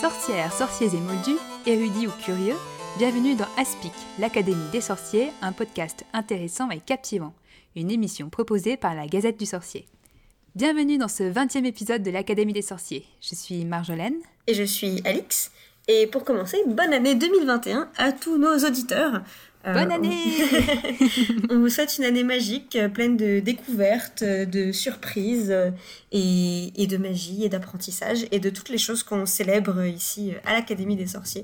Sorcières, sorciers et moldus, érudits ou curieux, bienvenue dans Aspic, l'Académie des sorciers, un podcast intéressant et captivant, une émission proposée par la Gazette du Sorcier. Bienvenue dans ce 20e épisode de l'Académie des sorciers. Je suis Marjolaine. Et je suis Alix. Et pour commencer, bonne année 2021 à tous nos auditeurs. Bonne année. On vous souhaite une année magique, pleine de découvertes, de surprises et de magie et d'apprentissage et de toutes les choses qu'on célèbre ici à l'Académie des sorciers.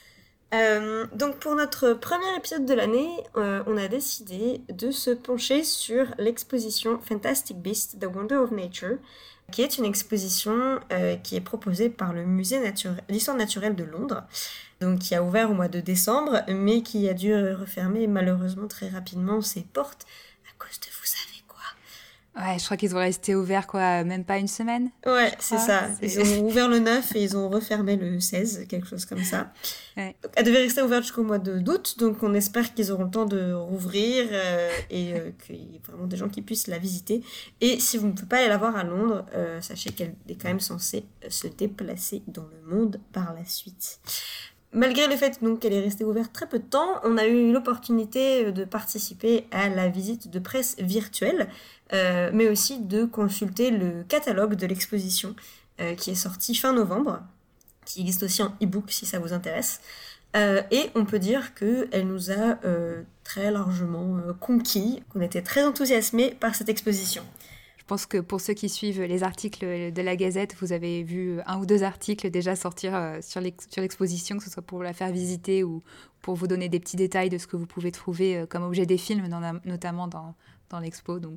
Donc pour notre premier épisode de l'année, on a décidé de se pencher sur l'exposition Fantastic Beasts, The Wonder of Nature, qui est une exposition qui est proposée par le Musée d'Histoire naturelle de Londres, donc qui a ouvert au mois de décembre, mais qui a dû refermer malheureusement très rapidement ses portes à cause de vous savez quoi. Ouais, je crois qu'ils ont resté ouverts même pas une semaine. Ouais, c'est ça. Ils ont ouvert le 9 et ils ont refermé le 16, quelque chose comme ça. Ouais. Elle devait rester ouverte jusqu'au mois d'août, donc on espère qu'ils auront le temps de rouvrir et qu'il y ait vraiment des gens qui puissent la visiter. Et si vous ne pouvez pas aller la voir à Londres, sachez qu'elle est quand même censée se déplacer dans le monde par la suite. Malgré le fait donc, qu'elle est restée ouverte très peu de temps, on a eu l'opportunité de participer à la visite de presse virtuelle, mais aussi de consulter le catalogue de l'exposition qui est sorti fin novembre, qui existe aussi en e-book si ça vous intéresse. Et on peut dire qu'elle nous a très largement conquis, qu'on était très enthousiasmés par cette exposition. Je pense que pour ceux qui suivent les articles de la Gazette, vous avez vu 1 ou 2 articles déjà sortir sur l'exposition, que ce soit pour la faire visiter ou pour vous donner des petits détails de ce que vous pouvez trouver comme objet des films, notamment dans l'expo. Donc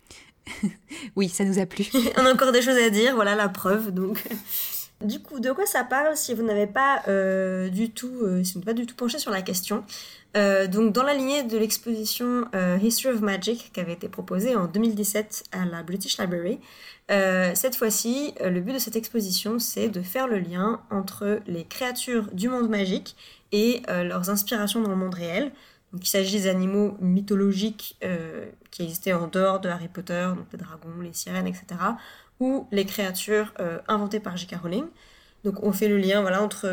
oui, ça nous a plu. On a encore des choses à dire, voilà la preuve. Donc. Du coup, de quoi ça parle si vous n'avez pas du tout penché sur la question. Donc, dans la lignée de l'exposition History of Magic qui avait été proposée en 2017 à la British Library, cette fois-ci, le but de cette exposition, c'est de faire le lien entre les créatures du monde magique et leurs inspirations dans le monde réel. Donc, il s'agit des animaux mythologiques qui existaient en dehors de Harry Potter, donc les dragons, les sirènes, etc., ou les créatures inventées par J.K. Rowling. Donc on fait le lien entre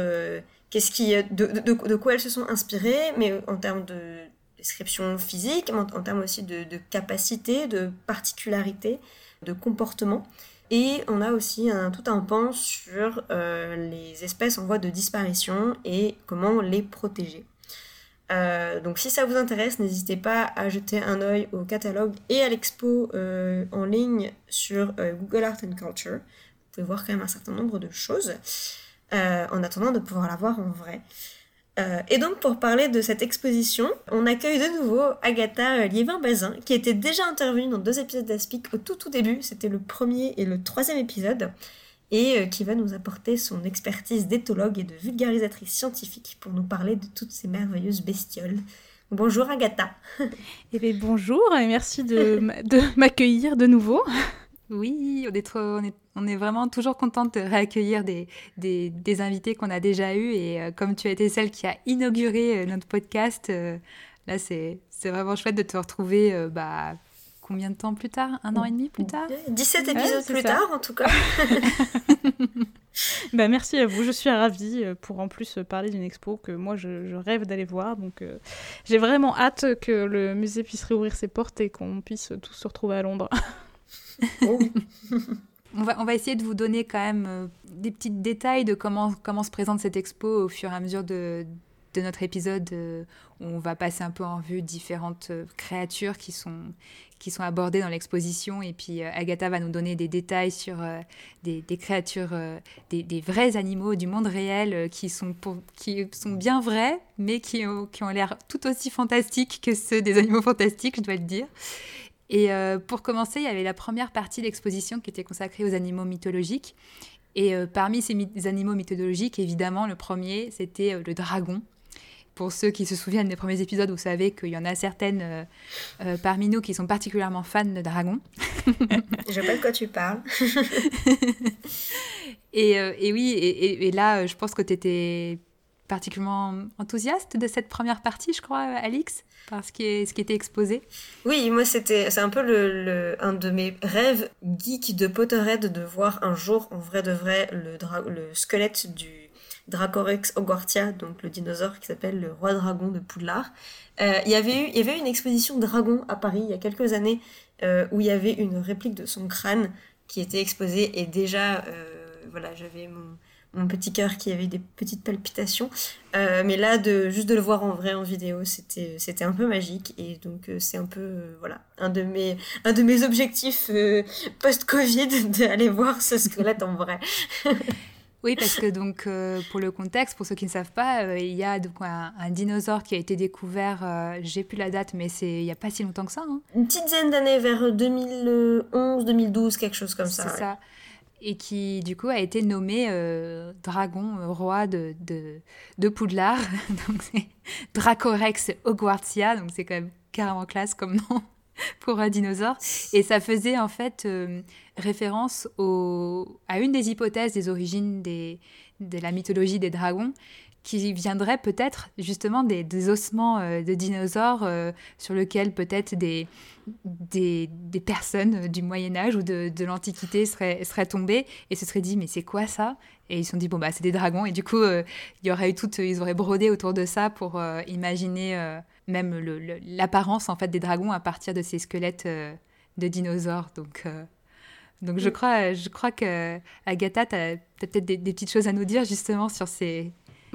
de quoi elles se sont inspirées, mais en termes de description physique, en termes aussi de capacité, de particularité, de comportement. Et on a aussi tout un pan sur les espèces en voie de disparition et comment les protéger. Donc si ça vous intéresse, n'hésitez pas à jeter un œil au catalogue et à l'expo en ligne sur Google Art and Culture. Vous pouvez voir quand même un certain nombre de choses en attendant de pouvoir la voir en vrai. Et donc pour parler de cette exposition, on accueille de nouveau Agatha Liévin-Bazin qui était déjà intervenue dans 2 épisodes d'Aspic au tout début, c'était le 1er et le 3e épisode, et qui va nous apporter son expertise d'éthologue et de vulgarisatrice scientifique pour nous parler de toutes ces merveilleuses bestioles. Bonjour Agatha. Eh bien bonjour et merci de m'accueillir de nouveau. Oui, on est vraiment toujours contente de réaccueillir des invités qu'on a déjà eus et comme tu as été celle qui a inauguré notre podcast, là c'est vraiment chouette de te retrouver combien de temps plus tard ? 1 an et demi plus tard ? 17 épisodes plus tard, en tout cas. Merci à vous, je suis ravie pour en plus parler d'une expo que moi je rêve d'aller voir. Donc j'ai vraiment hâte que le musée puisse réouvrir ses portes et qu'on puisse tous se retrouver à Londres. Oh. On va essayer de vous donner quand même des petits détails de comment se présente cette expo au fur et à mesure de notre épisode où on va passer un peu en vue différentes créatures qui sont abordées dans l'exposition, et puis Agatha va nous donner des détails sur des créatures, des vrais animaux du monde réel qui sont bien vrais mais qui ont l'air tout aussi fantastiques que ceux des animaux fantastiques, je dois le dire. Et pour commencer, il y avait la première partie de l'exposition qui était consacrée aux animaux mythologiques. Et parmi ces animaux mythologiques, évidemment, le premier, c'était le dragon. Pour ceux qui se souviennent des premiers épisodes, vous savez qu'il y en a certaines parmi nous qui sont particulièrement fans de dragons. Je sais pas de quoi tu parles. et oui, et là, je pense que tu étais particulièrement enthousiaste de cette première partie, je crois, Alix, par ce qui était exposé. Oui, moi c'est un peu un de mes rêves geeks de Potterhead de voir un jour en vrai de vrai le squelette Dracorex hogwartia, donc le dinosaure qui s'appelle le roi dragon de Poudlard. Il y avait eu une exposition dragon à Paris il y a quelques années où il y avait une réplique de son crâne qui était exposée et déjà, voilà, j'avais mon petit cœur qui avait des petites palpitations. Mais là, juste de le voir en vrai en vidéo, c'était un peu magique. Et donc, c'est un peu, voilà, un de mes objectifs post-Covid d'aller voir ce squelette en vrai. Oui, parce que donc, pour le contexte, pour ceux qui ne savent pas, il y a donc un dinosaure qui a été découvert, j'ai plus la date, mais il n'y a pas si longtemps que ça. Hein. Une petite dizaine d'années, vers 2011, 2012, quelque chose comme ça. C'est ça. Et qui, du coup, a été nommé dragon roi de Poudlard. Donc, c'est Dracorex hogwartia. Donc, c'est quand même carrément classe comme nom pour un dinosaure. Et ça faisait, en fait, référence à une des hypothèses des origines de la mythologie des dragons, qui viendrait peut-être justement des ossements de dinosaures sur lesquels peut-être des personnes du Moyen-Âge ou de l'Antiquité seraient tombées et se seraient dit mais c'est quoi ça ? Et ils se sont dit bon bah c'est des dragons et du coup ils auraient brodé autour de ça pour imaginer même l'apparence en fait des dragons à partir de ces squelettes de dinosaures. Donc je crois que Agatha, t'as peut-être des petites choses à nous dire justement sur ces...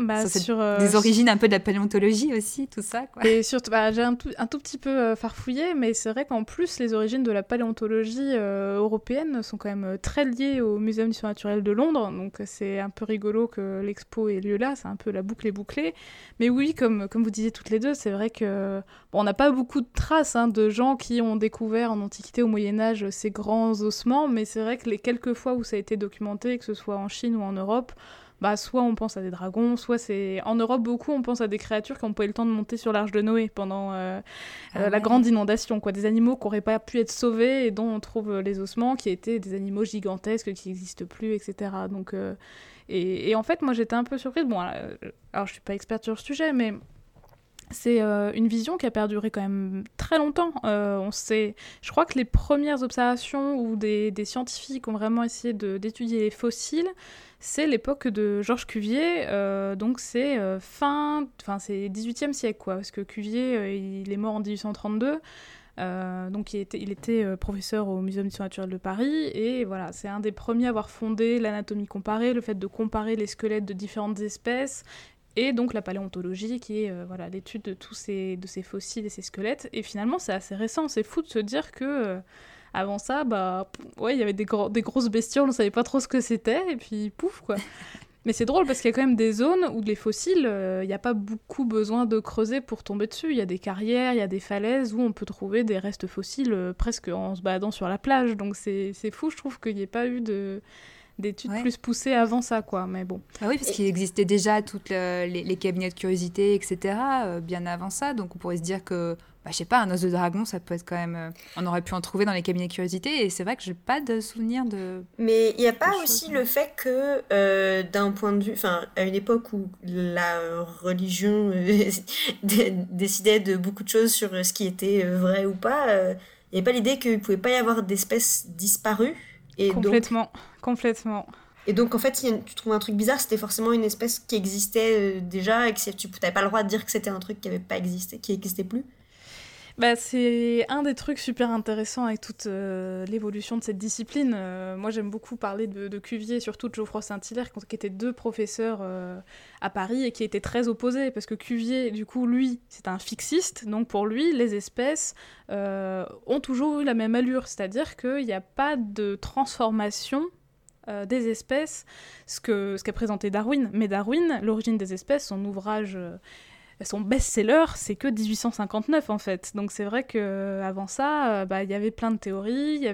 des origines un peu de la paléontologie aussi, tout ça, quoi. Et surtout, j'ai un tout petit peu farfouillé, mais c'est vrai qu'en plus, les origines de la paléontologie européenne sont quand même très liées au Muséum d'histoire naturelle de Londres, donc c'est un peu rigolo que l'expo ait lieu là, c'est un peu la boucle est bouclée. Mais oui, comme vous disiez toutes les deux, c'est vrai que on n'a pas beaucoup de traces de gens qui ont découvert en Antiquité, au Moyen-Âge, ces grands ossements, mais c'est vrai que les quelques fois où ça a été documenté, que ce soit en Chine ou en Europe, soit on pense à des dragons, soit c'est... En Europe, beaucoup, on pense à des créatures qui n'ont pas eu le temps de monter sur l'Arche de Noé pendant la grande inondation, quoi. Des animaux qui n'auraient pas pu être sauvés et dont on trouve les ossements, qui étaient des animaux gigantesques qui n'existent plus, etc. Donc, et en fait, moi, j'étais un peu surprise. Bon, alors, je ne suis pas experte sur le sujet, mais... C'est une vision qui a perduré quand même très longtemps. Je crois que les premières observations où des scientifiques ont vraiment essayé d'étudier les fossiles, c'est l'époque de Georges Cuvier, donc c'est c'est 18e siècle, quoi, parce que Cuvier, il est mort en 1832, donc il était professeur au Muséum d'histoire naturelle de Paris, et voilà, c'est un des premiers à avoir fondé l'anatomie comparée, le fait de comparer les squelettes de différentes espèces, et donc la paléontologie qui est l'étude de ces fossiles et ces squelettes. Et finalement, c'est assez récent. C'est fou de se dire que avant ça, il y avait des grosses bestioles, on ne savait pas trop ce que c'était, et puis pouf, quoi. Mais c'est drôle parce qu'il y a quand même des zones où les fossiles, il n'y a pas beaucoup besoin de creuser pour tomber dessus. Il y a des carrières, il y a des falaises où on peut trouver des restes fossiles presque en se baladant sur la plage. Donc c'est fou, je trouve qu'il n'y ait pas eu d'études plus poussées avant ça, quoi, mais bon. Ah oui, parce qu'il existait déjà toutes les cabinets de curiosité, etc., bien avant ça, donc on pourrait se dire que, je sais pas, un os de dragon, ça peut être quand même... on aurait pu en trouver dans les cabinets de curiosité, et c'est vrai que j'ai pas de souvenir de... Mais il n'y a pas aussi le fait que, d'un point de vue... Enfin, à une époque où la religion décidait de beaucoup de choses sur ce qui était vrai ou pas, il n'y avait pas l'idée qu'il ne pouvait pas y avoir d'espèces disparues. Et complètement. Et donc, en fait, si tu trouves un truc bizarre, c'était forcément une espèce qui existait déjà et que tu n'avais pas le droit de dire que c'était un truc qui n'avait pas existé, qui n'existait plus. C'est un des trucs super intéressants avec toute l'évolution de cette discipline. Moi, j'aime beaucoup parler de Cuvier, surtout de Geoffroy Saint-Hilaire, qui étaient deux professeurs à Paris et qui étaient très opposés, parce que Cuvier, du coup, lui, c'est un fixiste, donc pour lui, les espèces ont toujours eu la même allure, c'est-à-dire qu'il n'y a pas de transformation des espèces, ce qu'a présenté Darwin. Mais Darwin, L'origine des espèces, son ouvrage... son best-seller, c'est que 1859 en fait. Donc c'est vrai qu'avant ça, y avait plein de théories. Il y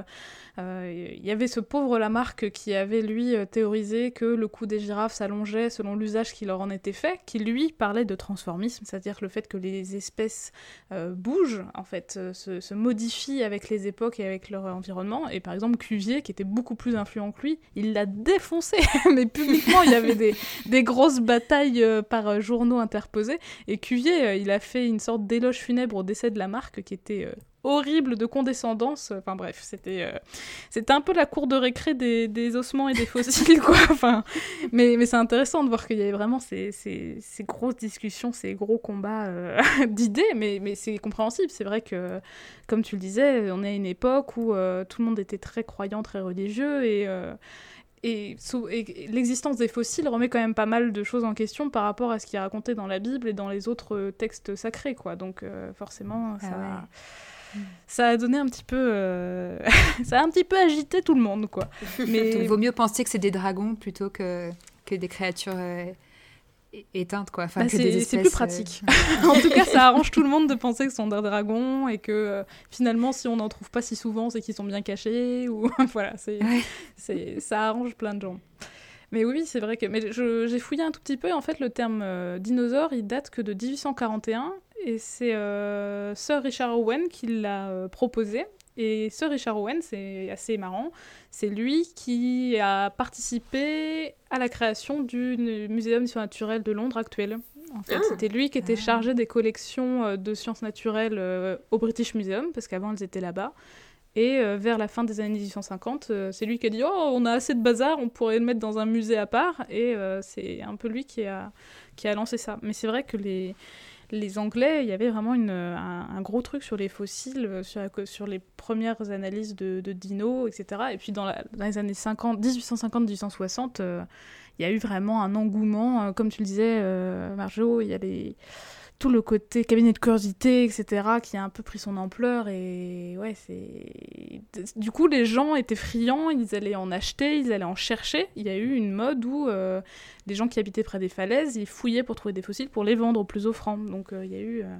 avait ce pauvre Lamarck qui avait lui théorisé que le cou des girafes s'allongeait selon l'usage qui leur en était fait, qui lui parlait de transformisme, c'est-à-dire le fait que les espèces bougent, en fait, se modifient avec les époques et avec leur environnement. Et par exemple Cuvier, qui était beaucoup plus influent que lui, il l'a défoncé, mais publiquement il y avait des grosses batailles par journaux interposés. Et Cuvier, il a fait une sorte d'éloge funèbre au décès de Lamarck qui était horrible de condescendance. Enfin bref, c'était un peu la cour de récré des ossements et des fossiles, quoi. Enfin, mais c'est intéressant de voir qu'il y avait vraiment ces grosses discussions, ces gros combats d'idées, mais c'est compréhensible. C'est vrai que, comme tu le disais, on est à une époque où tout le monde était très croyant, très religieux, et l'existence des fossiles remet quand même pas mal de choses en question par rapport à ce qui est raconté dans la Bible et dans les autres textes sacrés, quoi. Donc forcément, ça a donné un petit peu... ça a un petit peu agité tout le monde, quoi. Mais... Donc, vaut mieux penser que c'est des dragons plutôt que des créatures éteintes, quoi. Enfin, que des espèces, c'est plus pratique. En tout cas, ça arrange tout le monde de penser que ce sont des dragons et que finalement, si on n'en trouve pas si souvent, c'est qu'ils sont bien cachés. Ou... voilà, ça arrange plein de gens. Mais oui, c'est vrai que... Mais j'ai fouillé un tout petit peu, et en fait, le terme dinosaure, il date que de 1841, et c'est Sir Richard Owen qui l'a proposé. Et Sir Richard Owen, c'est assez marrant, c'est lui qui a participé à la création du Muséum d'histoire naturelle de Londres actuel. En fait, c'était lui qui était chargé des collections de sciences naturelles au British Museum, parce qu'avant, elles étaient là-bas. Et vers la fin des années 1850, c'est lui qui a dit « Oh, on a assez de bazar, on pourrait le mettre dans un musée à part ». Et c'est un peu lui qui a lancé ça. Mais c'est vrai que les Anglais, il y avait vraiment un gros truc sur les fossiles, sur les premières analyses de dinos, etc. Et puis dans les années 1850-1860, il y a eu vraiment un engouement. Comme tu le disais, Marjo, il y a tout le côté cabinet de curiosité, etc., qui a un peu pris son ampleur. Et ouais, du coup, les gens étaient friands, ils allaient en acheter, ils allaient en chercher. Il y a eu une mode où les gens qui habitaient près des falaises, ils fouillaient pour trouver des fossiles pour les vendre au plus offrant. Donc il y a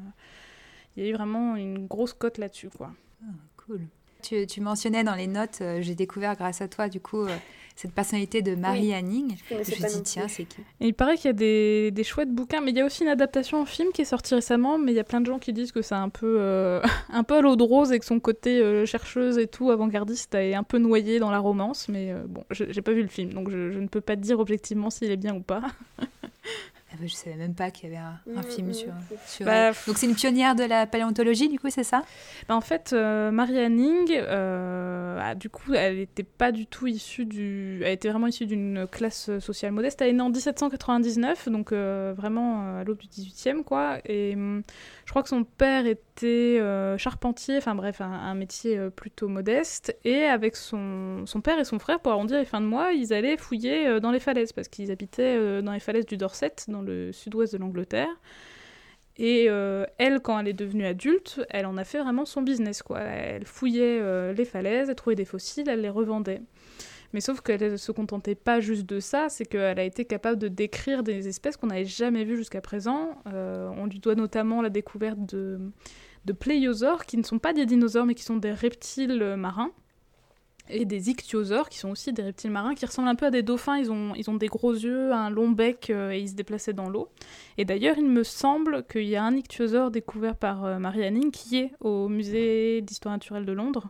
eu vraiment une grosse cote là-dessus, quoi. Ah, cool. Tu mentionnais dans les notes, j'ai découvert grâce à toi, du coup, cette personnalité de Mary Anning. Je me suis dit, tiens, c'est qui ? Et il paraît qu'il y a des chouettes bouquins, mais il y a aussi une adaptation en film qui est sortie récemment, mais il y a plein de gens qui disent que c'est un peu à l'eau de rose et que son côté chercheuse et tout, avant-gardiste, est un peu noyé dans la romance, mais bon, j'ai pas vu le film, donc je ne peux pas te dire objectivement s'il est bien ou pas. Je savais même pas qu'il y avait un film sur elle. Donc c'est une pionnière de la paléontologie, du coup, c'est ça ? En fait, Mary Anning, du coup, elle était pas du tout elle était vraiment issue d'une classe sociale modeste. Elle est née en 1799, donc vraiment à l'aube du 18e, quoi. Et je crois que son père était charpentier, enfin bref, un métier plutôt modeste. Et avec son père et son frère, pour arrondir les fins de mois, ils allaient fouiller dans les falaises, parce qu'ils habitaient dans les falaises du Dorset, dans le sud-ouest de l'Angleterre. Et elle, quand elle est devenue adulte, elle en a fait vraiment son business, quoi. Elle fouillait les falaises, elle trouvait des fossiles, elle les revendait. Mais sauf qu'elle ne se contentait pas juste de ça, c'est qu'elle a été capable de décrire des espèces qu'on n'avait jamais vues jusqu'à présent. On lui doit notamment la découverte de pléiosaures, qui ne sont pas des dinosaures, mais qui sont des reptiles marins. Et des ichthyosaures, qui sont aussi des reptiles marins, qui ressemblent un peu à des dauphins. Ils ont des gros yeux, un long bec, et ils se déplaçaient dans l'eau. Et d'ailleurs, il me semble qu'il y a un ichthyosaure découvert par Mary Anning qui est au musée d'histoire naturelle de Londres.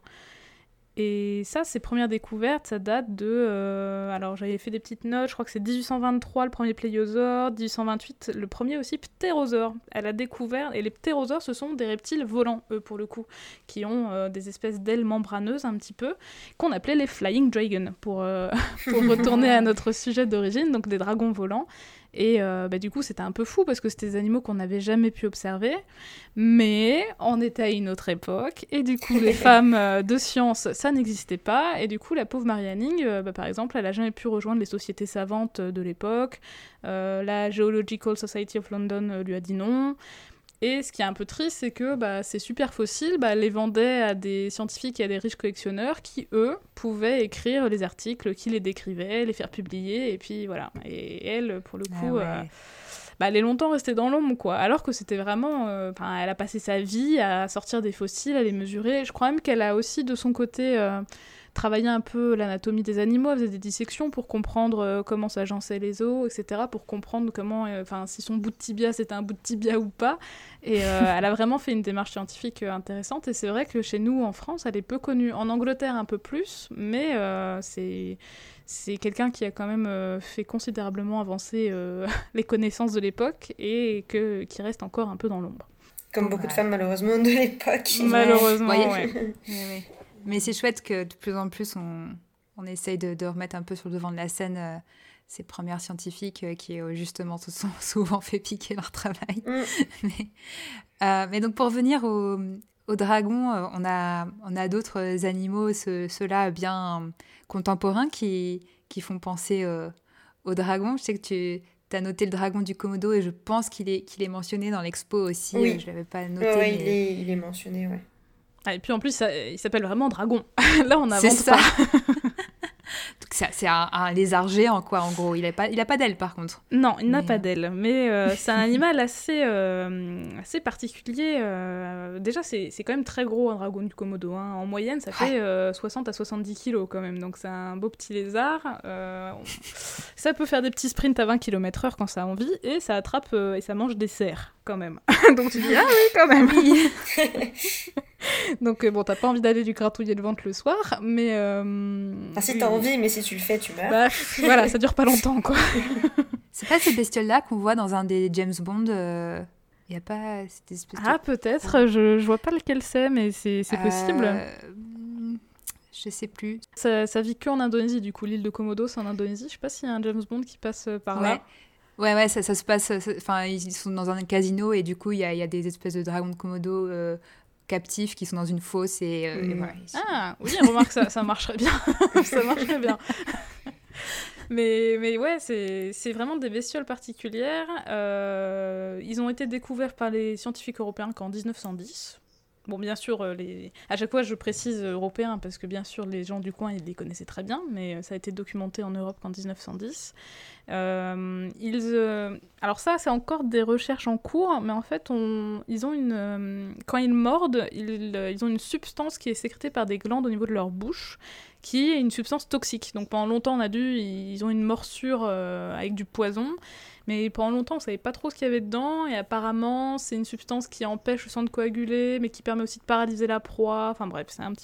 Et ça, ces premières découvertes, ça date de... alors, j'avais fait des petites notes, je crois que c'est 1823 le premier pléiosaure, 1828 le premier aussi ptérosaure. Elle a découvert... Et les ptérosaures, ce sont des reptiles volants, eux, pour le coup, qui ont des espèces d'ailes membraneuses, un petit peu, qu'on appelait les flying dragons, pour retourner à notre sujet d'origine, donc des dragons volants. Et du coup, c'était un peu fou parce que c'était des animaux qu'on n'avait jamais pu observer, mais on était à une autre époque, et du coup, les femmes de science, ça n'existait pas, et du coup, la pauvre Mary Anning, par exemple, elle n'a jamais pu rejoindre les sociétés savantes de l'époque, la Geological Society of London lui a dit non. Et ce qui est un peu triste, c'est que ces super fossiles, elle les vendait à des scientifiques et à des riches collectionneurs qui, eux, pouvaient écrire les articles, qui les décrivaient, les faire publier, et puis voilà. Et elle, pour le coup, elle est longtemps restée dans l'ombre, quoi. Alors que c'était vraiment... elle a passé sa vie à sortir des fossiles, à les mesurer. Je crois même qu'elle a aussi, de son côté... travailler un peu l'anatomie des animaux, elle faisait des dissections pour comprendre comment s'agençaient les os, etc., pour comprendre comment, si son bout de tibia c'était un bout de tibia ou pas. Et elle a vraiment fait une démarche scientifique intéressante, et c'est vrai que chez nous, en France, elle est peu connue. En Angleterre, un peu plus, mais c'est quelqu'un qui a quand même fait considérablement avancer les connaissances de l'époque, et qui reste encore un peu dans l'ombre. Comme beaucoup de femmes, malheureusement, de l'époque. Malheureusement, ouais. Mais c'est chouette que de plus en plus, on essaye de remettre un peu sur le devant de la scène ces premières scientifiques qui, justement, se sont souvent fait piquer leur travail. Mais donc, pour revenir au dragon, on a d'autres animaux, ceux-là bien contemporains, qui font penser au dragon. Je sais que tu as noté le dragon du Komodo et je pense qu'il est mentionné dans l'expo aussi. Oui. Je ne l'avais pas noté. Ouais, mais... il est mentionné, ouais. Ah, et puis en plus, il s'appelle vraiment dragon. Là, on n'invente ça. pas. C'est un lézard géant, quoi, en gros. Il a pas d'ailes, par contre. Non, il n'a pas d'ailes. Mais c'est un animal assez particulier. Déjà, c'est quand même très gros, un dragon du Komodo. Hein. En moyenne, ça fait 60 à 70 kilos, quand même. Donc, c'est un beau petit lézard. Ça peut faire des petits sprints à 20 km/h quand ça a envie. Et ça attrape et ça mange des cerfs, quand même. Donc, tu dis, ah oui, quand même. Oui. Donc, bon, t'as pas envie d'aller lui gratouiller le ventre le soir, mais... si t'as envie, mais si tu le fais, tu meurs. Bah, voilà, ça dure pas longtemps, quoi. C'est pas ces bestioles-là qu'on voit dans un des James Bond y a pas cette espèce de... Ah, peut-être, je vois pas lequel c'est, mais c'est possible. Je sais plus. Ça vit que en Indonésie, du coup, l'île de Komodo, c'est en Indonésie. Je sais pas s'il y a un James Bond qui passe par là. Ouais, ça se passe... Enfin, ils sont dans un casino et du coup, il y a des espèces de dragons de Komodo... captifs qui sont dans une fosse et voilà. Ah oui, remarque, ça marcherait bien. Ça marcherait bien. Mais ouais, c'est vraiment des bestioles particulières. Ils ont été découverts par les scientifiques européens qu'en 1910. Bon, bien sûr, à chaque fois je précise européens parce que bien sûr les gens du coin ils les connaissaient très bien, mais ça a été documenté en Europe qu'en 1910. Alors ça, c'est encore des recherches en cours, mais en fait, ils ont quand ils mordent, ils ont une substance qui est sécrétée par des glandes au niveau de leur bouche, qui est une substance toxique. Donc pendant longtemps, ils ont une morsure avec du poison, mais pendant longtemps, on savait pas trop ce qu'il y avait dedans, et apparemment, c'est une substance qui empêche le sang de coaguler, mais qui permet aussi de paralyser la proie. Enfin bref, c'est un petit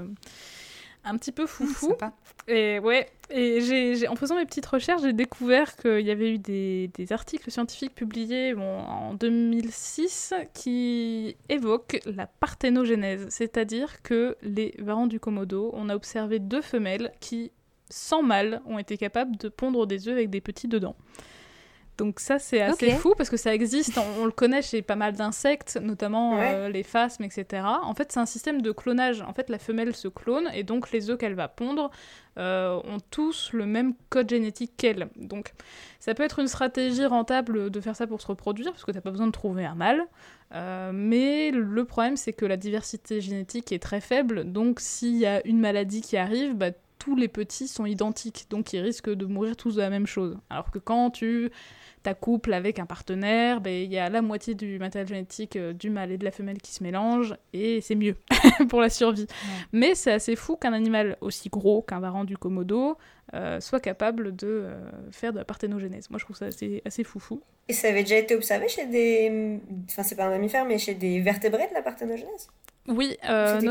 peu foufou. Et ouais, en faisant mes petites recherches, j'ai découvert qu'il y avait eu des articles scientifiques publiés en 2006 qui évoquent la parthénogénèse, c'est-à-dire que les varans du Komodo, on a observé 2 femelles qui, sans mâle, ont été capables de pondre des œufs avec des petits dedans. Donc ça, c'est assez fou, parce que ça existe, on le connaît chez pas mal d'insectes, notamment les phasmes, etc. En fait, c'est un système de clonage. En fait, la femelle se clone, et donc les œufs qu'elle va pondre ont tous le même code génétique qu'elle. Donc ça peut être une stratégie rentable de faire ça pour se reproduire, parce que t'as pas besoin de trouver un mâle. Mais le problème, c'est que la diversité génétique est très faible, donc s'il y a une maladie qui arrive, tous les petits sont identiques, donc ils risquent de mourir tous de la même chose. Alors que quand tu t'accouples avec un partenaire, il y a la moitié du matériel génétique du mâle et de la femelle qui se mélange, et c'est mieux pour la survie. Ouais. Mais c'est assez fou qu'un animal aussi gros qu'un varan du Komodo soit capable de faire de la parthénogénèse. Moi, je trouve ça assez foufou. Et ça avait déjà été observé chez des... Enfin, c'est pas un mammifère, mais chez des vertébrés de la parthénogénèse ? Oui,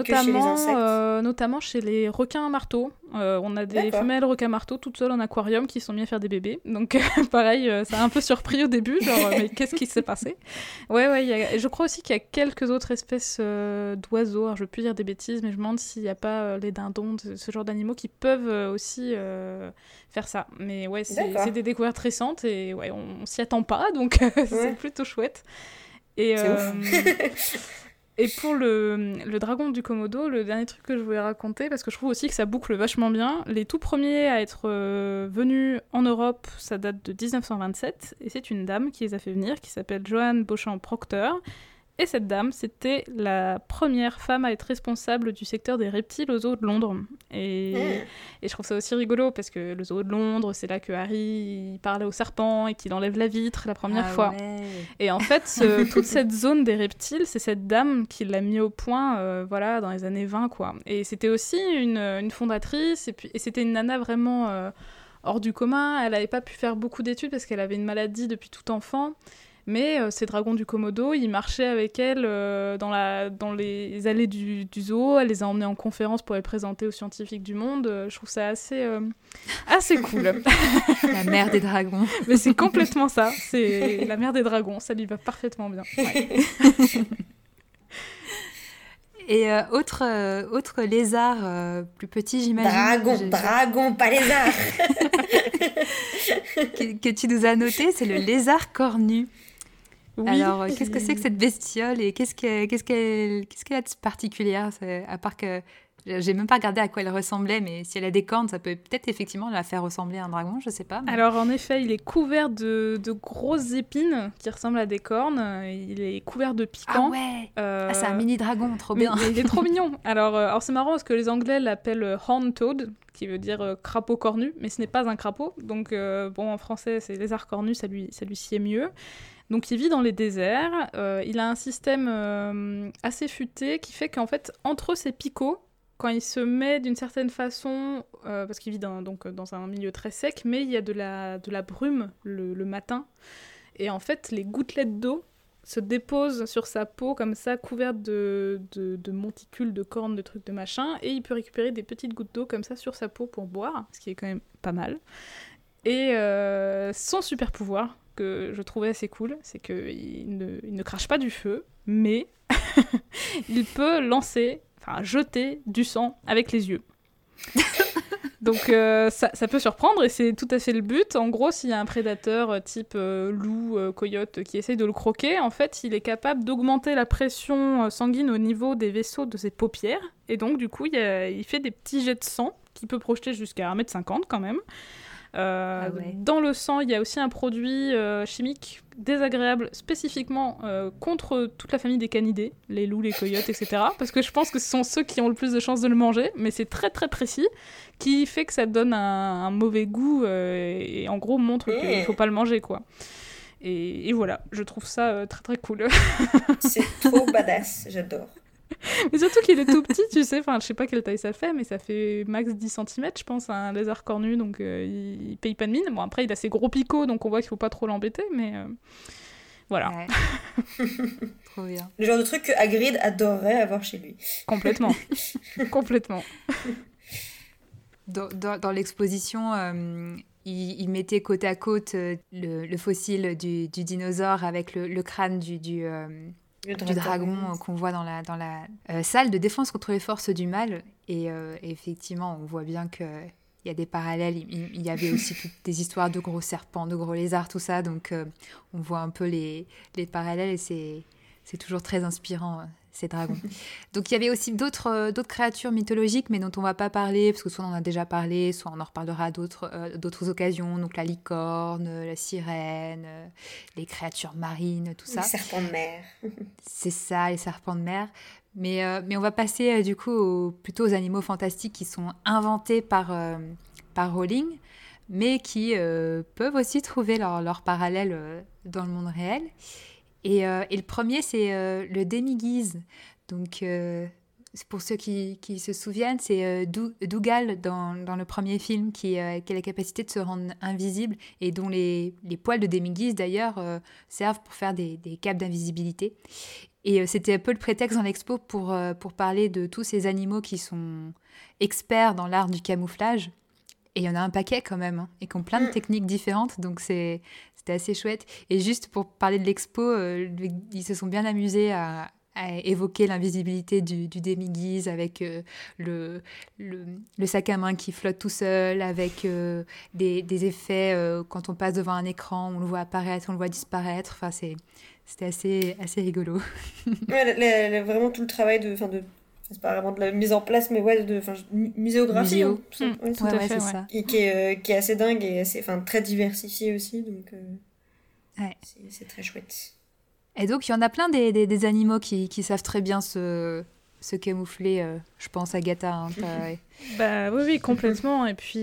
notamment chez les requins marteaux. On a des femelles requins marteaux toutes seules en aquarium qui sont mis à faire des bébés. Donc pareil, ça a un peu surpris au début, genre mais qu'est-ce qui s'est passé ? Ouais, je crois aussi qu'il y a quelques autres espèces d'oiseaux, alors je veux plus dire des bêtises, mais je me demande s'il n'y a pas les dindons, ce genre d'animaux qui peuvent aussi faire ça. Mais ouais, c'est des découvertes récentes et ouais, on s'y attend pas, donc c'est plutôt chouette. Et, c'est ouf. Et pour le dragon du Komodo, le dernier truc que je voulais raconter, parce que je trouve aussi que ça boucle vachement bien, les tout premiers à être venus en Europe, ça date de 1927, et c'est une dame qui les a fait venir, qui s'appelle Joanne Beauchamp Proctor. Et cette dame, c'était la première femme à être responsable du secteur des reptiles au zoo de Londres. Et je trouve ça aussi rigolo, parce que le zoo de Londres, c'est là que Harry il parle au serpent et qu'il enlève la vitre la première fois. Ouais. Et en fait, toute cette zone des reptiles, c'est cette dame qui l'a mis au point dans les années 20, quoi. Et c'était aussi une fondatrice, et c'était une nana vraiment hors du commun. Elle n'avait pas pu faire beaucoup d'études parce qu'elle avait une maladie depuis tout enfant. mais ces dragons du Komodo, il marchait avec elle dans les allées du zoo, elle les a emmenés en conférence pour les présenter aux scientifiques du monde. Je trouve ça assez cool. La mère des dragons. Mais c'est complètement ça, c'est la mère des dragons, ça lui va parfaitement bien. Ouais. Et autre lézard plus petit, j'imagine. Dragon, pas lézard. que tu nous as noté, c'est le lézard cornu. Oui. Alors, qu'est-ce que c'est que cette bestiole et qu'est-ce qu'elle a de particulière, à part que j'ai même pas regardé à quoi elle ressemblait, mais si elle a des cornes, ça peut peut-être effectivement la faire ressembler à un dragon, je sais pas. Mais... Alors en effet, il est couvert de grosses épines qui ressemblent à des cornes. Il est couvert de piquants. Ah ouais. C'est un mini dragon, trop bien. Mais il est trop mignon. Alors c'est marrant parce que les Anglais l'appellent horned toad, qui veut dire crapaud cornu, mais ce n'est pas un crapaud. Donc en français, c'est lézard cornu, ça lui sied mieux. Donc il vit dans les déserts. Il a un système assez futé qui fait qu'en fait, entre ses picots, quand il se met d'une certaine façon, parce qu'il vit dans un milieu très sec, mais il y a de la brume le matin, et en fait les gouttelettes d'eau se déposent sur sa peau comme ça, couvertes de monticules, de cornes, de trucs de machin, et il peut récupérer des petites gouttes d'eau comme ça sur sa peau pour boire, ce qui est quand même pas mal. Et son super pouvoir, que je trouvais assez cool, c'est qu'il ne crache pas du feu, mais il peut jeter du sang avec les yeux. Donc ça peut surprendre et c'est tout à fait le but. En gros, s'il y a un prédateur type loup, coyote qui essaye de le croquer, en fait, il est capable d'augmenter la pression sanguine au niveau des vaisseaux de ses paupières. Et donc, du coup, il fait des petits jets de sang qui peut projeter jusqu'à 1,50 m quand même. Dans le sang, il y a aussi un produit chimique désagréable spécifiquement contre toute la famille des canidés, les loups, les coyotes, etc. Parce que je pense que ce sont ceux qui ont le plus de chances de le manger, mais c'est très très précis, qui fait que ça donne un mauvais goût et en gros montre qu'il ne faut pas le manger, quoi. Et voilà, je trouve ça très très cool. C'est trop badass, j'adore. Mais surtout qu'il est tout petit, tu sais, je sais pas quelle taille ça fait, mais ça fait max 10 cm, je pense, un lézard cornu, donc il paye pas de mine. Bon, après, il a ses gros picots, donc on voit qu'il faut pas trop l'embêter, mais voilà. Ouais. Trop bien. Le genre de truc que Hagrid adorerait avoir chez lui. Complètement. Complètement. Dans l'exposition, il mettait côte à côte le fossile du dinosaure avec le crâne du dragon qu'on voit dans la salle de défense contre les forces du mal. Et effectivement, on voit bien qu'il y a des parallèles. Il y avait aussi toutes des histoires de gros serpents, de gros lézards, tout ça. Donc, on voit un peu les parallèles et c'est toujours très inspirant, ces dragons. Donc, il y avait aussi d'autres créatures mythologiques, mais dont on ne va pas parler, parce que soit on en a déjà parlé, soit on en reparlera à d'autres occasions. Donc, la licorne, la sirène, les créatures marines, tout ça. Les serpents de mer. C'est ça, les serpents de mer. Mais on va passer du coup plutôt aux animaux fantastiques qui sont inventés par Rowling, mais qui peuvent aussi trouver leur parallèle dans le monde réel. Et le premier, c'est le demi-guise. Donc, pour ceux qui se souviennent, c'est Dougal dans le premier film qui a la capacité de se rendre invisible et dont les poils de demi-guise, d'ailleurs, servent pour faire des capes d'invisibilité. Et c'était un peu le prétexte dans l'expo pour parler de tous ces animaux qui sont experts dans l'art du camouflage. Et il y en a un paquet quand même, hein, et qui ont plein de techniques différentes, donc c'était assez chouette. Et juste pour parler de l'expo, ils se sont bien amusés à évoquer l'invisibilité du demi-guise avec le sac à main qui flotte tout seul, avec des effets quand on passe devant un écran, on le voit apparaître, on le voit disparaître. Enfin, c'était assez rigolo. Ouais, vraiment tout le travail c'est pas vraiment de la mise en place, mais ouais, muséographie. Museo. Ouais, tout à fait, c'est ça. Et qui est assez dingue et très diversifié aussi, donc ouais. C'est très chouette. Et donc, il y en a plein des animaux qui savent très bien se camoufler. Je pense à Agatha. Hein, Bah oui, complètement. Et puis,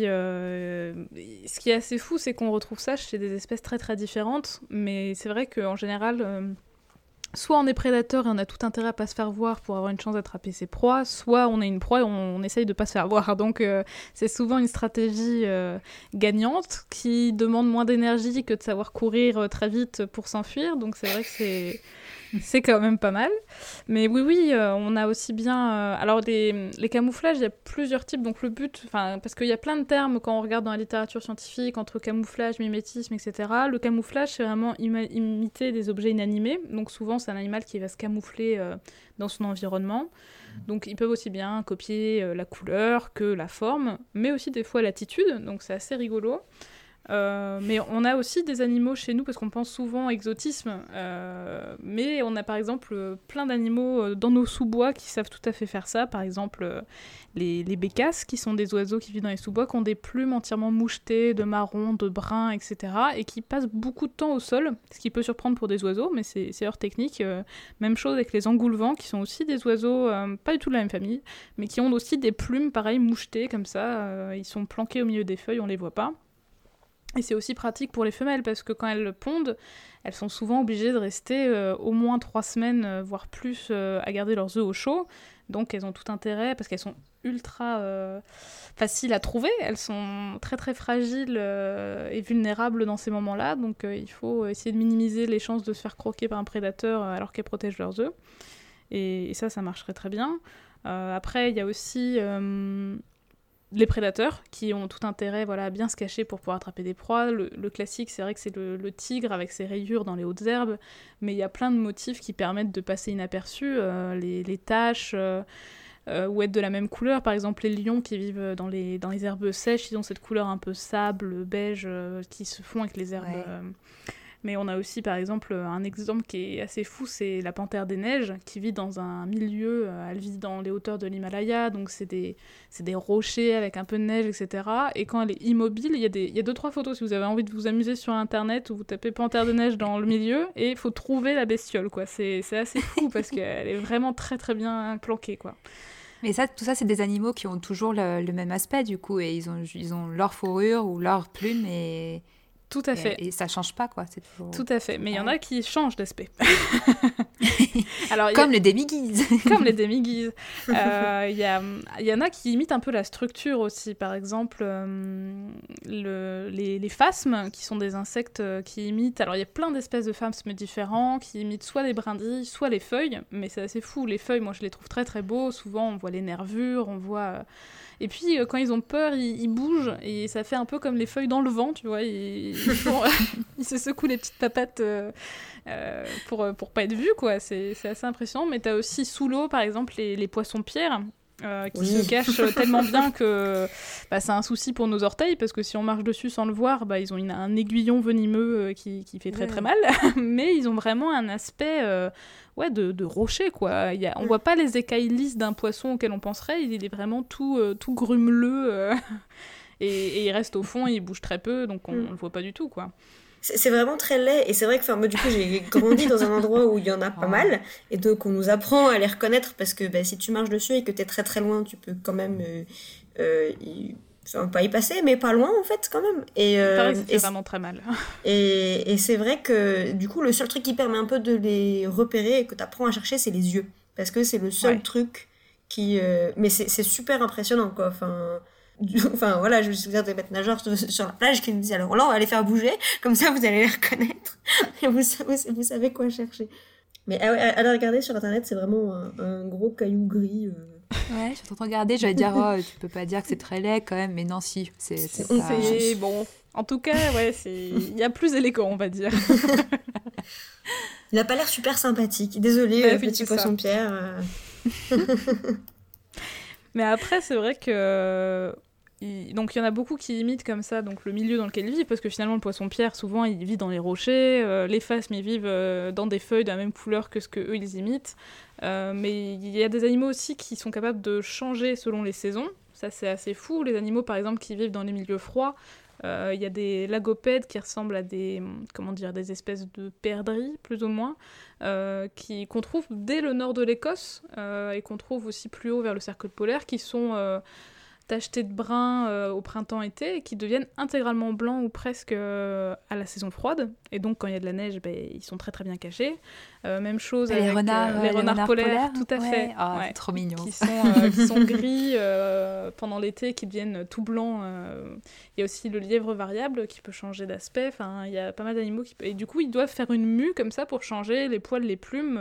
ce qui est assez fou, c'est qu'on retrouve ça chez des espèces très très différentes. Mais c'est vrai qu'en général, soit on est prédateur et on a tout intérêt à pas se faire voir pour avoir une chance d'attraper ses proies, soit on est une proie et on essaye de pas se faire voir. Donc c'est souvent une stratégie gagnante qui demande moins d'énergie que de savoir courir très vite pour s'enfuir. Donc c'est vrai que c'est quand même pas mal. Mais oui, on a aussi bien... alors, les camouflages, il y a plusieurs types. Donc, le but... Parce qu'il y a plein de termes quand on regarde dans la littérature scientifique, entre camouflage, mimétisme, etc. Le camouflage, c'est vraiment imiter des objets inanimés. Donc, souvent, c'est un animal qui va se camoufler dans son environnement. Donc, ils peuvent aussi bien copier la couleur que la forme, mais aussi des fois l'attitude. Donc, c'est assez rigolo. Mais on a aussi des animaux chez nous parce qu'on pense souvent exotisme, mais on a par exemple plein d'animaux dans nos sous-bois qui savent tout à fait faire ça. Par exemple les bécasses, qui sont des oiseaux qui vivent dans les sous-bois, qui ont des plumes entièrement mouchetées de marron, de brun, etc. et qui passent beaucoup de temps au sol, ce qui peut surprendre pour des oiseaux, mais c'est leur technique. Même chose avec les engoulevents, qui sont aussi des oiseaux pas du tout de la même famille, mais qui ont aussi des plumes pareil mouchetées comme ça. Ils sont planqués au milieu des feuilles, on les voit pas. Et c'est aussi pratique pour les femelles parce que quand elles pondent, elles sont souvent obligées de rester au moins 3 semaines, voire plus, à garder leurs œufs au chaud. Donc elles ont tout intérêt, parce qu'elles sont ultra faciles à trouver, elles sont très très fragiles et vulnérables dans ces moments-là. Donc il faut essayer de minimiser les chances de se faire croquer par un prédateur alors qu'elles protègent leurs œufs. Et ça marcherait très bien. Après, il y a aussi... les prédateurs qui ont tout intérêt à bien se cacher pour pouvoir attraper des proies. Le classique, c'est vrai que c'est le tigre avec ses rayures dans les hautes herbes, mais il y a plein de motifs qui permettent de passer inaperçus. Les taches ou être de la même couleur. Par exemple, les lions qui vivent dans les herbes sèches, ils ont cette couleur un peu sable, beige, qui se fond avec les herbes... Ouais. Mais on a aussi, par exemple, un exemple qui est assez fou, c'est la panthère des neiges, qui vit dans un milieu, elle vit dans les hauteurs de l'Himalaya, donc c'est des rochers avec un peu de neige, etc. Et quand elle est immobile, il y a 2-3 photos, si vous avez envie de vous amuser sur Internet, où vous tapez panthère de neige dans le milieu, et il faut trouver la bestiole, quoi. C'est assez fou, parce qu'elle est vraiment très très bien planquée, quoi. Mais tout ça, c'est des animaux qui ont toujours le même aspect, du coup, et ils ont leur fourrure ou leur plume, et... Tout à fait. Et ça change pas, quoi. C'est toujours... Tout à fait. Mais il y en a qui changent d'aspect. Alors, comme les demi-guises. Comme les demi-guises. Il y en a qui imitent un peu la structure aussi. Par exemple, les phasmes, qui sont des insectes qui imitent... Alors, il y a plein d'espèces de phasmes différents qui imitent soit les brindilles, soit les feuilles. Mais c'est assez fou. Les feuilles, moi, je les trouve très, très beaux. Souvent, on voit les nervures, on voit... Et puis, quand ils ont peur, ils bougent, et ça fait un peu comme les feuilles dans le vent, tu vois. Ils se secouent les petites papates pour pas être vus, quoi. C'est assez impressionnant. Mais t'as aussi sous l'eau, par exemple, les poissons-pierres, qui se cachent tellement bien que c'est un souci pour nos orteils, parce que si on marche dessus sans le voir, ils ont un aiguillon venimeux qui fait très très mal. Mais ils ont vraiment un aspect... de rocher, quoi. On voit pas les écailles lisses d'un poisson auquel on penserait, il est vraiment tout grumeleux, et il reste au fond, il bouge très peu, donc on le voit pas du tout, quoi. C'est vraiment très laid, et c'est vrai que moi, du coup, j'ai grandi dans un endroit où il y en a pas mal, et donc on nous apprend à les reconnaître, parce que si tu marches dessus et que t'es très très loin, tu peux quand même... pas y passer, mais pas loin en fait quand même. Et c'est vraiment très mal. Et c'est vrai que du coup le seul truc qui permet un peu de les repérer et que t'apprends à chercher, c'est les yeux, parce que c'est le seul truc qui... Mais c'est super impressionnant, quoi. Enfin voilà, je me souviens des maîtres nageurs sur la plage qui nous disaient alors là on va les faire bouger, comme ça vous allez les reconnaître et vous savez quoi chercher. Mais à la regarder sur internet, c'est vraiment un gros caillou gris. Ouais, je suis en train de regarder, j'allais dire, tu peux pas dire que c'est très laid quand même, mais non, si, c'est pas... bon. En tout cas, il y a plus élégant, on va dire. Il a pas l'air super sympathique. Désolée, petit poisson-pierre. Mais après, c'est vrai que... Donc il y en a beaucoup qui imitent comme ça donc le milieu dans lequel ils vivent, parce que finalement le poisson-pierre, souvent, il vit dans les rochers, les phasmes, ils vivent dans des feuilles de la même couleur que ce qu'eux, ils imitent. Mais il y a des animaux aussi qui sont capables de changer selon les saisons. Ça, c'est assez fou. Les animaux, par exemple, qui vivent dans les milieux froids, il y a des lagopèdes qui ressemblent à des espèces de perdrix, plus ou moins, qu'on trouve dès le nord de l'Écosse, et qu'on trouve aussi plus haut vers le cercle polaire, qui sont tachetés de brun au printemps-été et qui deviennent intégralement blancs ou presque à la saison froide. Et donc, quand il y a de la neige, ils sont très très bien cachés. Même chose les avec renards, les renards polaires, tout à fait. Oh, c'est trop mignon. Qui sont gris pendant l'été, qui deviennent tout blancs. Il y a aussi le lièvre variable qui peut changer d'aspect. Enfin, il y a pas mal d'animaux et du coup, ils doivent faire une mue comme ça pour changer les poils, les plumes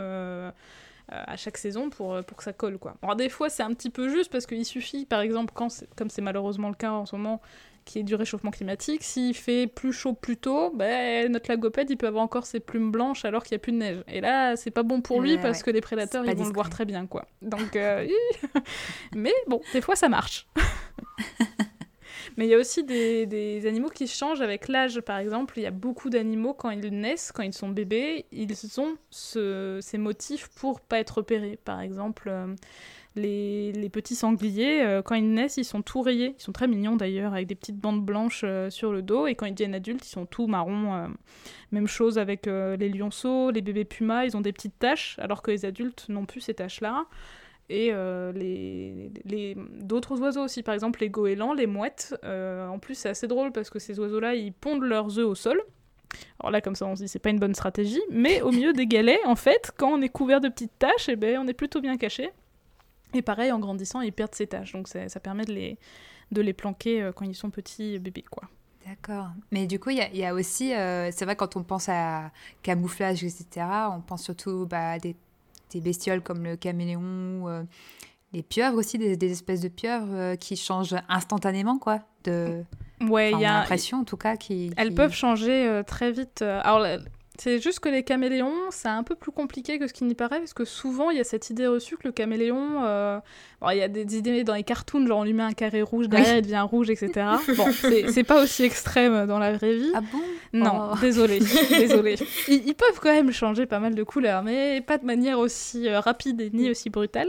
à chaque saison pour que ça colle, quoi. Alors des fois c'est un petit peu juste parce qu'il suffit par exemple comme c'est malheureusement le cas en ce moment qui est du réchauffement climatique, s'il fait plus chaud plus tôt, notre lagopède il peut avoir encore ses plumes blanches alors qu'il n'y a plus de neige, et là c'est pas bon pour lui parce que les prédateurs ils vont le voir très bien, quoi. Donc mais bon, des fois ça marche. Mais il y a aussi des animaux qui changent avec l'âge. Par exemple, il y a beaucoup d'animaux, quand ils naissent, quand ils sont bébés, ils ont ces motifs pour pas être repérés. Par exemple, les petits sangliers, quand ils naissent, ils sont tout rayés. Ils sont très mignons d'ailleurs, avec des petites bandes blanches sur le dos. Et quand ils deviennent adultes, ils sont tout marrons. Même chose avec les lionceaux, les bébés pumas, ils ont des petites taches, alors que les adultes n'ont plus ces taches-là. Et d'autres oiseaux aussi, par exemple les goélands, les mouettes. En plus, c'est assez drôle parce que ces oiseaux-là, ils pondent leurs œufs au sol. Alors là, comme ça, on se dit c'est pas une bonne stratégie. Mais au milieu des galets, en fait, quand on est couvert de petites taches, on est plutôt bien caché. Et pareil, en grandissant, ils perdent ces taches. Donc ça permet de les planquer quand ils sont petits bébés, quoi. D'accord. Mais du coup, il y a aussi... c'est vrai, quand on pense à camouflage, etc., on pense surtout à des bestioles comme le caméléon, les pieuvres aussi, des espèces de pieuvres qui changent instantanément, quoi. Ouais, il y a l'impression, en tout cas, elles peuvent changer très vite. Alors, c'est juste que les caméléons, c'est un peu plus compliqué que ce qu'il n'y paraît, parce que souvent, il y a cette idée reçue que le caméléon... il y a des idées dans les cartoons, genre on lui met un carré rouge derrière, il devient rouge, etc. Bon, c'est pas aussi extrême dans la vraie vie. Ah bon ? Non, désolé. Ils peuvent quand même changer pas mal de couleurs, mais pas de manière aussi rapide et ni aussi brutale.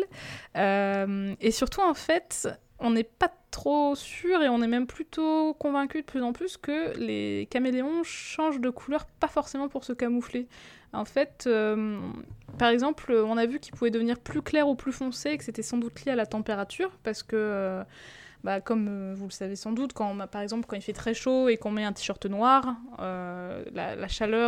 Et surtout, en fait, on n'est pas trop sûr, et on est même plutôt convaincu de plus en plus que les caméléons changent de couleur, pas forcément pour se camoufler. En fait, par exemple, on a vu qu'ils pouvaient devenir plus clairs ou plus foncés, et que c'était sans doute lié à la température, parce que... comme vous le savez sans doute, par exemple quand il fait très chaud et qu'on met un t-shirt noir, la chaleur,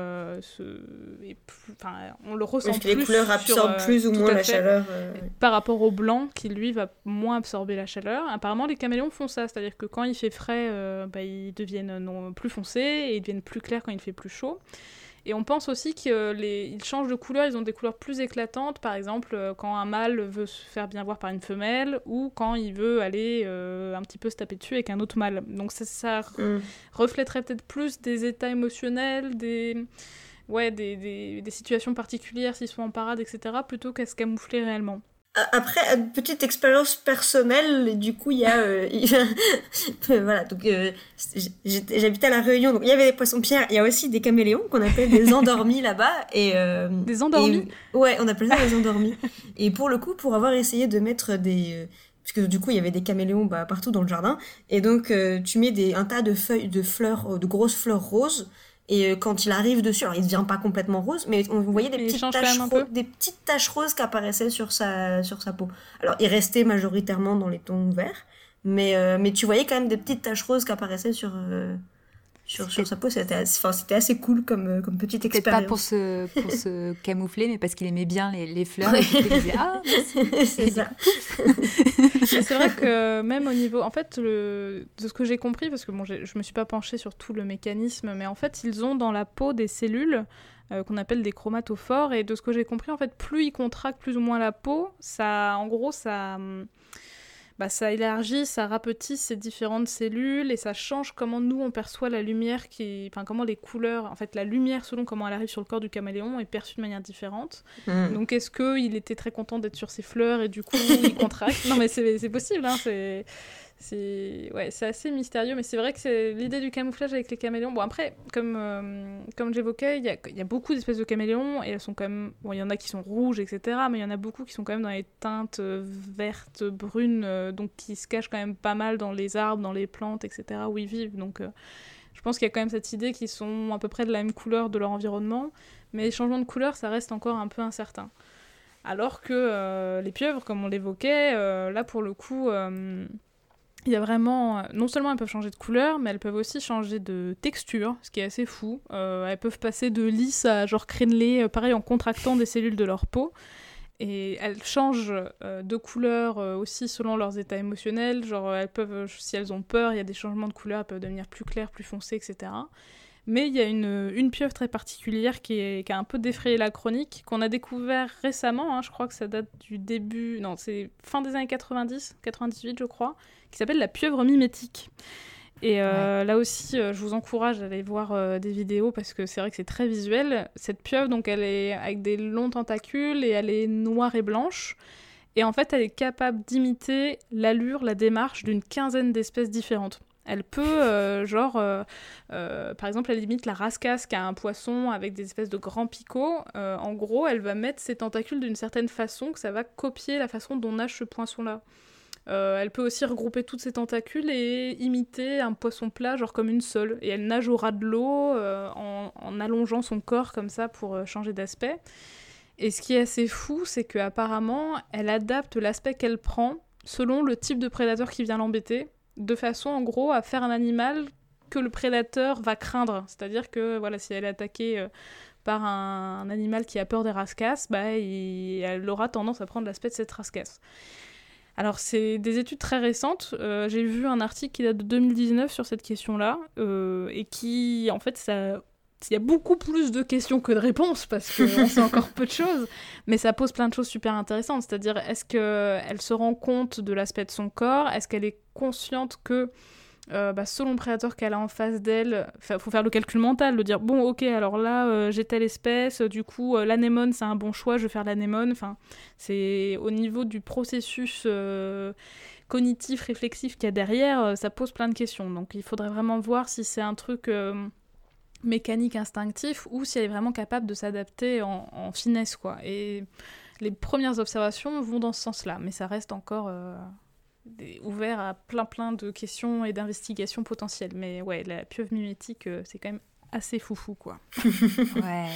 on le ressent plus. Les couleurs absorbent plus ou moins la chaleur. Par rapport au blanc, qui lui va moins absorber la chaleur. Apparemment les caméléons font ça, c'est-à-dire que quand il fait frais, ils deviennent plus foncés et ils deviennent plus clairs quand il fait plus chaud. Et on pense aussi qu'ils changent de couleur, ils ont des couleurs plus éclatantes, par exemple quand un mâle veut se faire bien voir par une femelle, ou quand il veut aller un petit peu se taper dessus avec un autre mâle. Donc ça reflèterait peut-être plus des états émotionnels, des situations particulières s'ils sont en parade, etc., plutôt qu'à se camoufler réellement. Après, une petite expérience personnelle, du coup, il y a... voilà, donc j'habitais à La Réunion, donc il y avait des poissons-pierres, il y a aussi des caméléons qu'on appelle des endormis là-bas. Des endormis ? Ouais, on appelle ça des endormis. Et pour le coup, pour avoir essayé de mettre parce que du coup, il y avait des caméléons partout dans le jardin, et donc tu mets un tas de feuilles, de fleurs, de grosses fleurs roses. Et quand il arrive dessus, alors il ne devient pas complètement rose, mais on voyait des petites taches roses qui apparaissaient sur sa peau. Alors il restait majoritairement dans les tons verts, mais tu voyais quand même des petites taches roses qui apparaissaient sur sa peau. C'était assez cool comme petite expérience. Peut-être pas pour se camoufler, mais parce qu'il aimait bien les fleurs. Et il disait, merci. C'est ça. Et c'est vrai que même au niveau... En fait, de ce que j'ai compris, parce que je me suis pas penchée sur tout le mécanisme, mais en fait, ils ont dans la peau des cellules qu'on appelle des chromatophores, et de ce que j'ai compris, en fait, plus ils contractent plus ou moins la peau, ça élargit, ça rapetisse ces différentes cellules, et ça change comment nous on perçoit la lumière, comment les couleurs, en fait la lumière selon comment elle arrive sur le corps du caméléon est perçue de manière différente. Donc est-ce qu'il était très content d'être sur ses fleurs et du coup il contracte ? Non mais c'est possible, hein, c'est assez mystérieux, mais c'est vrai que c'est l'idée du camouflage avec les caméléons. Bon après, comme j'évoquais, il y a beaucoup d'espèces de caméléons, et elles sont quand même... Bon, il y en a qui sont rouges, etc., mais il y en a beaucoup qui sont quand même dans les teintes vertes, brunes, donc qui se cachent quand même pas mal dans les arbres, dans les plantes, etc., où ils vivent. Donc je pense qu'il y a quand même cette idée qu'ils sont à peu près de la même couleur de leur environnement, mais les changements de couleur, ça reste encore un peu incertain. Alors que les pieuvres, comme on l'évoquait, là pour le coup... Il y a vraiment, non seulement elles peuvent changer de couleur, mais elles peuvent aussi changer de texture, ce qui est assez fou. Elles peuvent passer de lisse à genre crénelé, pareil en contractant des cellules de leur peau. Et elles changent de couleur aussi selon leurs états émotionnels. Genre, elles peuvent, si elles ont peur, il y a des changements de couleur, elles peuvent devenir plus claires, plus foncées, etc. Mais il y a une pieuvre très particulière qui a un peu défrayé la chronique, qu'on a découvert récemment, hein, je crois que ça date du début... Non, c'est fin des années 90, 98 je crois, qui s'appelle la pieuvre mimétique. Et là aussi, je vous encourage à aller voir des vidéos parce que c'est vrai que c'est très visuel. Cette pieuvre, donc, elle est avec des longs tentacules et elle est noire et blanche. Et en fait, elle est capable d'imiter l'allure, la démarche d'une quinzaine d'espèces différentes. Elle peut, par exemple, elle imite la rascasse qui a un poisson avec des espèces de grands picots. En gros, elle va mettre ses tentacules d'une certaine façon que ça va copier la façon dont nage ce poisson-là. Elle peut aussi regrouper toutes ses tentacules et imiter un poisson plat, genre comme une sole. Et elle nage au ras de l'eau en allongeant son corps comme ça pour changer d'aspect. Et ce qui est assez fou, c'est qu'apparemment, elle adapte l'aspect qu'elle prend selon le type de prédateur qui vient l'embêter, de façon, en gros, à faire un animal que le prédateur va craindre. C'est-à-dire que, voilà, si elle est attaquée par un animal qui a peur des rascasses, elle aura tendance à prendre l'aspect de cette rascasse. Alors, c'est des études très récentes. J'ai vu un article qui date de 2019 sur cette question-là, et qui, en fait, ça... Il y a beaucoup plus de questions que de réponses, parce qu'on sait encore peu de choses, mais ça pose plein de choses super intéressantes. C'est-à-dire, est-ce qu'elle se rend compte de l'aspect de son corps ? Est-ce qu'elle est consciente que, selon le prédateur qu'elle a en face d'elle, il faut faire le calcul mental, de dire, bon, ok, alors là, j'ai telle espèce, du coup, l'anémone, c'est un bon choix, je vais faire l'anémone. Enfin, c'est au niveau du processus cognitif, réflexif qu'il y a derrière, ça pose plein de questions. Donc, il faudrait vraiment voir si c'est un truc... mécanique, instinctif, ou si elle est vraiment capable de s'adapter en finesse, quoi. Et les premières observations vont dans ce sens-là, mais ça reste encore ouvert à plein de questions et d'investigations potentielles. Mais ouais, la pieuvre mimétique, c'est quand même assez foufou, quoi. Ouais,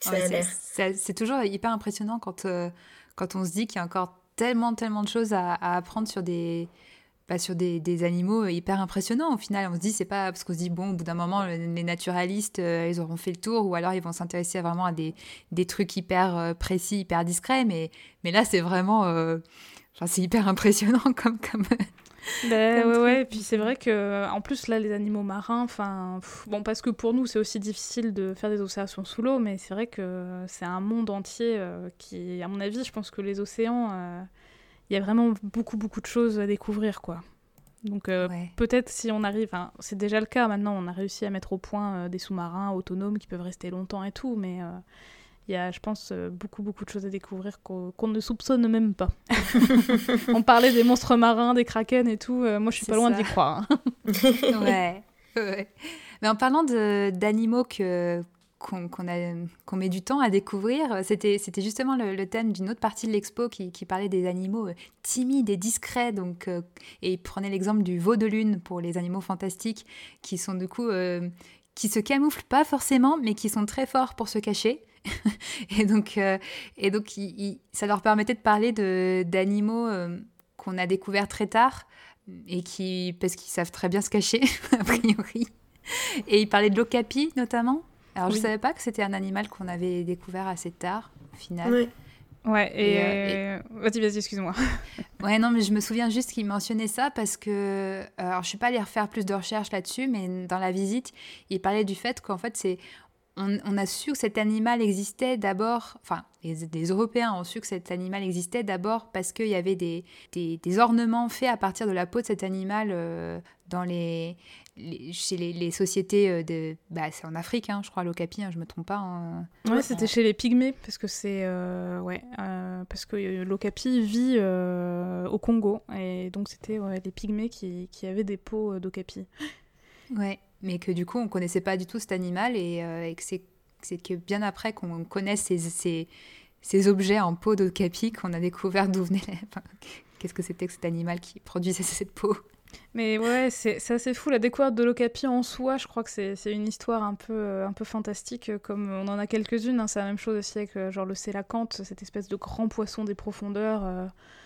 c'est toujours hyper impressionnant quand on se dit qu'il y a encore tellement de choses à apprendre sur des animaux hyper impressionnants. Au final, on se dit, c'est pas parce qu'on se dit, bon, au bout d'un moment, les naturalistes, ils auront fait le tour, ou alors ils vont s'intéresser vraiment à des trucs hyper précis, hyper discrets, mais là, c'est vraiment... c'est hyper impressionnant comme ouais, et puis c'est vrai que en plus là les animaux marins, parce que pour nous c'est aussi difficile de faire des observations sous l'eau, mais c'est vrai que c'est un monde entier qui, à mon avis, je pense que les océans... il y a vraiment beaucoup de choses à découvrir, quoi. Donc peut-être si on arrive... c'est déjà le cas maintenant, on a réussi à mettre au point des sous-marins autonomes qui peuvent rester longtemps et tout, mais il y a, je pense, beaucoup de choses à découvrir qu'on ne soupçonne même pas. On parlait des monstres marins, des krakens et tout, moi je suis pas loin d'y croire. Hein. Ouais. Mais en parlant d'animaux qu'on met du temps à découvrir. C'était justement le thème d'une autre partie de l'expo qui parlait des animaux timides et discrets. Donc, et il prenait l'exemple du veau de lune pour les animaux fantastiques qui sont du coup... qui se camouflent pas forcément, mais qui sont très forts pour se cacher. et donc ça leur permettait de parler d'animaux qu'on a découverts très tard, et parce qu'ils savent très bien se cacher, a priori. Et il parlait de l'okapi, notamment. Alors, je ne savais pas que c'était un animal qu'on avait découvert assez tard, au final. Oui. Ouais, et... Vas-y, excuse-moi. Ouais, non, mais je me souviens juste qu'il mentionnait ça parce que... Alors, je ne suis pas allée refaire plus de recherches là-dessus, mais dans la visite, il parlait du fait qu'en fait, on a su que cet animal existait d'abord... Enfin, les Européens ont su que cet animal existait d'abord parce qu'il y avait des ornements faits à partir de la peau de cet animal dans chez les sociétés de... c'est en Afrique, hein, je crois, l'okapi, je me trompe pas. Hein. Ouais, c'était chez les pygmées, parce que parce que l'okapi vit au Congo, et donc c'était les pygmées qui avaient des peaux d'okapi. Ouais, mais que du coup, on connaissait pas du tout cet animal, et que c'est que bien après qu'on connaisse ces objets en peau d'okapi qu'on a découvert d'où venait... qu'est-ce que c'était que cet animal qui produisait cette peau. Mais ouais, c'est assez fou, la découverte de l'okapi en soi, je crois que c'est une histoire un peu fantastique, comme on en a quelques-unes, hein. C'est la même chose aussi avec genre le sélacanthe, cette espèce de grand poisson des profondeurs.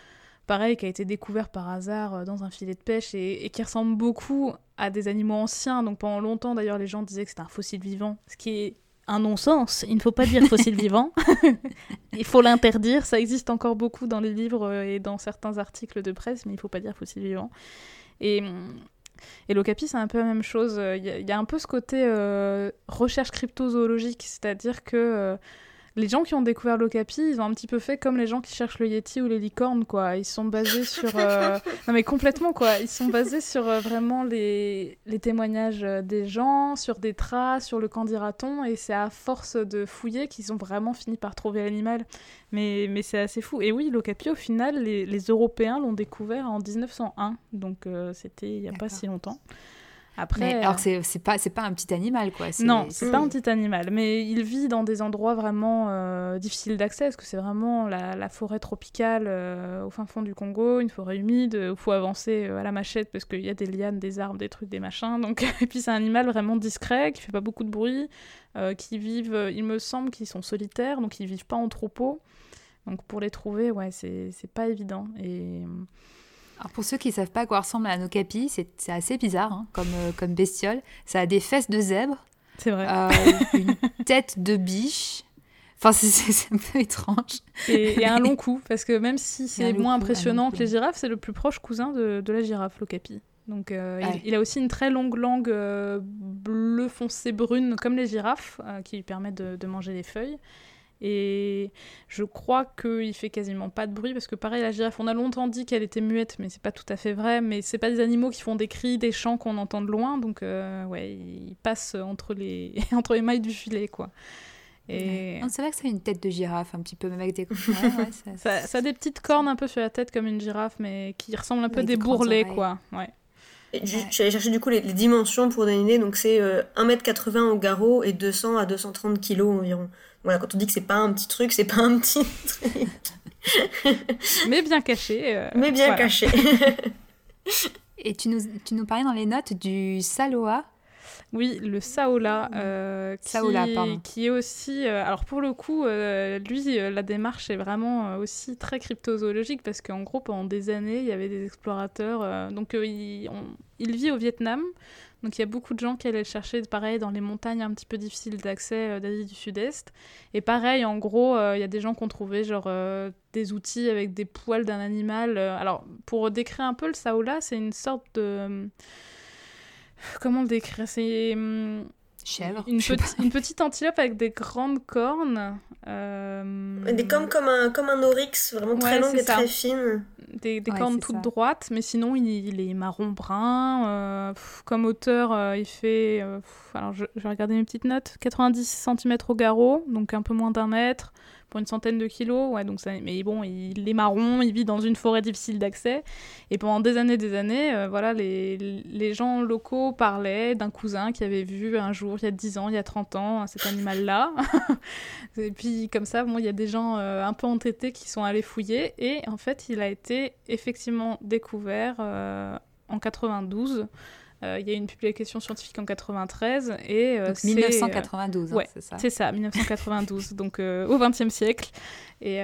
pareil, qui a été découvert par hasard dans un filet de pêche et qui ressemble beaucoup à des animaux anciens. Donc pendant longtemps, d'ailleurs, les gens disaient que c'était un fossile vivant, ce qui est un non-sens. Il ne faut pas dire fossile vivant. Il faut l'interdire. Ça existe encore beaucoup dans les livres et dans certains articles de presse, mais il ne faut pas dire fossile vivant. Et l'okapi, c'est un peu la même chose. Il y a un peu ce côté recherche cryptozoologique, c'est-à-dire que les gens qui ont découvert l'okapi, ils ont un petit peu fait comme les gens qui cherchent le yéti ou les licornes, quoi. Ils sont basés sur... Non mais complètement, quoi. Ils sont basés sur vraiment les témoignages des gens, sur des traces, sur le camp d'Iraton, et c'est à force de fouiller qu'ils ont vraiment fini par trouver l'animal. Mais c'est assez fou. Et oui, l'okapi, au final, les Européens l'ont découvert en 1901, donc c'était il n'y a pas si longtemps. Après, mais alors que c'est pas un petit animal, quoi. Non, c'est pas un petit animal, mais il vit dans des endroits vraiment difficiles d'accès, parce que c'est vraiment la forêt tropicale au fin fond du Congo, une forêt humide, où il faut avancer à la machette, parce qu'il y a des lianes, des arbres, des trucs, des machins. Donc... Et puis c'est un animal vraiment discret, qui fait pas beaucoup de bruit, qui vivent, il me semble qu'ils sont solitaires, donc ils vivent pas en troupeau. Donc pour les trouver, ouais, c'est pas évident. Et... Alors pour ceux qui ne savent pas à quoi ressemble un okapi, c'est assez bizarre hein, comme bestiole. Ça a des fesses de zèbre, c'est vrai. Une tête de biche. Enfin, c'est un peu étrange. Et un long cou, parce que même si c'est moins impressionnant que les girafes, c'est le plus proche cousin de la girafe, l'okapi. Donc il a aussi une très longue langue bleu foncé brune, comme les girafes, qui lui permet de manger les feuilles. Et je crois qu'il fait quasiment pas de bruit, parce que pareil, la girafe, on a longtemps dit qu'elle était muette, mais c'est pas tout à fait vrai. Mais c'est pas des animaux qui font des cris, des chants qu'on entend de loin, donc ouais, ils passent entre les mailles du filet, quoi. Et... C'est vrai que c'est une tête de girafe, un petit peu, même avec des... ça a des petites cornes un peu sur la tête comme une girafe, mais qui ressemblent un peu des bourrelets, quoi. Ouais. J'allais chercher du coup les dimensions pour donner une idée, donc c'est 1m80 au garrot et 200 à 230 kg environ. Voilà, quand on dit que c'est pas un petit truc, c'est pas un petit truc. Mais bien caché. Mais bien caché. Et tu nous parlais dans les notes du Saloa. Oui, le Saola, qui est aussi... alors pour le coup, lui, la démarche est vraiment aussi très cryptozoologique, parce qu'en gros, pendant des années, il y avait des explorateurs. Donc il vit au Vietnam, donc il y a beaucoup de gens qui allaient le chercher, pareil, dans les montagnes un petit peu difficiles d'accès d'Asie du Sud-Est. Et pareil, en gros, il y a des gens qui ont trouvé genre, des outils avec des poils d'un animal. Alors, pour décrire un peu le Saola, c'est une sorte de... Comment le décrire ? C'est chèvre. Une petite antilope avec des grandes cornes. Des cornes comme un oryx, vraiment très longues et très fines. Des cornes toutes droites, mais sinon il est marron-brun. Comme hauteur, il fait... alors je vais regarder mes petites notes. 90 cm au garrot, donc un peu moins d'1 mètre. Pour une centaine de kilos, ouais, donc mais bon, il est marron, il vit dans une forêt difficile d'accès, et pendant des années, voilà, les gens locaux parlaient d'un cousin qui avait vu un jour, il y a 10 ans, il y a 30 ans, cet animal-là, et puis comme ça, bon, il y a des gens un peu entêtés qui sont allés fouiller, et en fait, il a été effectivement découvert en 92. Il y a eu une publication scientifique en 93 et donc 1992, ouais, c'est ça. C'est ça, 1992, donc au XXe siècle. Et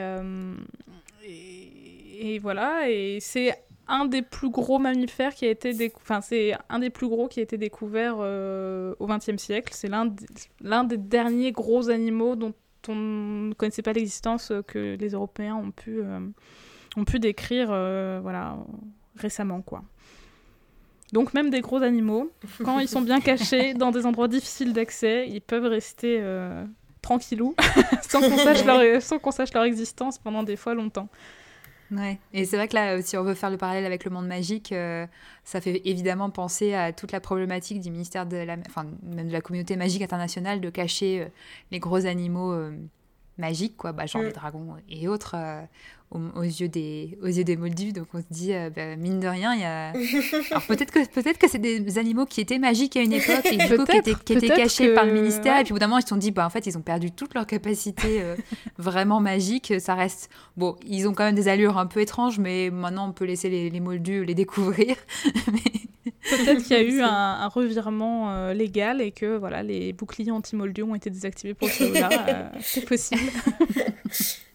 voilà, et c'est un des plus gros mammifères qui a été c'est un des plus gros qui a été découvert au XXe siècle. C'est l'un des derniers gros animaux dont on ne connaissait pas l'existence, que les Européens ont pu décrire voilà, récemment, quoi. Donc même des gros animaux, quand ils sont bien cachés dans des endroits difficiles d'accès, ils peuvent rester tranquillou, sans qu'on sache leur existence pendant des fois longtemps. Ouais. Et c'est vrai que là, si on veut faire le parallèle avec le monde magique, ça fait évidemment penser à toute la problématique du ministère même de la communauté magique internationale de cacher les gros animaux magiques, quoi, genre les dragons et autres, aux yeux des Moldus. Donc on se dit, mine de rien, il y a... Alors peut-être que c'est des animaux qui étaient magiques à une époque et du coup qui étaient cachés par le ministère, et puis au bout d'un moment ils se sont dit, en fait ils ont perdu toute leur capacité vraiment magique. Ça reste... Bon, ils ont quand même des allures un peu étranges, mais maintenant on peut laisser les Moldus les découvrir. Peut-être qu'il y a eu un revirement légal et que voilà, les boucliers anti-moldus ont été désactivés pour le Saola. C'est possible.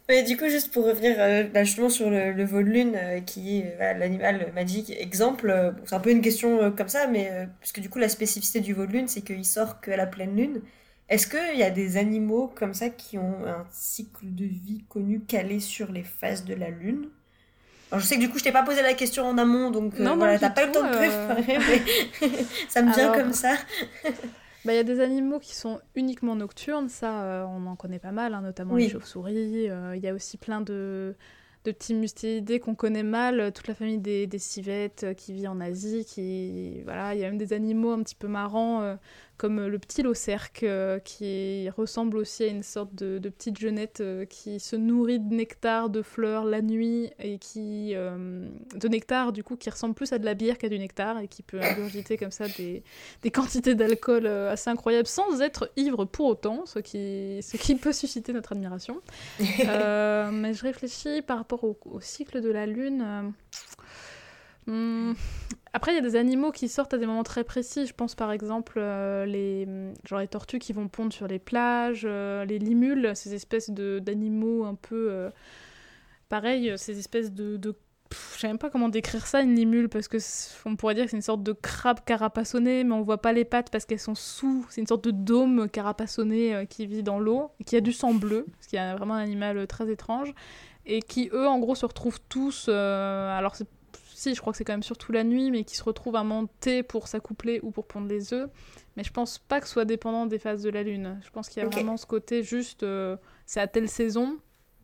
Ouais, du coup, juste pour revenir justement sur le veau de lune, qui est voilà, l'animal magique exemple, bon, c'est un peu une question comme ça, mais parce que du coup, la spécificité du veau de lune, c'est qu'il sort qu'à la pleine lune. Est-ce qu'il y a des animaux comme ça qui ont un cycle de vie connu calé sur les phases de la lune? Alors, je sais que du coup, je t'ai pas posé la question en amont, donc Non, non, voilà, du t'as pas le tout. temps de préparer, mais ça me vient Alors, comme ça. bah, y a des animaux qui sont uniquement nocturnes, ça, on en connaît pas mal, hein, notamment les Oui. chauves-souris. Il y a aussi plein de petits mustélidés qu'on connaît mal, toute la famille des civettes qui vit en Asie. Voilà, il y a même des animaux un petit peu marrants, comme le petit laucerque, qui ressemble aussi à une sorte de petite jeunette qui se nourrit de nectar, de fleurs la nuit, et de nectar, du coup, qui ressemble plus à de la bière qu'à du nectar, et qui peut ingurgiter comme ça des quantités d'alcool assez incroyables sans être ivre pour autant, ce qui peut susciter notre admiration. Mais je réfléchis par rapport au cycle de la Lune. Après, il y a des animaux qui sortent à des moments très précis. Je pense par exemple genre les tortues qui vont pondre sur les plages, les limules, ces espèces d'animaux un peu... pareil, ces espèces je sais même pas comment décrire ça, une limule, parce que on pourrait dire que c'est une sorte de crabe carapassonné, mais on voit pas les pattes parce qu'elles sont sous. C'est une sorte de dôme carapassonné qui vit dans l'eau, et qui a du sang bleu, parce qu'il y a vraiment un animal très étrange, et qui, eux, en gros, se retrouvent tous... alors, si, je crois que c'est quand même surtout la nuit, mais qui se retrouvent à monter pour s'accoupler ou pour pondre les œufs. Mais je pense pas que ce soit dépendant des phases de la Lune. Je pense qu'il y a vraiment ce côté juste... c'est à telle saison...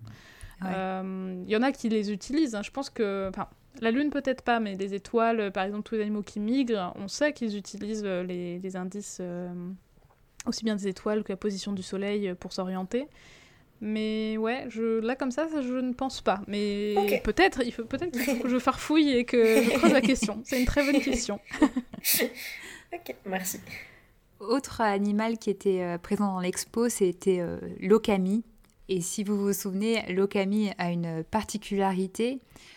Il y en a qui les utilisent, hein. Je pense que... Enfin, la Lune peut-être pas, mais les étoiles, par exemple tous les animaux qui migrent, on sait qu'ils utilisent les indices, aussi bien des étoiles que la position du soleil pour s'orienter. Mais ouais, là comme ça, je ne pense pas. Mais peut-être qu'il faut que je farfouille et que je creuse la question. C'est une très bonne question. Ok, merci. Autre animal qui était présent dans l'expo, c'était l'okami. Et si vous vous souvenez, l'okami a une particularité.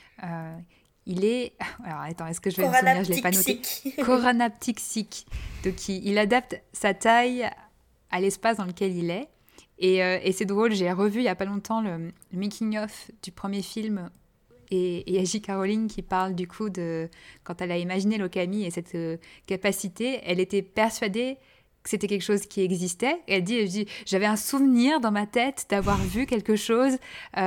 Il est... Alors attends, est-ce que je vais me souvenir? Je ne l'ai pas noté. Coranaptyxique. Donc il adapte sa taille à l'espace dans lequel il est. Et c'est drôle, j'ai revu il n'y a pas longtemps le making-of du premier film. Et il y a J.K. Rowling qui parle du coup de... Quand elle a imaginé l'okami et cette capacité, elle était persuadée que c'était quelque chose qui existait. Et elle dit, j'avais un souvenir dans ma tête d'avoir vu quelque chose,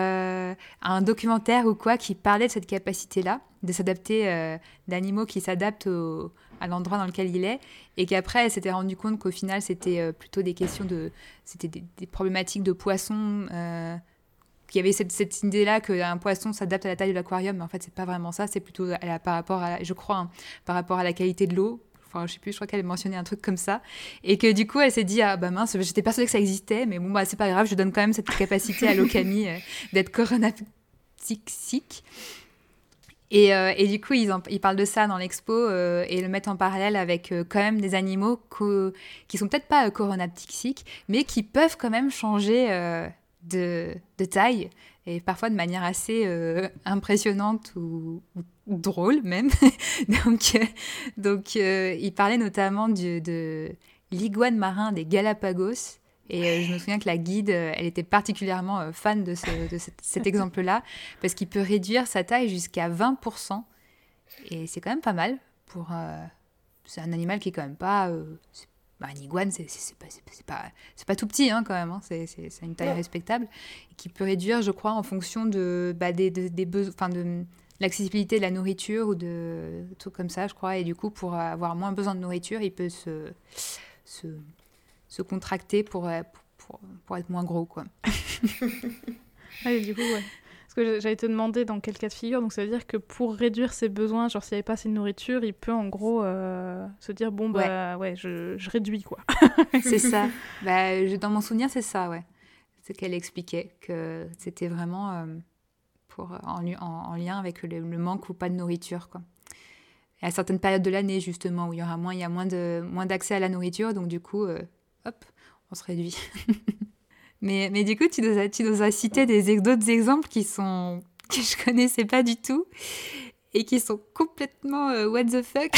un documentaire ou quoi, qui parlait de cette capacité-là, de s'adapter, d'animaux qui s'adaptent à l'endroit dans lequel il est, et qu'après, elle s'était rendue compte qu'au final, c'était plutôt des questions de... C'était des problématiques de poissons, qu'il y avait cette idée-là qu'un poisson s'adapte à la taille de l'aquarium, mais en fait, c'est pas vraiment ça, c'est plutôt par rapport à, je crois, hein, par rapport à la qualité de l'eau. Enfin, je sais plus, je crois qu'elle mentionnait un truc comme ça. Et que du coup, elle s'est dit, ah bah mince, j'étais persuadée que ça existait, mais bon, bah c'est pas grave, je donne quand même cette capacité à l'okami d'être coronaptyxique. Et du coup, ils parlent de ça dans l'expo et le mettent en parallèle avec quand même des animaux qui sont peut-être pas coronaptyxiques, mais qui peuvent quand même changer de taille, et parfois de manière assez impressionnante ou drôle même. donc il parlait notamment de l'iguane marin des Galapagos. Et je me souviens que la guide, elle était particulièrement fan de cet exemple-là, parce qu'il peut réduire sa taille jusqu'à 20%. Et c'est quand même pas mal. C'est un animal qui est quand même pas... un iguane, c'est pas tout petit, hein, quand même. Hein. C'est une taille respectable. Et qui peut réduire, je crois, en fonction des besoins... de l'accessibilité de la nourriture ou de trucs comme ça, je crois. Et du coup, pour avoir moins besoin de nourriture, il peut se contracter pour être moins gros, quoi. Ouais, du coup, ouais. Parce que j'allais te demander dans quel cas de figure, donc ça veut dire que pour réduire ses besoins, genre s'il n'y avait pas assez de nourriture, il peut en gros se dire, bon, bah ouais, je réduis, quoi. C'est ça. Dans mon souvenir, c'est ça, ouais. C'est qu'elle expliquait que c'était vraiment en lien avec le manque ou pas de nourriture, quoi. Et à certaines périodes de l'année, justement, où il y a moins d'accès à la nourriture, donc du coup, hop, on se réduit. mais du coup, tu nous as cité d'autres exemples que je connaissais pas du tout et qui sont complètement what the fuck.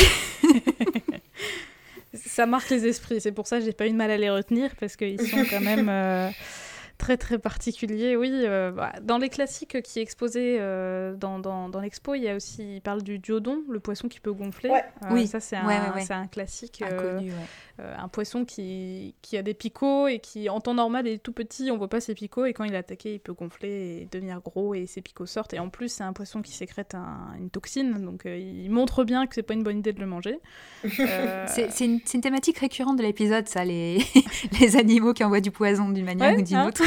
Ça marque les esprits, c'est pour ça que j'ai pas eu de mal à les retenir, parce qu'ils sont quand même très très particulier, oui. Dans les classiques qui exposaient dans l'expo, il parle du diodon, le poisson qui peut gonfler. Ouais. Oui. Ça, c'est Ouais. un classique. Inconnu, Un poisson qui a des picots et qui, en temps normal, est tout petit, on voit pas ses picots, et quand il est attaqué, il peut gonfler et devenir gros, et ses picots sortent. Et en plus, c'est un poisson qui sécrète une toxine, donc il montre bien que c'est pas une bonne idée de le manger. C'est une thématique récurrente de l'épisode, ça, les animaux qui envoient du poison d'une manière ou d'une autre.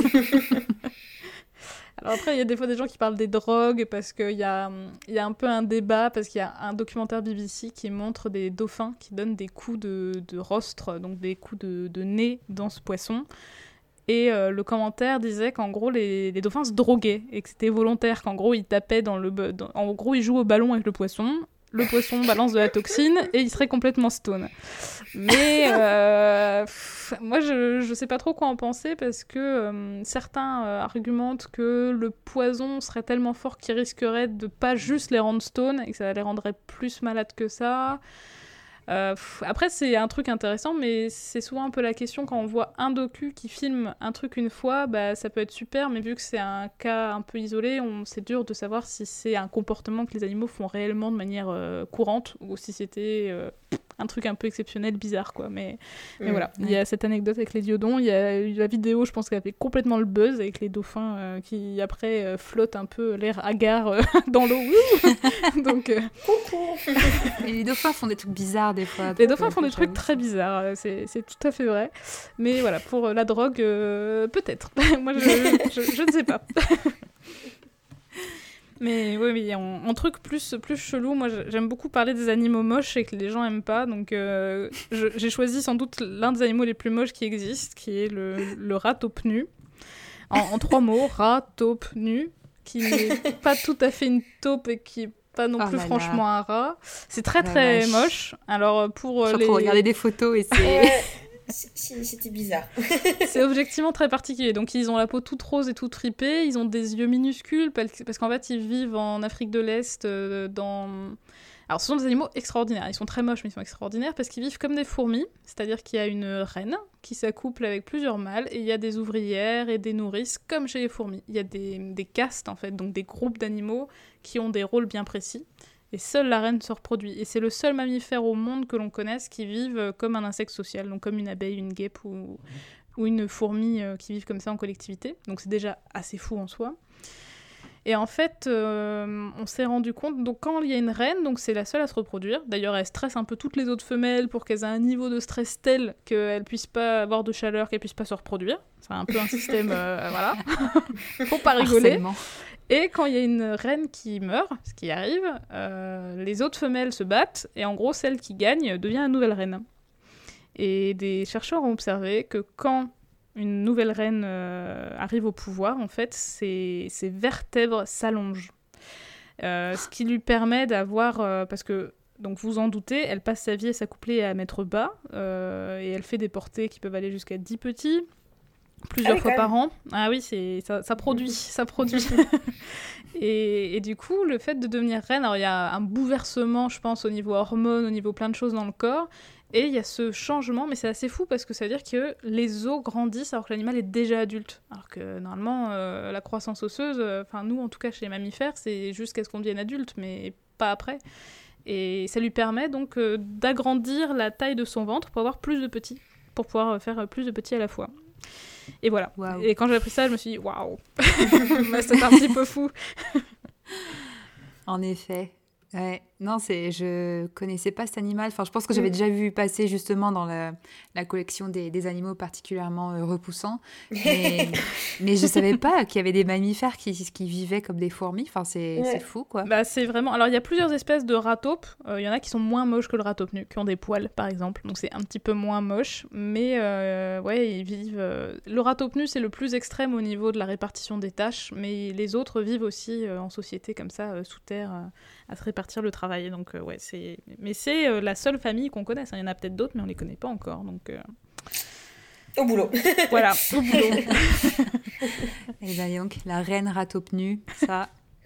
Alors après, il y a des fois des gens qui parlent des drogues parce qu'il y a un peu un débat, parce qu'il y a un documentaire BBC qui montre des dauphins qui donnent des coups de rostre, donc des coups de nez dans ce poisson. Et le commentaire disait qu'en gros, les dauphins se droguaient et que c'était volontaire, qu'en gros, ils tapaient en gros, ils jouent au ballon avec le poisson balance de la toxine et il serait complètement stone. Mais moi, je sais pas trop quoi en penser parce que certains argumentent que le poison serait tellement fort qu'il risquerait de pas juste les rendre stone et que ça les rendrait plus malades que ça. Après, c'est un truc intéressant, mais c'est souvent un peu la question quand on voit un docu qui filme un truc une fois, ça peut être super, mais vu que c'est un cas un peu isolé, c'est dur de savoir si c'est un comportement que les animaux font réellement de manière courante ou si c'était un truc un peu exceptionnel, bizarre, quoi. Mais voilà, il y a cette anecdote avec les diodons, il y a eu la vidéo, je pense qu'elle a fait complètement le buzz avec les dauphins qui après flottent un peu l'air hagard dans l'eau. Donc, Et les dauphins font des trucs bizarres des fois. Les dauphins font des trucs très bizarres, c'est tout à fait vrai. Mais voilà, pour la drogue, peut-être. Moi, je ne sais pas. Mais oui, en truc plus chelou, moi j'aime beaucoup parler des animaux moches et que les gens aiment pas, donc j'ai choisi sans doute l'un des animaux les plus moches qui existent, qui est le rat taupe nu. En 3 mots, rat taupe nu, qui n'est pas tout à fait une taupe et qui est pas non plus franchement un rat. C'est très très moche. Alors pour je suis en train de regarder des photos et c'est... C'était bizarre. C'est objectivement très particulier. Donc ils ont la peau toute rose et toute ripée, ils ont des yeux minuscules parce qu'en fait ils vivent en Afrique de l'Est Alors ce sont des animaux extraordinaires, ils sont très moches mais ils sont extraordinaires parce qu'ils vivent comme des fourmis, c'est-à-dire qu'il y a une reine qui s'accouple avec plusieurs mâles et il y a des ouvrières et des nourrices comme chez les fourmis. Il y a des castes en fait, donc des groupes d'animaux qui ont des rôles bien précis. Et seule la reine se reproduit. Et c'est le seul mammifère au monde que l'on connaisse qui vive comme un insecte social, donc comme une abeille, une guêpe ou une fourmi qui vivent comme ça en collectivité. Donc c'est déjà assez fou en soi. Et en fait, on s'est rendu compte, donc quand il y a une reine, donc c'est la seule à se reproduire. D'ailleurs, elle stresse un peu toutes les autres femelles pour qu'elles aient un niveau de stress tel qu'elles puissent pas avoir de chaleur, qu'elles puissent pas se reproduire. C'est un peu un système, voilà. Faut pas rigoler. Harcèlement. Et quand il y a une reine qui meurt, ce qui arrive, les autres femelles se battent, et en gros, celle qui gagne devient la nouvelle reine. Et des chercheurs ont observé que quand une nouvelle reine arrive au pouvoir, en fait, ses vertèbres s'allongent. Ce qui lui permet d'avoir... parce que, donc vous en doutez, elle passe sa vie à s'accoupler et à mettre bas, et elle fait des portées qui peuvent aller jusqu'à 10 petits, plusieurs fois par an. Ah oui, ça produit. Et du coup, le fait de devenir reine, alors il y a un bouleversement, je pense, au niveau hormones, au niveau plein de choses dans le corps, et il y a ce changement, mais c'est assez fou parce que ça veut dire que les os grandissent alors que l'animal est déjà adulte. Alors que normalement, la croissance osseuse, nous en tout cas chez les mammifères, c'est jusqu'à ce qu'on devienne adulte, mais pas après. Et ça lui permet donc d'agrandir la taille de son ventre pour avoir plus de petits, pour pouvoir faire plus de petits à la fois. Et voilà. Wow. Et quand j'ai appris ça, je me suis dit waouh, c'est un petit peu fou. En effet. Ouais. Non, je connaissais pas cet animal. Enfin, je pense que j'avais déjà vu passer justement dans la collection des animaux particulièrement repoussants. Mais je savais pas qu'il y avait des mammifères qui vivaient comme des fourmis. Enfin, c'est fou, quoi. C'est vraiment... Alors, il y a plusieurs espèces de rats taupes. Il y en a qui sont moins moches que le rat taupe nu, qui ont des poils, par exemple. Donc, c'est un petit peu moins moche. Mais, ils vivent... Le rat taupe nu, c'est le plus extrême au niveau de la répartition des tâches. Mais les autres vivent aussi en société, comme ça, sous terre, à se répartir le travail. Donc, c'est la seule famille qu'on connaisse. Il y en a peut-être d'autres, mais on les connaît pas encore. Donc, au boulot. Voilà, au boulot. Et bien donc, la reine rat taupe nu, ça,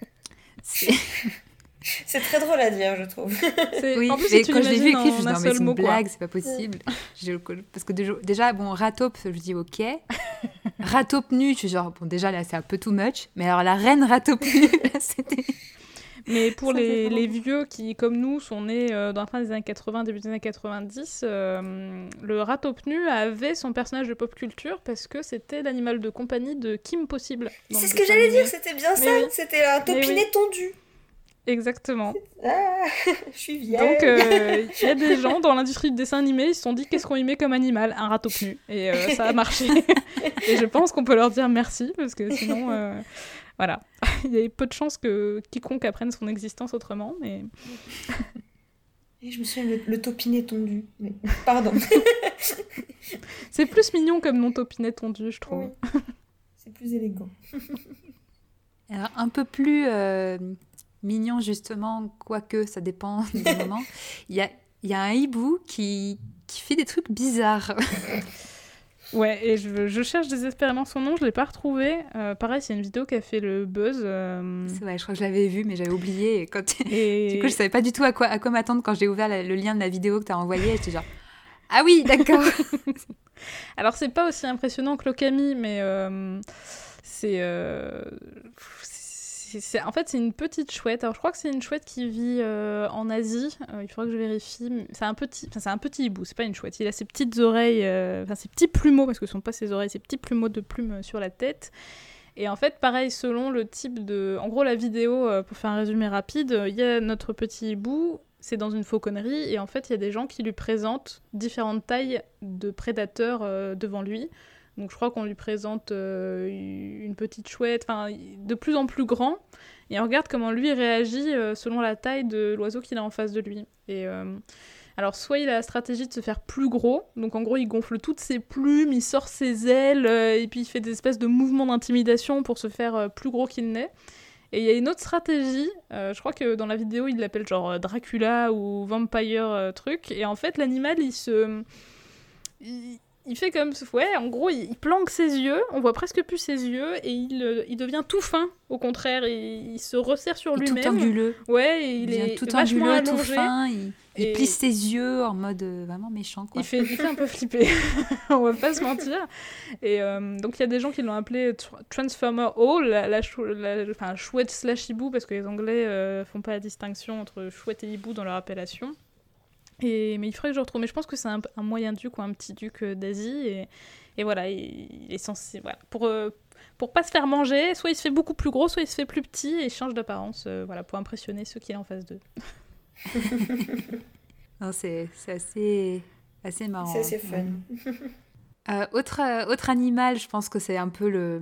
c'est très drôle à dire, je trouve. Oui, en plus, mais quand je l'ai vu écrit, je me suis dit, c'est une blague, c'est pas possible. Parce que déjà, bon, rat taupe, je dis ok. Ratopnu, je suis genre, bon, déjà là, c'est un peu too much, mais alors la reine Ratopnu, là, c'était. Mais pour Ça, les vieux qui, comme nous, sont nés dans la fin des années 80, début des années 90, le Ratopnu avait son personnage de pop culture parce que c'était l'animal de compagnie de Kim Possible. C'est ce que j'allais dire, c'était bien ça. oui. C'était un topinet tondu. Exactement. Ah, je suis vieille. Donc, il y a des gens dans l'industrie du dessin animé, ils se sont dit qu'est-ce qu'on y met comme animal? Un Ratopnu. Et ça a marché. Et je pense qu'on peut leur dire merci parce que sinon... Voilà, il y avait peu de chances que quiconque apprenne son existence autrement, mais... Et je me souviens, le topinet tondu. Mais... Pardon. C'est plus mignon comme nom topinet tondu, je trouve. Oui. C'est plus élégant. Alors, un peu plus mignon, justement, quoique ça dépend des moments. Il y a un hibou qui fait des trucs bizarres. Ouais, et je cherche désespérément son nom, je l'ai pas retrouvé. Pareil, c'est une vidéo qui a fait le buzz. C'est vrai, je crois que je l'avais vu, mais j'avais oublié. Du coup, je savais pas du tout à quoi m'attendre quand j'ai ouvert le lien de la vidéo que tu as envoyé. J'étais genre, ah oui, d'accord. Alors, c'est pas aussi impressionnant que l'Okami, mais en fait, c'est une petite chouette. Alors, je crois que c'est une chouette qui vit en Asie. Il faudra que je vérifie. C'est un petit hibou, c'est pas une chouette. Il a ses petites oreilles, ses petits plumeaux, parce que ce sont pas ses oreilles, ses petits plumeaux de plumes sur la tête. Et en fait, pareil, selon le type de... En gros, la vidéo, pour faire un résumé rapide, il y a notre petit hibou, c'est dans une fauconnerie, et en fait, il y a des gens qui lui présentent différentes tailles de prédateurs devant lui. Donc je crois qu'on lui présente une petite chouette, de plus en plus grand, et on regarde comment lui réagit selon la taille de l'oiseau qu'il a en face de lui. Et alors soit il a la stratégie de se faire plus gros, donc en gros il gonfle toutes ses plumes, il sort ses ailes, et puis il fait des espèces de mouvements d'intimidation pour se faire plus gros qu'il n'est. Et il y a une autre stratégie, je crois que dans la vidéo il l'appelle genre Dracula ou Vampire truc, et en fait l'animal il fait comme... Ouais, en gros, il planque ses yeux, on voit presque plus ses yeux, et il devient tout fin, au contraire, il se resserre sur lui-même. Tout anguleux. Ouais, et il est tout vachement anguleux, allongé. tout fin, il plisse ses yeux en mode vraiment méchant, quoi. Il fait un peu flipper, on va pas se mentir. Et donc il y a des gens qui l'ont appelé Transformer Hall, la chouette slash hibou, parce que les Anglais font pas la distinction entre chouette et hibou dans leur appellation. Mais il faudrait que je retrouve. Mais je pense que c'est un moyen duc ou un petit duc d'Asie. Et voilà, il est censé... Voilà, pour pas se faire manger, soit il se fait beaucoup plus gros, soit il se fait plus petit et il change d'apparence pour impressionner ceux qu'il a en face d'eux. Non, c'est assez marrant. C'est assez fun. Autre animal, je pense que c'est un peu le...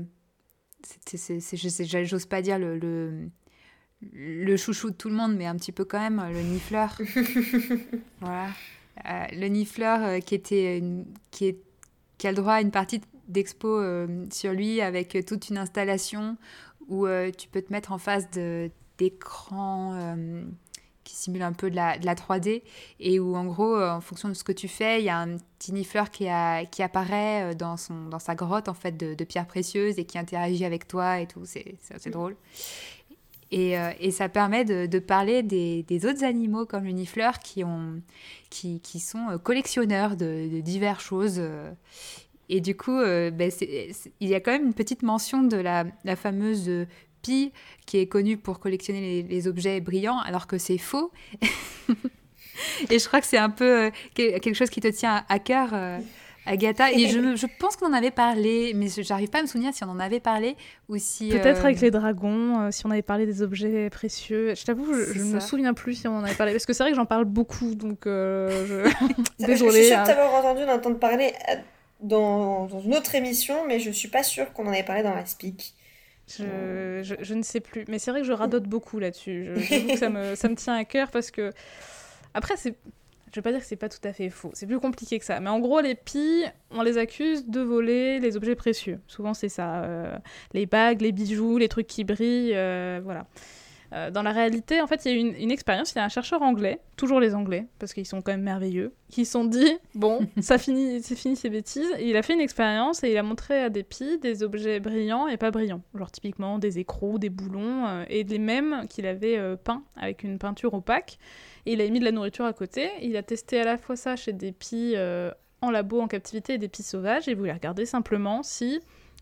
J'ose pas dire le chouchou de tout le monde, mais un petit peu quand même, le nifleur. Voilà. Le nifleur qui a le droit à une partie d'expo sur lui avec toute une installation où tu peux te mettre en face d'écrans qui simulent un peu de la 3D et où en gros, en fonction de ce que tu fais, il y a un petit nifleur qui apparaît dans sa grotte en fait de pierres précieuses et qui interagit avec toi et tout. C'est assez drôle. Et ça permet de parler des autres animaux comme le nifleur qui sont collectionneurs de diverses choses. Et du coup, il y a quand même une petite mention de la fameuse Pi qui est connue pour collectionner les objets brillants, alors que c'est faux. Et je crois que c'est un peu quelque chose qui te tient à cœur, Agatha, et je pense qu'on en avait parlé, mais j'arrive pas à me souvenir si on en avait parlé ou si... Peut-être avec les dragons, si on avait parlé des objets précieux. Je t'avoue, je ne me souviens plus si on en avait parlé, parce que c'est vrai que j'en parle beaucoup, donc désolée. Je suis sûre de t'avoir d'entendre parler dans une autre émission, mais je suis pas sûre qu'on en avait parlé dans la Speak. Je ne sais plus, mais c'est vrai que je radote beaucoup là-dessus. J'avoue que ça me tient à cœur, parce que... Après, je vais pas dire que c'est pas tout à fait faux, c'est plus compliqué que ça. Mais en gros, les Pi, on les accuse de voler les objets précieux. Souvent, c'est ça. Les bagues, les bijoux, les trucs qui brillent, voilà. Dans la réalité, en fait, il y a eu une expérience. Il y a un chercheur anglais, toujours les Anglais, parce qu'ils sont quand même merveilleux, qui se sont dit, bon, c'est fini ces bêtises. Et il a fait une expérience et il a montré à des Pi des objets brillants et pas brillants. Genre typiquement des écrous, des boulons, et les mêmes qu'il avait peints avec une peinture opaque. Et il a mis de la nourriture à côté. Il a testé à la fois ça chez des Pi en labo, en captivité, et des Pi sauvages. Et il voulait regarder simplement si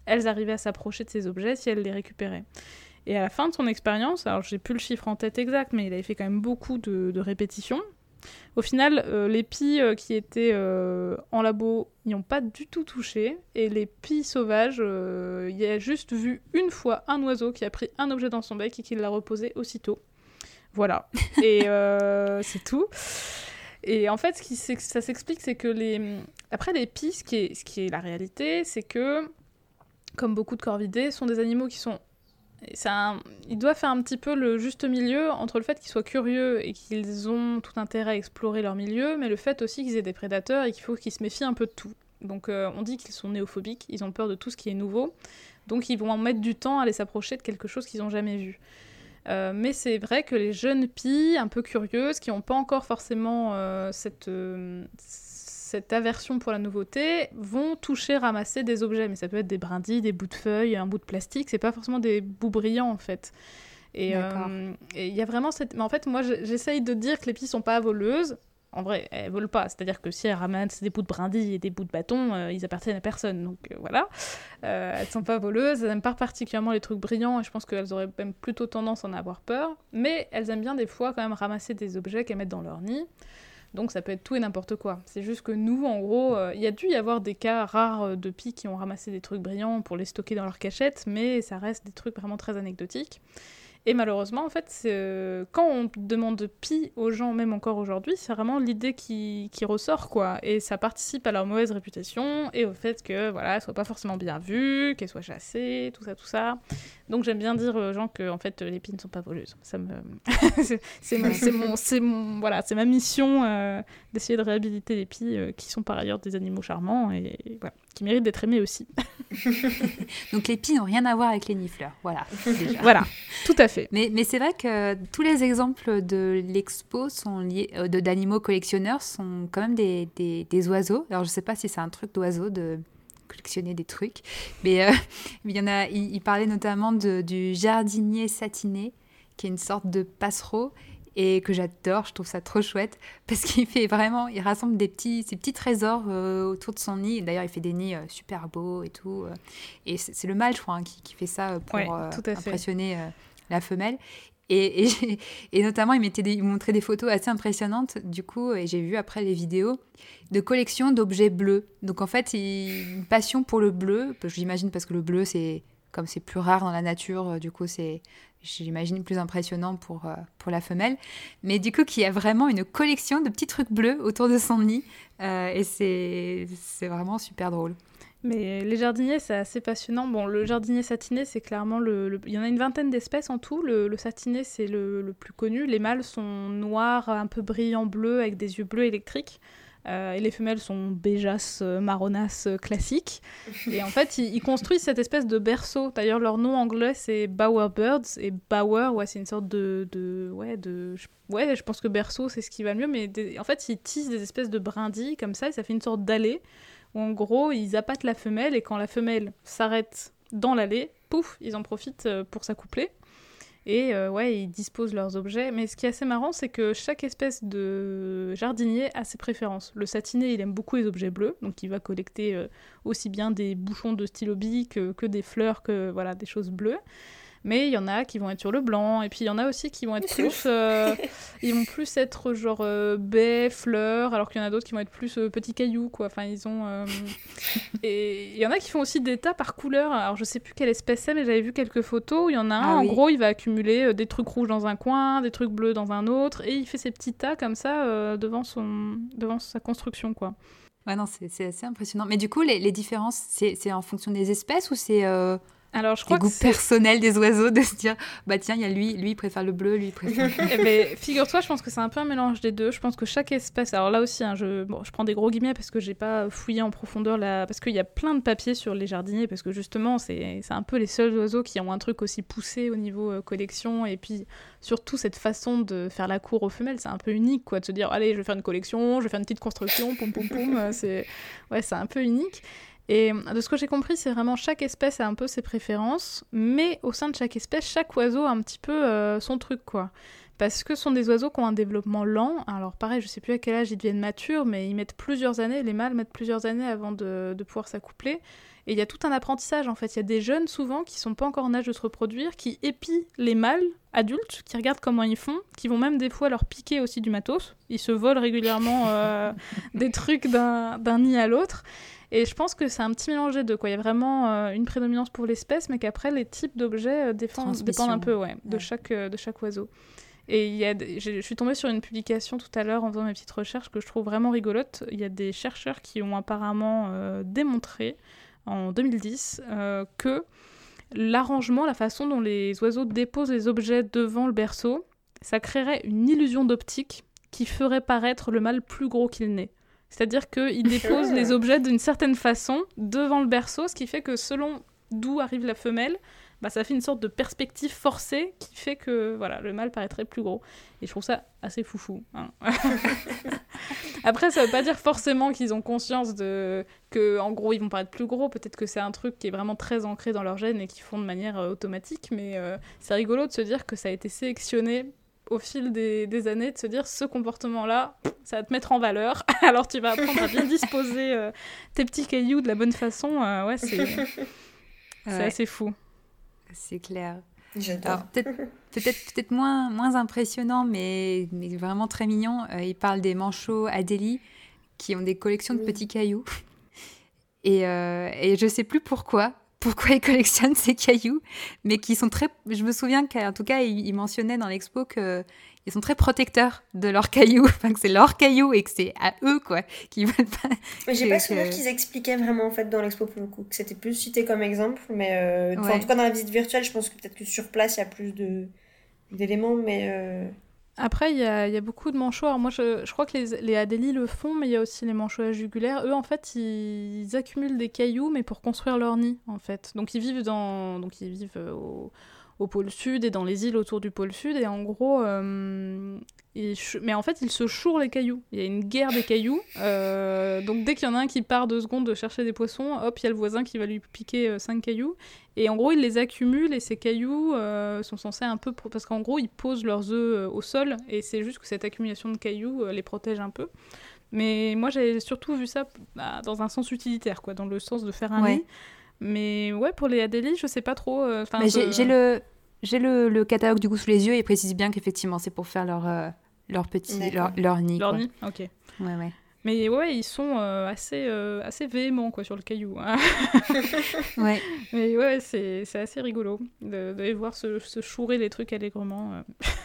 elles arrivaient à s'approcher de ces objets si elles les récupéraient. Et à la fin de son expérience, alors j'ai plus le chiffre en tête exact, mais il avait fait quand même beaucoup de répétitions. Au final, les pies qui étaient en labo n'y ont pas du tout touché, et les pies sauvages, il y a juste vu une fois un oiseau qui a pris un objet dans son bec et qui l'a reposé aussitôt. Voilà. Et c'est tout. Et en fait, ça s'explique, c'est que après les pies, ce qui est la réalité, c'est que, comme beaucoup de corvidés, sont des animaux qui sont... Ils doivent faire un petit peu le juste milieu entre le fait qu'ils soient curieux et qu'ils ont tout intérêt à explorer leur milieu, mais le fait aussi qu'ils aient des prédateurs et qu'il faut qu'ils se méfient un peu de tout. Donc on dit qu'ils sont néophobiques, ils ont peur de tout ce qui est nouveau, donc ils vont en mettre du temps à aller s'approcher de quelque chose qu'ils n'ont jamais vu. Mais c'est vrai que les jeunes pies, un peu curieuses, qui n'ont pas encore forcément cette aversion pour la nouveauté, vont toucher, ramasser des objets. Mais ça peut être des brindilles, des bouts de feuilles, un bout de plastique, c'est pas forcément des bouts brillants en fait. Et il y a vraiment cette... Mais en fait, moi j'essaye de dire que les pies sont pas voleuses. En vrai, elles volent pas. C'est-à-dire que si elles ramassent des bouts de brindilles et des bouts de bâton, ils appartiennent à personne. Donc voilà. Elles sont pas voleuses. Elles n'aiment pas particulièrement les trucs brillants. Et je pense qu'elles auraient même plutôt tendance à en avoir peur. Mais elles aiment bien des fois quand même ramasser des objets qu'elles mettent dans leur nid. Donc ça peut être tout et n'importe quoi. C'est juste que nous, en gros, il y a dû y avoir des cas rares de pies qui ont ramassé des trucs brillants pour les stocker dans leur cachette. Mais ça reste des trucs vraiment très anecdotiques. Et malheureusement, en fait, quand on demande pie aux gens, même encore aujourd'hui, c'est vraiment l'idée qui ressort, quoi. Et ça participe à leur mauvaise réputation et au fait que, voilà, elles soient pas forcément bien vues, qu'elles soient chassées, tout ça. Donc j'aime bien dire aux gens que, en fait, les pies ne sont pas voleuses. Ça me... c'est ma mission d'essayer de réhabiliter les pies, qui sont par ailleurs des animaux charmants et voilà, qui méritent d'être aimés aussi. Donc les pies n'ont rien à voir avec les nifleurs, voilà. Déjà. Voilà, tout à fait. Mais c'est vrai que tous les exemples de l'expo sont liés, d'animaux collectionneurs sont quand même des oiseaux. Alors je sais pas si c'est un truc d'oiseau de collectionner des trucs, mais il parlait notamment du jardinier satiné, qui est une sorte de passereau, et que j'adore, je trouve ça trop chouette, parce qu'il rassemble ces petits trésors autour de son nid. D'ailleurs, il fait des nids super beaux et tout. Et c'est le mâle, je crois, qui fait ça pour impressionner la femelle. Et notamment, il montrait des photos assez impressionnantes, du coup, et j'ai vu après les vidéos, de collection d'objets bleus. Donc en fait, une passion pour le bleu, j'imagine parce que le bleu, comme c'est plus rare dans la nature, du coup, c'est... J'imagine plus impressionnant pour la femelle, mais du coup qu'il y a vraiment une collection de petits trucs bleus autour de son nid, et c'est vraiment super drôle. Mais les jardiniers, c'est assez passionnant. Bon, le jardinier satiné, c'est clairement il y en a une vingtaine d'espèces en tout. Le satiné, c'est le plus connu. Les mâles sont noirs, un peu brillants bleus, avec des yeux bleus électriques. Et les femelles sont béjasses, marronasses, classiques. Et en fait, ils construisent cette espèce de berceau. D'ailleurs, leur nom anglais, c'est bowerbirds. Et bower, c'est une sorte je pense que berceau, c'est ce qui va le mieux. Mais en fait, ils tissent des espèces de brindilles comme ça, et ça fait une sorte d'allée. Où en gros, ils appâtent la femelle, et quand la femelle s'arrête dans l'allée, pouf, ils en profitent pour s'accoupler. Et ils disposent leurs objets. Mais ce qui est assez marrant, c'est que chaque espèce de jardinier a ses préférences. Le satiné, il aime beaucoup les objets bleus, donc il va collecter aussi bien des bouchons de stylo bic que des fleurs, que des choses bleues. Mais il y en a qui vont être sur le blanc, et puis il y en a aussi qui vont être plus... ils vont plus être genre baies, fleurs, alors qu'il y en a d'autres qui vont être plus petits cailloux, quoi. Enfin, ils ont... Et il y en a qui font aussi des tas par couleur. Alors, je sais plus quelle espèce c'est, mais j'avais vu quelques photos où il y en a un, en gros, il va accumuler des trucs rouges dans un coin, des trucs bleus dans un autre, et il fait ses petits tas comme ça devant sa construction, quoi. Ouais, non, c'est assez impressionnant. Mais du coup, les différences, c'est en fonction des espèces ou c'est... Alors, je crois goût personnel des oiseaux, de se dire bah tiens, il y a lui il préfère le bleu, lui il préfère mais figure-toi, je pense que c'est un peu un mélange des deux. Je pense que chaque espèce, alors là aussi je prends des gros guillemets parce que j'ai pas fouillé en profondeur parce qu'il y a plein de papiers sur les jardiniers, parce que justement c'est un peu les seuls oiseaux qui ont un truc aussi poussé au niveau collection, et puis surtout cette façon de faire la cour aux femelles, c'est un peu unique, quoi, de se dire allez, je vais faire une collection, je vais faire une petite construction, poum poum poum, c'est un peu unique. Et de ce que j'ai compris, c'est vraiment chaque espèce a un peu ses préférences, mais au sein de chaque espèce, chaque oiseau a un petit peu son truc, quoi. parce que ce sont des oiseaux qui ont un développement lent. Alors pareil, je sais plus à quel âge ils deviennent matures, mais ils mettent plusieurs années, les mâles mettent plusieurs années avant de pouvoir s'accoupler. Et il y a tout un apprentissage, en fait. Il y a des jeunes, souvent, qui sont pas encore en âge de se reproduire, qui épient les mâles adultes, qui regardent comment ils font, qui vont même des fois leur piquer aussi du matos. Ils se volent régulièrement des trucs d'un nid à l'autre. Et je pense que c'est un petit mélange des deux, quoi. Il y a vraiment une prédominance pour l'espèce, mais qu'après, les types d'objets dépendent un peu de chaque oiseau. Et je suis tombée sur une publication tout à l'heure en faisant mes petites recherches que je trouve vraiment rigolote. Il y a des chercheurs qui ont apparemment démontré en 2010 que l'arrangement, la façon dont les oiseaux déposent les objets devant le berceau, ça créerait une illusion d'optique qui ferait paraître le mâle plus gros qu'il n'est. C'est-à-dire qu'ils déposent les objets d'une certaine façon devant le berceau, ce qui fait que selon d'où arrive la femelle, ça fait une sorte de perspective forcée qui fait que le mâle paraîtrait plus gros. Et je trouve ça assez foufou. Hein. Après, ça veut pas dire forcément qu'ils ont conscience qu'en gros, ils vont paraître plus gros. Peut-être que c'est un truc qui est vraiment très ancré dans leur gène et qu'ils font de manière automatique. Mais c'est rigolo de se dire que ça a été sélectionné au fil des années, de se dire ce comportement-là, ça va te mettre en valeur. Alors tu vas apprendre à bien disposer tes petits cailloux de la bonne façon. C'est assez fou. C'est clair. J'adore. Alors, peut-être moins impressionnant, mais vraiment très mignon. Il parle des manchots Adélie qui ont des collections de petits cailloux. Et je sais plus pourquoi ils collectionnent ces cailloux, mais qui sont très... Je me souviens qu'en tout cas, il mentionnait dans l'expo qu'ils sont très protecteurs de leurs cailloux, enfin que c'est leurs cailloux et que c'est à eux, quoi, qu'ils veulent pas... Mais j'ai pas souvenir qu'ils expliquaient vraiment, en fait, dans l'expo, pour le coup, que c'était plus cité comme exemple, mais en tout cas, dans la visite virtuelle, je pense que peut-être que sur place, il y a plus d'éléments, mais... Après, il y a beaucoup de manchots. Alors moi, je crois que les Adélie le font, mais il y a aussi les manchots à jugulaire. Eux, en fait, ils accumulent des cailloux, mais pour construire leur nid, en fait. Donc, ils vivent au pôle sud et dans les îles autour du pôle sud. Et en gros, mais en fait, ils se chourent les cailloux. Il y a une guerre des cailloux. Donc, dès qu'il y en a un qui part 2 secondes de chercher des poissons, hop, il y a le voisin qui va lui piquer 5 cailloux. Et en gros, ils les accumulent et ces cailloux sont censés un peu... Parce qu'en gros, ils posent leurs œufs au sol et c'est juste que cette accumulation de cailloux les protège un peu. Mais moi, j'ai surtout vu ça dans un sens utilitaire, quoi, dans le sens de faire un nid. Mais pour les Adélie, je sais pas trop... J'ai le catalogue du coup sous les yeux et précise bien qu'effectivement, c'est pour faire leur nid. Leur nid, ok. Ouais. Mais ils sont assez véhéments quoi, sur le caillou. Hein. Ouais. Mais c'est assez rigolo de les voir se chourer les trucs allègrement.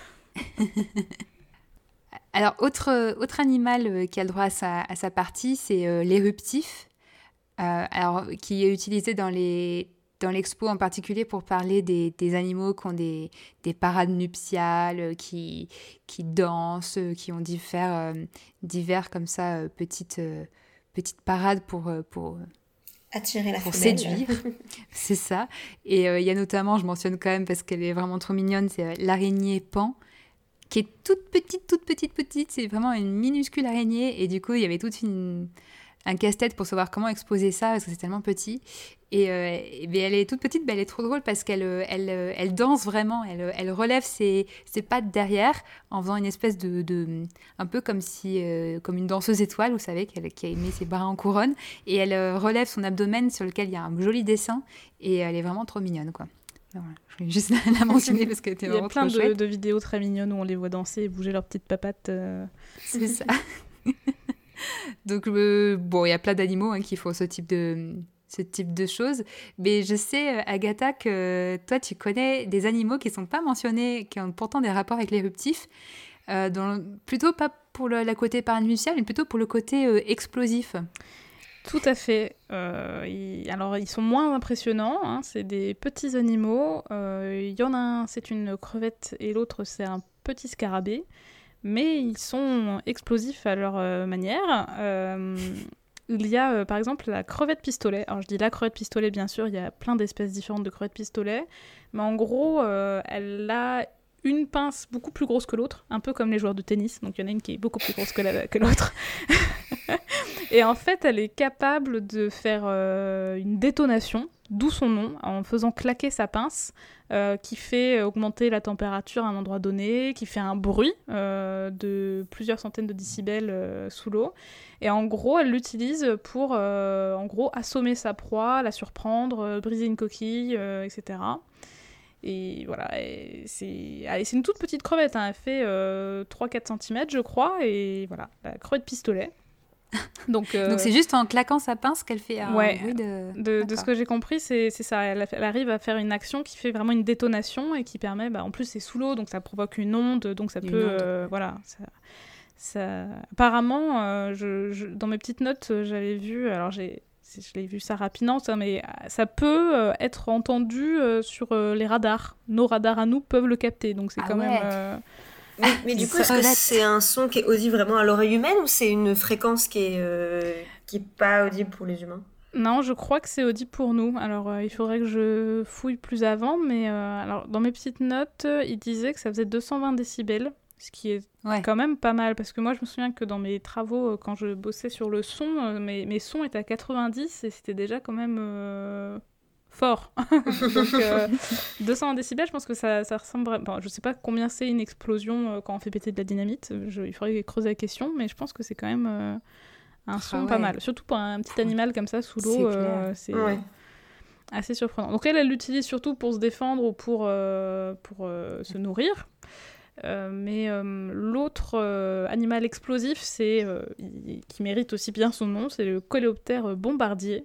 Alors, autre animal qui a le droit à sa partie, c'est l'éruptif, qui est utilisé dans l'expo en particulier pour parler des animaux qui ont des parades nuptiales, qui dansent, qui ont divers comme ça petites parades pour attirer la pour femelle. séduire. C'est ça. Et il y a notamment, je mentionne quand même parce qu'elle est vraiment trop mignonne, c'est l'araignée pan, qui est toute petite. C'est vraiment une minuscule araignée. Et du coup, il y avait un casse-tête pour savoir comment exposer ça parce que c'est tellement petit. Et elle est toute petite, elle est trop drôle parce qu'elle danse vraiment, elle relève ses pattes derrière en faisant une espèce de un peu comme une danseuse étoile, vous savez, qui a mis ses bras en couronne, et elle relève son abdomen sur lequel il y a un joli dessin et elle est vraiment trop mignonne, quoi. Voilà, je voulais juste la mentionner parce qu'elle était vraiment trop chouette. Il y a plein de vidéos très mignonnes où on les voit danser et bouger leurs petites papates. C'est ça. Donc il y a plein d'animaux qui font ce type de choses, mais je sais, Agatha, que toi tu connais des animaux qui ne sont pas mentionnés, qui ont pourtant des rapports avec l'éruptif, plutôt pas pour la côté paranuptial, mais plutôt pour le côté explosif. Tout à fait. Alors, ils sont moins impressionnants, hein, c'est des petits animaux. Il y en a un, c'est une crevette, et l'autre, c'est un petit scarabée. Mais ils sont explosifs à leur manière. Il y a, par exemple, la crevette pistolet. Alors, je dis la crevette pistolet, bien sûr, il y a plein d'espèces différentes de crevettes pistolet. Mais en gros, elle a une pince beaucoup plus grosse que l'autre, un peu comme les joueurs de tennis. Donc, il y en a une qui est beaucoup plus grosse que l'autre. Et en fait, elle est capable de faire une détonation, d'où son nom, en faisant claquer sa pince, qui fait augmenter la température à un endroit donné, qui fait un bruit de plusieurs centaines de décibels sous l'eau. Et en gros, elle l'utilise pour en gros, assommer sa proie, la surprendre, briser une coquille, etc. Et voilà, c'est une toute petite crevette, hein. Elle fait 3-4 cm, je crois, et voilà, la crevette pistolet. Donc c'est juste en claquant sa pince qu'elle fait un bruit de ce que j'ai compris, c'est ça. Elle arrive à faire une action qui fait vraiment une détonation et qui permet... en plus, c'est sous l'eau, donc ça provoque une onde, donc ça peut... voilà, ça... Apparemment, dans mes petites notes, j'avais vu... Alors, je l'ai vu ça rapidement, mais ça peut être entendu sur les radars. Nos radars à nous peuvent le capter, donc c'est quand même... Mais du coup, est-ce que c'est un son qui est audible vraiment à l'oreille humaine ou c'est une fréquence qui est pas audible pour les humains ? Non, je crois que c'est audible pour nous. Alors, il faudrait que je fouille plus avant, mais alors, dans mes petites notes, il disait que ça faisait 220 décibels, ce qui est quand même pas mal, parce que moi, je me souviens que dans mes travaux, quand je bossais sur le son, mes sons étaient à 90 et c'était déjà quand même... fort. Donc 200 décibels, je pense que ça ressemble... Bon, je sais pas combien c'est une explosion quand on fait péter de la dynamite, il faudrait creuser la question, mais je pense que c'est quand même un son pas mal. Surtout pour un petit animal comme ça sous l'eau, c'est assez surprenant. Donc elle l'utilise surtout pour se défendre ou pour se nourrir. Mais l'autre animal explosif, qui mérite aussi bien son nom, c'est le coléoptère bombardier.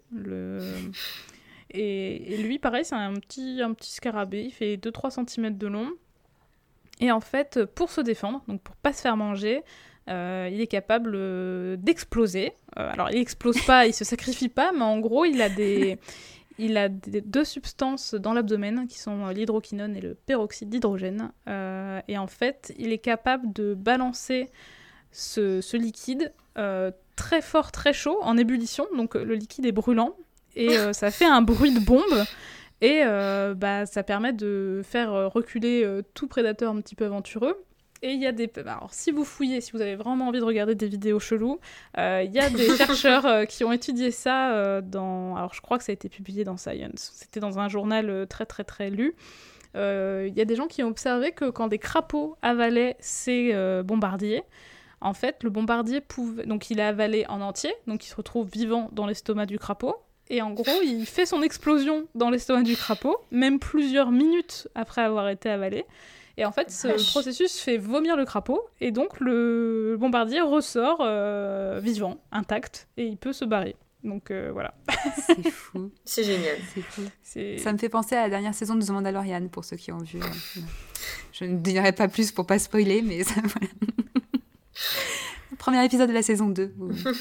Et lui, pareil, c'est un petit scarabée, il fait 2-3 cm de long. Et en fait, pour se défendre, donc pour pas se faire manger, il est capable d'exploser. Alors, il explose pas, il se sacrifie pas, mais en gros, il a deux substances dans l'abdomen qui sont l'hydroquinone et le peroxyde d'hydrogène. Et en fait, il est capable de balancer ce liquide très fort, très chaud, en ébullition. Donc, le liquide est brûlant. Et ça fait un bruit de bombe et ça permet de faire reculer tout prédateur un petit peu aventureux. Et il y a alors si vous fouillez, si vous avez vraiment envie de regarder des vidéos cheloues, il y a des chercheurs qui ont étudié ça alors je crois que ça a été publié dans Science, c'était dans un journal très très très lu. Il y a des gens qui ont observé que quand des crapauds avalaient ces bombardiers, en fait le bombardier donc il est avalé en entier, donc il se retrouve vivant dans l'estomac du crapaud. Et en gros, il fait son explosion dans l'estomac du crapaud, même plusieurs minutes après avoir été avalé. Et en fait, ce processus fait vomir le crapaud, et donc le bombardier ressort vivant, intact, et il peut se barrer. Donc voilà. C'est fou. C'est génial. C'est fou. Ça me fait penser à la dernière saison de The Mandalorian, pour ceux qui ont vu. Je ne dirai pas plus pour pas spoiler, mais ça, voilà. Premier épisode de la saison 2.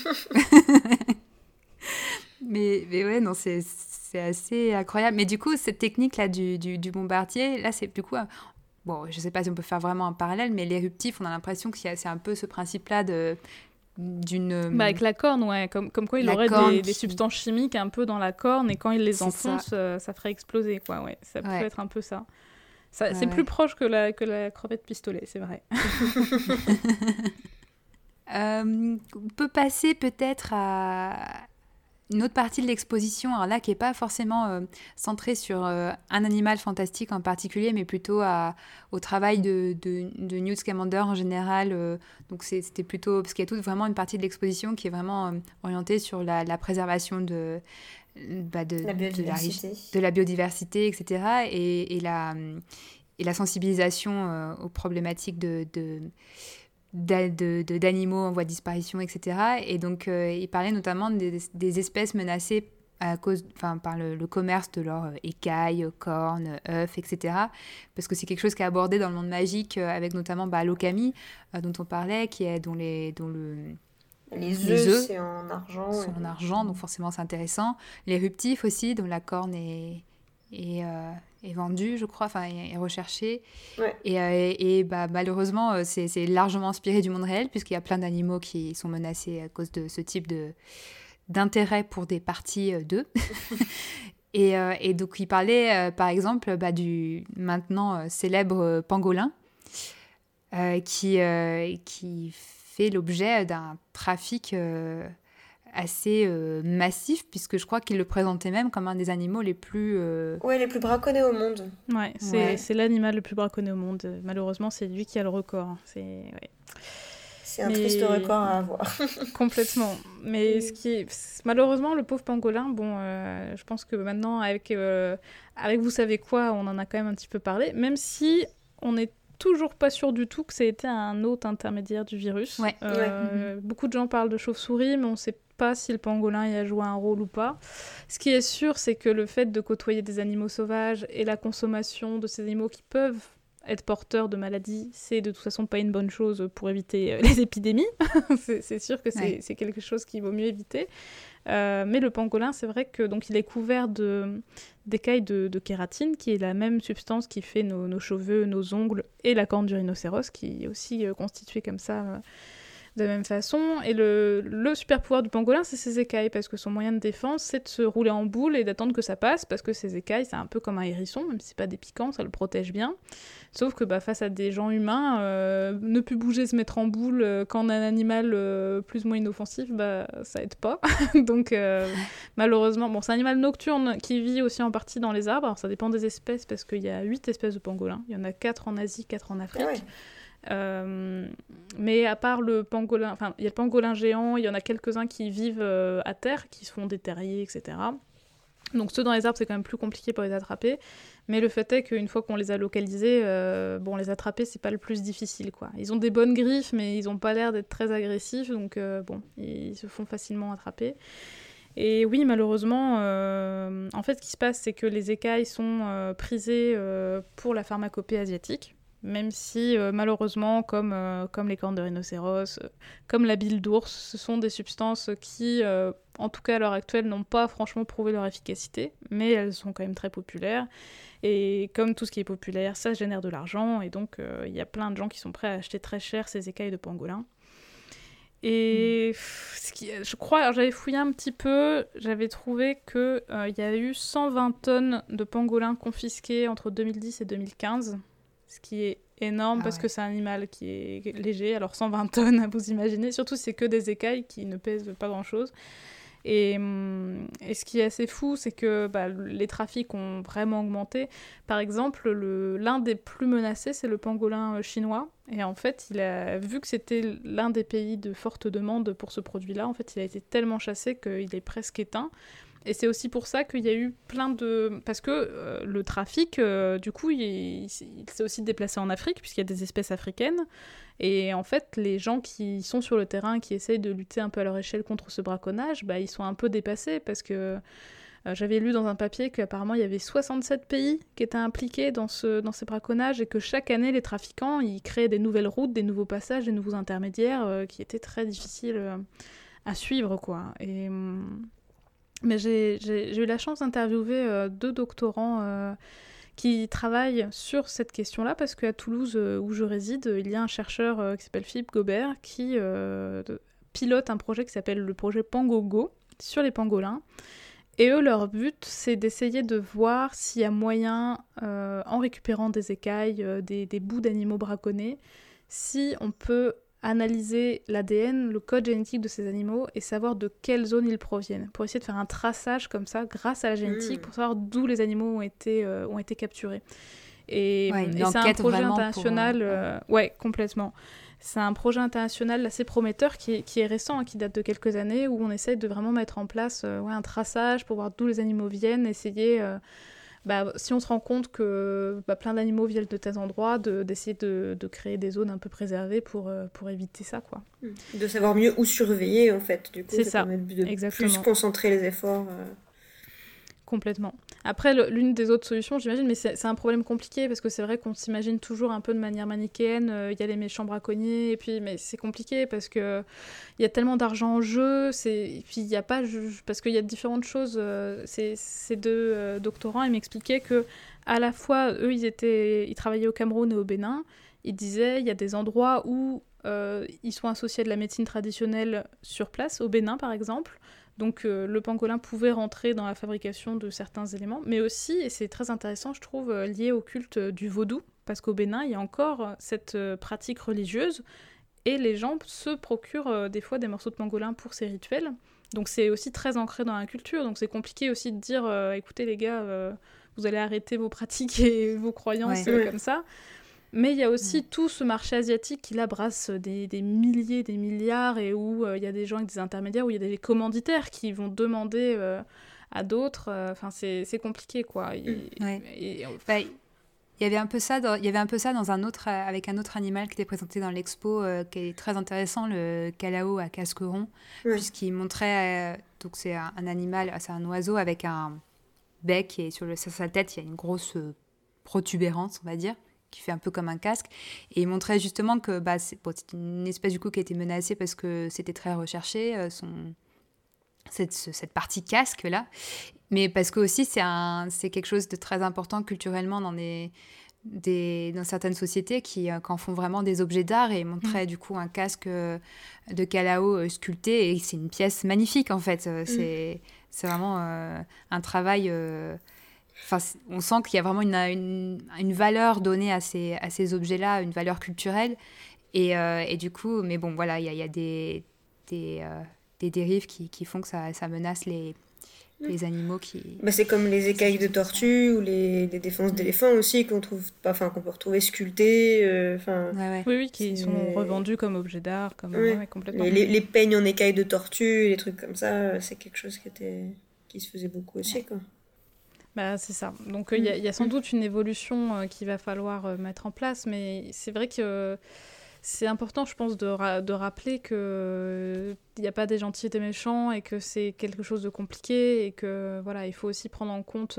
Mais ouais, non, c'est assez incroyable. Mais du coup, cette technique-là du bombardier, là, c'est du coup... Bon, je ne sais pas si on peut faire vraiment un parallèle, mais l'éruptif, on a l'impression que c'est un peu ce principe-là d'une... avec la corne, ouais. Comme quoi, il aurait des substances chimiques un peu dans la corne, et quand il les enfonce, ça ferait exploser, quoi. Ouais, ça peut être un peu ça. C'est plus proche que la crevette pistolet, c'est vrai. On peut passer peut-être à... une autre partie de l'exposition, alors là, qui n'est pas forcément centrée sur un animal fantastique en particulier, mais plutôt au travail de Newt Scamander en général. Donc c'était plutôt... Parce qu'il y a vraiment une partie de l'exposition qui est vraiment orientée sur la préservation de la biodiversité, etc. Et la sensibilisation aux problématiques d'animaux en voie de disparition, etc. Et donc, il parlait notamment des espèces menacées par le commerce de leurs écailles, cornes, œufs, etc. Parce que c'est quelque chose qui est abordé dans le monde magique, avec notamment l'okami, dont on parlait, les œufs, c'est en argent. Sont en argent, donc forcément c'est intéressant. Les ruptifs aussi, dont la corne est vendue, je crois, est recherchée. Ouais. Et malheureusement, c'est largement inspiré du monde réel, puisqu'il y a plein d'animaux qui sont menacés à cause de ce type d'intérêt pour des parties d'eux. et donc, il parlait, par exemple, du maintenant célèbre pangolin, qui fait l'objet d'un trafic assez massif, puisque je crois qu'il le présentait même comme un des animaux les plus... Ouais, les plus braconnés au monde. Ouais, c'est l'animal le plus braconné au monde. Malheureusement, c'est lui qui a le record. C'est un triste record à avoir. Complètement. Mais malheureusement, le pauvre pangolin, bon, je pense que maintenant, avec vous savez quoi, on en a quand même un petit peu parlé, même si on n'est toujours pas sûr du tout que ça a été un hôte intermédiaire du virus. Ouais. Beaucoup de gens parlent de chauve-souris, mais on ne sait pas si le pangolin y a joué un rôle ou pas. Ce qui est sûr, c'est que le fait de côtoyer des animaux sauvages et la consommation de ces animaux qui peuvent être porteurs de maladies, c'est de toute façon pas une bonne chose pour éviter les épidémies. c'est sûr que c'est quelque chose qu'il vaut mieux éviter. Mais le pangolin, c'est vrai que donc il est couvert d'écailles de kératine, qui est la même substance qui fait nos cheveux, nos ongles, et la corne du rhinocéros, qui est aussi constituée comme ça, de la même façon. Et le super pouvoir du pangolin, c'est ses écailles, parce que son moyen de défense, c'est de se rouler en boule et d'attendre que ça passe, parce que ses écailles, c'est un peu comme un hérisson, même si c'est pas des piquants, ça le protège bien. Sauf que face à des gens humains, ne plus bouger, se mettre en boule quand on a un animal plus ou moins inoffensif, ça aide pas. Donc malheureusement, bon, c'est un animal nocturne qui vit aussi en partie dans les arbres. Alors ça dépend des espèces, parce qu'il y a 8 espèces de pangolins. Il y en a 4 en Asie, 4 en Afrique. Ah ouais. Mais à part le pangolin, enfin il y a le pangolin géant, il y en a quelques-uns qui vivent à terre, qui se font des terriers, etc. Donc ceux dans les arbres, c'est quand même plus compliqué pour les attraper. Mais le fait est qu'une fois qu'on les a localisés, les attraper, c'est pas le plus difficile, quoi. Ils ont des bonnes griffes, mais ils ont pas l'air d'être très agressifs, donc ils se font facilement attraper. Et oui, malheureusement, en fait, ce qui se passe, c'est que les écailles sont prisées pour la pharmacopée asiatique. Même si, malheureusement, comme les cornes de rhinocéros, comme la bile d'ours, ce sont des substances qui, en tout cas à l'heure actuelle, n'ont pas franchement prouvé leur efficacité, mais elles sont quand même très populaires. Et comme tout ce qui est populaire, ça génère de l'argent, et donc il y a plein de gens qui sont prêts à acheter très cher ces écailles de pangolin. Et je crois, alors j'avais fouillé un petit peu, j'avais trouvé qu'il y a eu 120 tonnes de pangolins confisqués entre 2010 et 2015. Ce qui est énorme parce que c'est un animal qui est léger, alors 120 tonnes, vous imaginez, surtout c'est que des écailles qui ne pèsent pas grand-chose. Et ce qui est assez fou, c'est que les trafics ont vraiment augmenté. Par exemple, l'un des plus menacés, c'est le pangolin chinois. Et en fait, vu que c'était l'un des pays de forte demande pour ce produit-là, en fait, il a été tellement chassé qu'il est presque éteint. Et c'est aussi pour ça qu'il y a eu plein de... Parce que le trafic, du coup, il s'est aussi déplacé en Afrique, puisqu'il y a des espèces africaines. Et en fait, les gens qui sont sur le terrain, qui essayent de lutter un peu à leur échelle contre ce braconnage, ils sont un peu dépassés, parce que j'avais lu dans un papier qu'apparemment, il y avait 67 pays qui étaient impliqués dans ces braconnages, et que chaque année, les trafiquants, ils créaient des nouvelles routes, des nouveaux passages, des nouveaux intermédiaires, qui étaient très difficiles à suivre, quoi. Mais j'ai eu la chance d'interviewer 2 doctorants qui travaillent sur cette question-là, parce qu'à Toulouse, où je réside, il y a un chercheur qui s'appelle Philippe Gobert qui pilote un projet qui s'appelle le projet Pangogo sur les pangolins. Et eux, leur but, c'est d'essayer de voir s'il y a moyen, en récupérant des écailles, des bouts d'animaux braconnés, si on peut analyser l'ADN, le code génétique de ces animaux, et savoir de quelle zone ils proviennent, pour essayer de faire un traçage comme ça, grâce à la génétique, pour savoir d'où les animaux ont été capturés. Et c'est un projet international... ouais, complètement. C'est un projet international assez prometteur qui est récent, qui date de quelques années, où on essaie de vraiment mettre en place un traçage pour voir d'où les animaux viennent, essayer... si on se rend compte que plein d'animaux viennent de tel endroit, d'essayer de créer des zones un peu préservées pour éviter ça, quoi. De savoir mieux où surveiller, en fait. Du coup, c'est ça, permet de exactement. Plus concentrer les efforts. Complètement. Après, l'une des autres solutions, j'imagine, mais c'est un problème compliqué, parce que c'est vrai qu'on s'imagine toujours un peu de manière manichéenne, il y a les méchants braconniers, mais c'est compliqué, parce qu'il y a tellement d'argent en jeu, et puis il n'y a pas... Parce qu'il y a différentes choses. Ces 2 doctorants, ils m'expliquaient que à la fois, eux, ils travaillaient au Cameroun et au Bénin, ils disaient, il y a des endroits où ils sont associés à de la médecine traditionnelle sur place, au Bénin par exemple. Donc le pangolin pouvait rentrer dans la fabrication de certains éléments, mais aussi, et c'est très intéressant je trouve, lié au culte du vaudou, parce qu'au Bénin, il y a encore cette pratique religieuse, et les gens se procurent des fois des morceaux de pangolin pour ces rituels, Donc c'est aussi très ancré dans la culture, donc c'est compliqué aussi de dire écoutez les gars, vous allez arrêter vos pratiques et vos croyances comme ça. Mais il y a aussi tout ce marché asiatique qui là brasse des milliers, des milliards, et où il y a des gens avec des intermédiaires, où il y a des commanditaires qui vont demander à d'autres. Enfin, c'est compliqué, quoi. Il y avait un peu ça dans un autre, avec un autre animal qui était présenté dans l'expo, qui est très intéressant, le calao à casque rond, puisqu'il montrait, donc c'est un animal, c'est un oiseau avec un bec, et sur sa tête, il y a une grosse protubérance, on va dire, qui fait un peu comme un casque. Et il montrait justement que c'est une espèce du coup qui a été menacée parce que c'était très recherché, cette partie casque là, mais parce que aussi c'est quelque chose de très important culturellement dans dans certaines sociétés qui en font vraiment des objets d'art, et montrait du coup un casque de calao sculpté, et c'est une pièce magnifique en fait. C'est vraiment un travail. On sent qu'il y a vraiment une valeur donnée à ces objets-là, une valeur culturelle. Et du coup, mais bon, voilà, il y a des dérives qui font que ça menace les animaux qui... c'est comme les écailles de tortue ou les défenses d'éléphants aussi qu'on peut retrouver sculptées. Oui, qui sont revendus comme objets d'art, complètement. Les peignes en écailles de tortue, les trucs comme ça, c'est quelque chose qui se faisait beaucoup aussi, quoi. C'est ça. Donc il y a sans doute une évolution qu'il va falloir mettre en place, mais c'est vrai que c'est important, je pense, de rappeler qu'il n'y a pas des gentils et des méchants, et que c'est quelque chose de compliqué, et que voilà, il faut aussi prendre en compte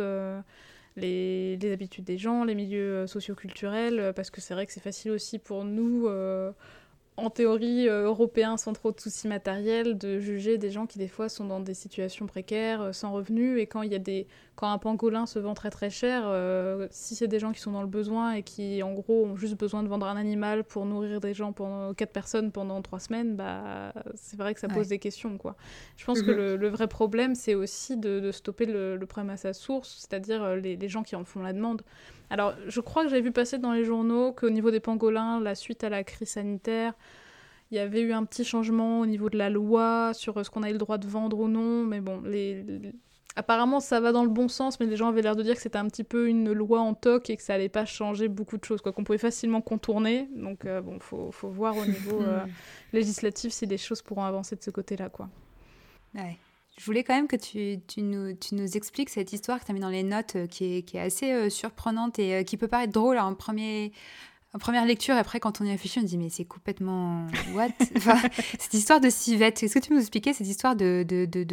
les habitudes des gens, les milieux socioculturels, parce que c'est vrai que c'est facile aussi pour nous, en théorie européens sans trop de soucis matériels, de juger des gens qui des fois sont dans des situations précaires, sans revenus, et quand un pangolin se vend très très cher, si c'est des gens qui sont dans le besoin et qui en gros ont juste besoin de vendre un animal pour nourrir des gens, pendant 4 personnes pendant 3 semaines, c'est vrai que ça pose des questions, quoi. Je pense que le vrai problème, c'est aussi de stopper le problème à sa source, c'est-à-dire les gens qui en font la demande. Alors, je crois que j'avais vu passer dans les journaux qu'au niveau des pangolins, la suite à la crise sanitaire, il y avait eu un petit changement au niveau de la loi sur ce qu'on avait le droit de vendre ou non, mais bon, apparemment ça va dans le bon sens, mais les gens avaient l'air de dire que c'était un petit peu une loi en toc et que ça allait pas changer beaucoup de choses, quoi, qu'on pouvait facilement contourner. Donc faut voir au niveau législatif si les choses pourront avancer de ce côté-là, quoi. Ouais. Je voulais quand même que tu nous expliques cette histoire que tu as mis dans les notes, qui est assez surprenante, et qui peut paraître drôle en première lecture. Après, quand on y réfléchit, on se dit mais c'est complètement what. Cette histoire de civette. Est-ce que tu peux nous expliquer cette histoire de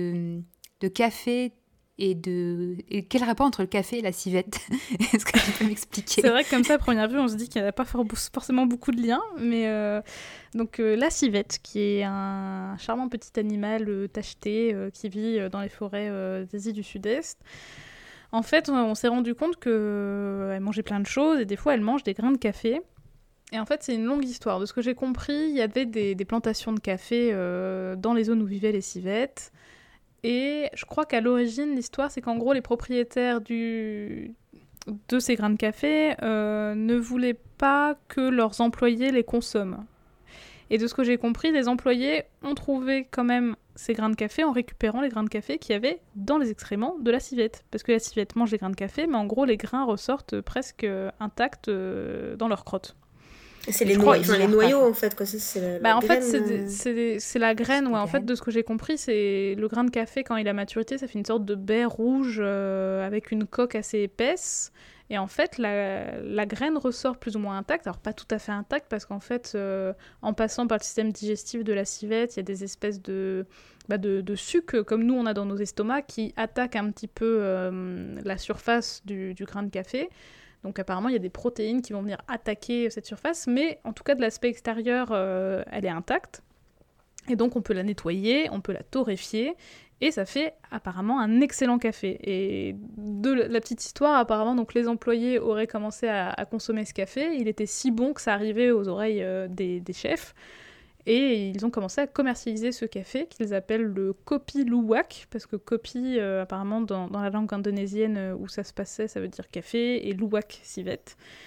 café et quel rapport entre le café et la civette? Est-ce que tu peux m'expliquer? C'est vrai que comme ça, à première vue, on se dit qu'il n'y a pas forcément beaucoup de liens, mais donc la civette, qui est un charmant petit animal tacheté qui vit dans les forêts d'Asie du Sud-Est. En fait, on s'est rendu compte qu'elle mangeait plein de choses, et des fois, elle mange des grains de café. Et en fait, c'est une longue histoire. De ce que j'ai compris, il y avait des plantations de café dans les zones où vivaient les civettes. Et je crois qu'à l'origine, l'histoire, c'est qu'en gros, les propriétaires de ces grains de café ne voulaient pas que leurs employés les consomment. Et de ce que j'ai compris, les employés ont trouvé quand même ces grains de café en récupérant les grains de café qu'il y avait dans les excréments de la civette. Parce que la civette mange les grains de café, mais en gros, les grains ressortent presque intacts dans leur crotte. C'est les noyaux, en fait, quoi. C'est la en graine, fait, c'est la graine, ouais. En fait, de ce que j'ai compris, c'est le grain de café, quand il a maturité, ça fait une sorte de baie rouge avec une coque assez épaisse. Et en fait, la graine ressort plus ou moins intacte. Alors, pas tout à fait intacte, parce qu'en fait, en passant par le système digestif de la civette, il y a des espèces de sucs, comme nous, on a dans nos estomacs, qui attaquent un petit peu la surface du grain de café. Donc apparemment, il y a des protéines qui vont venir attaquer cette surface, mais en tout cas, de l'aspect extérieur, elle est intacte. Et donc, on peut la nettoyer, on peut la torréfier, et ça fait apparemment un excellent café. Et de la petite histoire, apparemment, donc les employés auraient commencé à consommer ce café. Il était si bon que ça arrivait aux oreilles des chefs. Et ils ont commencé à commercialiser ce café qu'ils appellent le kopi luwak, parce que kopi, apparemment, dans la langue indonésienne où ça se passait, ça veut dire café, et luwak, civette.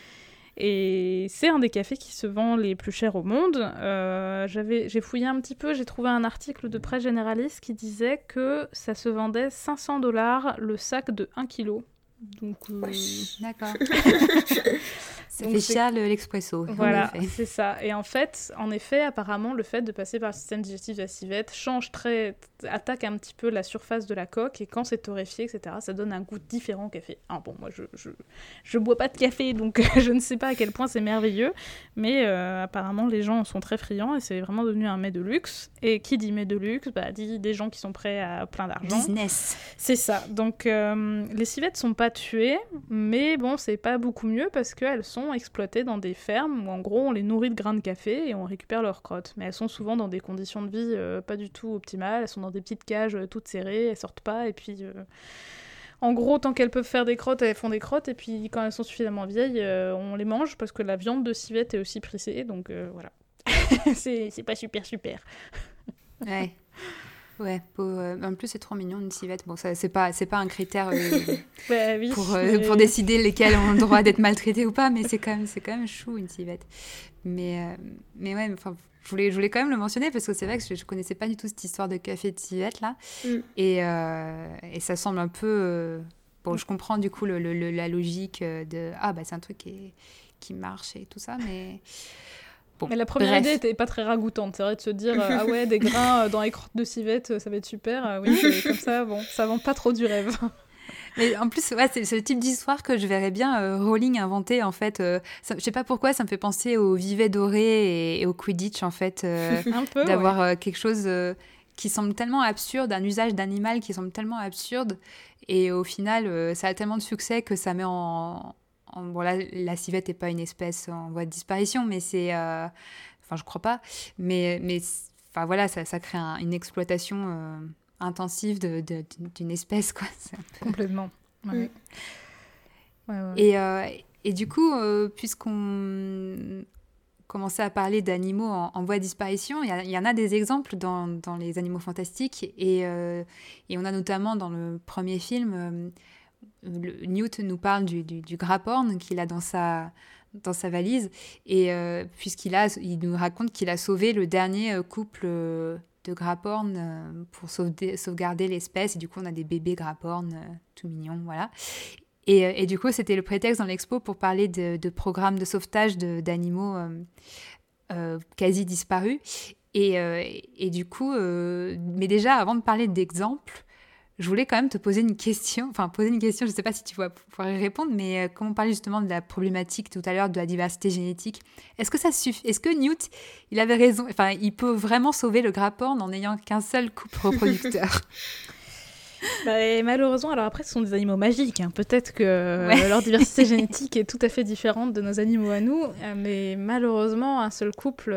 Et c'est un des cafés qui se vend les plus chers au monde. J'ai fouillé un petit peu, j'ai trouvé un article de presse généraliste qui disait que ça se vendait 500$ le sac de 1 kg. Donc, d'accord. Ça fait cher l'expresso. Voilà, c'est ça. Et en effet, apparemment, le fait de passer par le système digestif de la civette attaque un petit peu la surface de la coque, et quand c'est torréfié, etc., ça donne un goût différent au café. Ah bon, moi, je bois pas de café, donc je ne sais pas à quel point c'est merveilleux, mais apparemment, les gens en sont très friands, et c'est vraiment devenu un mets de luxe. Et qui dit mets de luxe, dit des gens qui sont prêts à plein d'argent. Business. C'est ça. Donc, les civettes sont pas tuées, mais bon, c'est pas beaucoup mieux parce qu'elles sont exploitées dans des fermes où en gros on les nourrit de grains de café et on récupère leurs crottes. Mais elles sont souvent dans des conditions de vie pas du tout optimales, elles sont dans des petites cages toutes serrées, elles sortent pas, et puis en gros tant qu'elles peuvent faire des crottes, elles font des crottes, et puis quand elles sont suffisamment vieilles, on les mange parce que la viande de civette est aussi prissée, donc voilà. c'est pas super. Ouais. Ouais, en plus c'est trop mignon une civette. Bon, ça, c'est pas un critère oui, pour décider lesquels ont le droit d'être maltraités ou pas, mais c'est quand même chou une civette. Mais ouais, enfin, je voulais quand même le mentionner parce que c'est vrai que je connaissais pas du tout cette histoire de café de civette là, et ça semble un peu. Bon, je comprends du coup la logique de c'est un truc qui marche et tout ça, mais. Bon, mais la première idée n'était pas très ragoûtante. C'est vrai de se dire ah ouais, des grains dans les crottes de civette, ça va être super. Oui, comme ça, bon, ça vend pas trop du rêve. Mais en plus, ouais, c'est le type d'histoire que je verrais bien Rowling inventer, en fait. Je sais pas pourquoi, ça me fait penser au Vivet doré et au Quidditch, en fait. Un peu, d'avoir quelque chose qui semble tellement absurde, un usage d'animal qui semble tellement absurde. Et au final, ça a tellement de succès que ça met bon, là, la civette n'est pas une espèce en voie de disparition, mais c'est... Enfin, je crois pas. Mais enfin, voilà, ça crée une exploitation intensive d'une espèce, quoi. Complètement. Ouais. Ouais. Et du coup, puisqu'on commençait à parler d'animaux en voie de disparition, il y en a des exemples dans les animaux fantastiques. Et on a notamment dans le premier film... Newt nous parle du grapphorn qu'il a dans sa valise, et il nous raconte qu'il a sauvé le dernier couple de grapphorn pour sauvegarder l'espèce, et du coup on a des bébés grapphorn tout mignons, voilà. Et du coup c'était le prétexte dans l'expo pour parler de programmes de sauvetage d'animaux quasi disparus, et du coup mais déjà avant de parler d'exemples, je voulais quand même te poser une question, je ne sais pas si tu vas pouvoir y répondre, mais comme on parlait justement de la problématique tout à l'heure de la diversité génétique, est-ce que ça suffit ? Est-ce que Newt, il avait raison, enfin, il peut vraiment sauver le grapphorn en n'ayant qu'un seul couple reproducteur ? Et malheureusement, alors après, ce sont des animaux magiques, hein. Peut-être que leur diversité génétique est tout à fait différente de nos animaux à nous, mais malheureusement, un seul couple,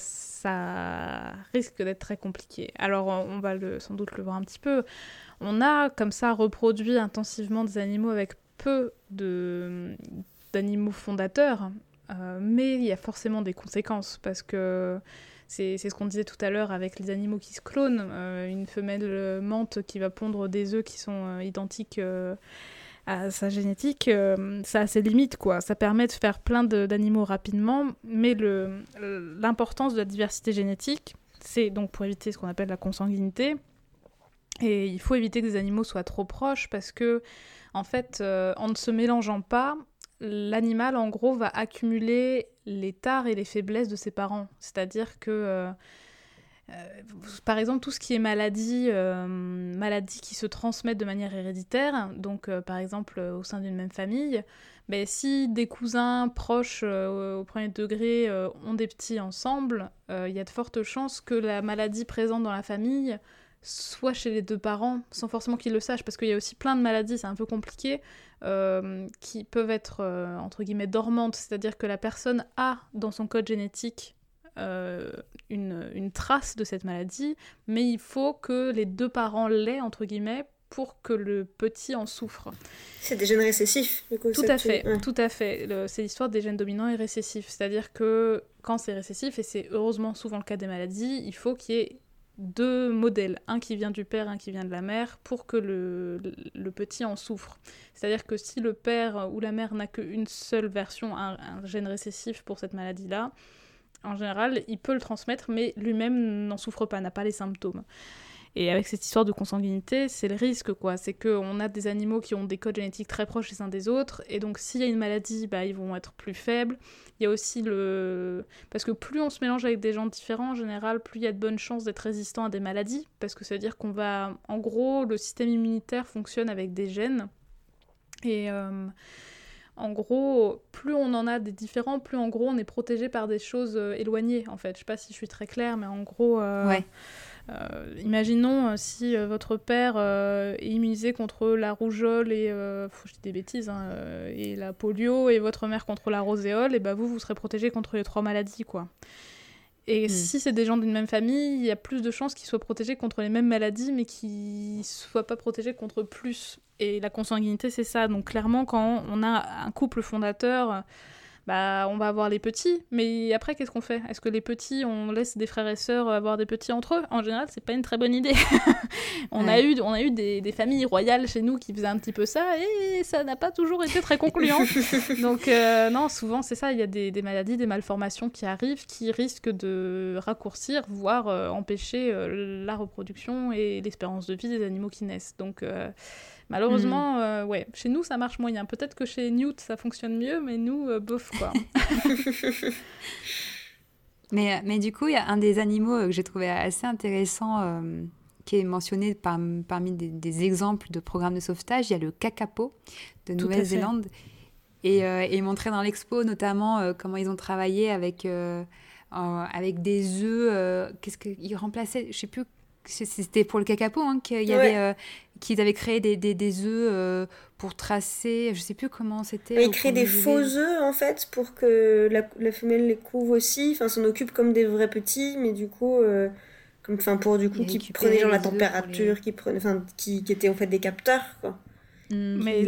ça risque d'être très compliqué. Alors, on va sans doute le voir un petit peu. On a comme ça reproduit intensivement des animaux avec peu d'animaux fondateurs, mais il y a forcément des conséquences, parce que c'est ce qu'on disait tout à l'heure avec les animaux qui se clonent. Une femelle mante qui va pondre des œufs qui sont identiques à sa génétique, ça a ses limites, quoi. Ça permet de faire plein d'animaux rapidement, mais l'importance de la diversité génétique, c'est donc pour éviter ce qu'on appelle la consanguinité. Et il faut éviter que des animaux soient trop proches parce que, en fait, en ne se mélangeant pas, l'animal, en gros, va accumuler les tares et les faiblesses de ses parents. C'est-à-dire que, par exemple, tout ce qui est maladie qui se transmettent de manière héréditaire, donc par exemple au sein d'une même famille, si des cousins proches au premier degré ont des petits ensemble, il y a de fortes chances que la maladie présente dans la famille soit chez les deux parents, sans forcément qu'ils le sachent, parce qu'il y a aussi plein de maladies, c'est un peu compliqué, qui peuvent être, entre guillemets, dormantes, c'est-à-dire que la personne a dans son code génétique une trace de cette maladie, mais il faut que les deux parents l'aient, entre guillemets, pour que le petit en souffre. C'est des gènes récessifs, du coup. Tout à fait. C'est l'histoire des gènes dominants et récessifs, c'est-à-dire que quand c'est récessif, et c'est heureusement souvent le cas des maladies, il faut qu'il y ait 2 modèles, un qui vient du père, un qui vient de la mère, pour que le petit en souffre. C'est-à-dire que si le père ou la mère n'a qu'une seule version, un gène récessif pour cette maladie-là, en général, il peut le transmettre, mais lui-même n'en souffre pas, n'a pas les symptômes. Et avec cette histoire de consanguinité, c'est le risque, quoi. C'est qu'on a des animaux qui ont des codes génétiques très proches les uns des autres, et donc s'il y a une maladie, ils vont être plus faibles. Il y a aussi parce que plus on se mélange avec des gens différents, en général, plus il y a de bonnes chances d'être résistant à des maladies, parce que ça veut dire qu'on va... En gros, le système immunitaire fonctionne avec des gènes, et... En gros, plus on en a des différents, plus en gros on est protégé par des choses éloignées, en fait. Je sais pas si je suis très claire, mais en gros... imaginons si votre père est immunisé contre la rougeole et je dis des bêtises et la polio, et votre mère contre la roséole, et vous serez protégé contre les 3 maladies, quoi. Et si c'est des gens d'une même famille, il y a plus de chances qu'ils soient protégés contre les mêmes maladies, mais qu'ils soient pas protégés contre plus. Et la consanguinité, c'est ça. Donc clairement, quand on a un couple fondateur, on va avoir les petits, mais après, qu'est-ce qu'on fait ? Est-ce que les petits, on laisse des frères et sœurs avoir des petits entre eux ? En général, c'est pas une très bonne idée. On a eu des familles royales chez nous qui faisaient un petit peu ça, et ça n'a pas toujours été très concluant. Donc non, souvent, c'est ça, il y a des maladies, des malformations qui arrivent, qui risquent de raccourcir, voire empêcher la reproduction et l'espérance de vie des animaux qui naissent. Donc... malheureusement, chez nous, ça marche moyen. Peut-être que chez Newt, ça fonctionne mieux, mais nous, bof, quoi. mais du coup, il y a un des animaux que j'ai trouvé assez intéressant, qui est mentionné parmi des exemples de programmes de sauvetage. Il y a le kakapo de Nouvelle-Zélande. Et ils montraient dans l'expo, notamment, comment ils ont travaillé avec des œufs. Qu'est-ce qu'ils remplaçaient ? Je sais plus. C'était pour le kakapo qu'ils avaient créé des œufs pour tracer, je sais plus comment c'était. Ils créent des faux œufs en fait pour que la femelle les couve aussi, enfin s'en occupe comme des vrais petits, mais du coup qui prenaient genre la température, qui étaient en fait des capteurs, quoi. Mais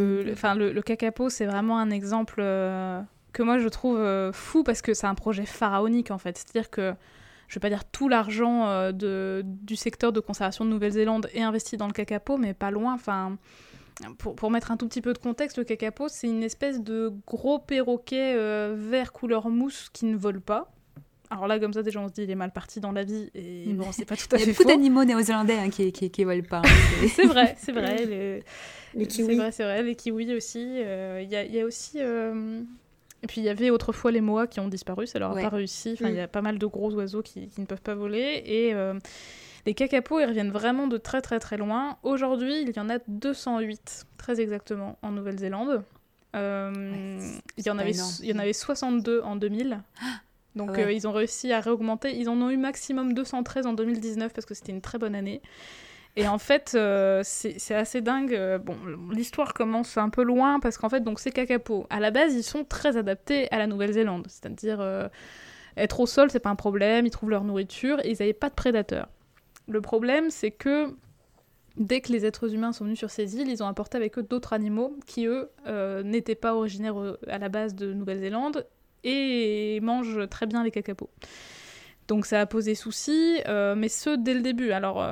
le kakapo, c'est vraiment un exemple que moi je trouve fou, parce que c'est un projet pharaonique en fait. C'est-à-dire que je ne vais pas dire tout l'argent du secteur de conservation de Nouvelle-Zélande est investi dans le kakapo, mais pas loin. Enfin, pour mettre un tout petit peu de contexte, le kakapo, c'est une espèce de gros perroquet vert couleur mousse qui ne vole pas. Alors là, comme ça, déjà, on se dit, il est mal parti dans la vie, et bon, c'est pas tout à fait faux. Il y a beaucoup d'animaux néo-zélandais qui volent pas. C'est vrai. Les kiwis. C'est vrai, les kiwis aussi. Il y a aussi... Et puis il y avait autrefois les moas qui ont disparu, ça leur a pas réussi. Enfin, il y a pas mal de gros oiseaux qui ne peuvent pas voler. Et les kakapos, ils reviennent vraiment de très très très loin. Aujourd'hui, il y en a 208, très exactement, en Nouvelle-Zélande. Il y en avait 62 en 2000. Donc ils ont réussi à réaugmenter. Ils en ont eu maximum 213 en 2019 parce que c'était une très bonne année. Et en fait, c'est assez dingue. Bon, l'histoire commence un peu loin parce qu'en fait, donc, ces kakapos, à la base, ils sont très adaptés à la Nouvelle-Zélande. C'est-à-dire, être au sol, c'est pas un problème, ils trouvent leur nourriture et ils n'avaient pas de prédateurs. Le problème, c'est que dès que les êtres humains sont venus sur ces îles, ils ont apporté avec eux d'autres animaux qui, eux, n'étaient pas originaires à la base de Nouvelle-Zélande et mangent très bien les kakapos. Donc ça a posé souci, mais ce, dès le début. Alors...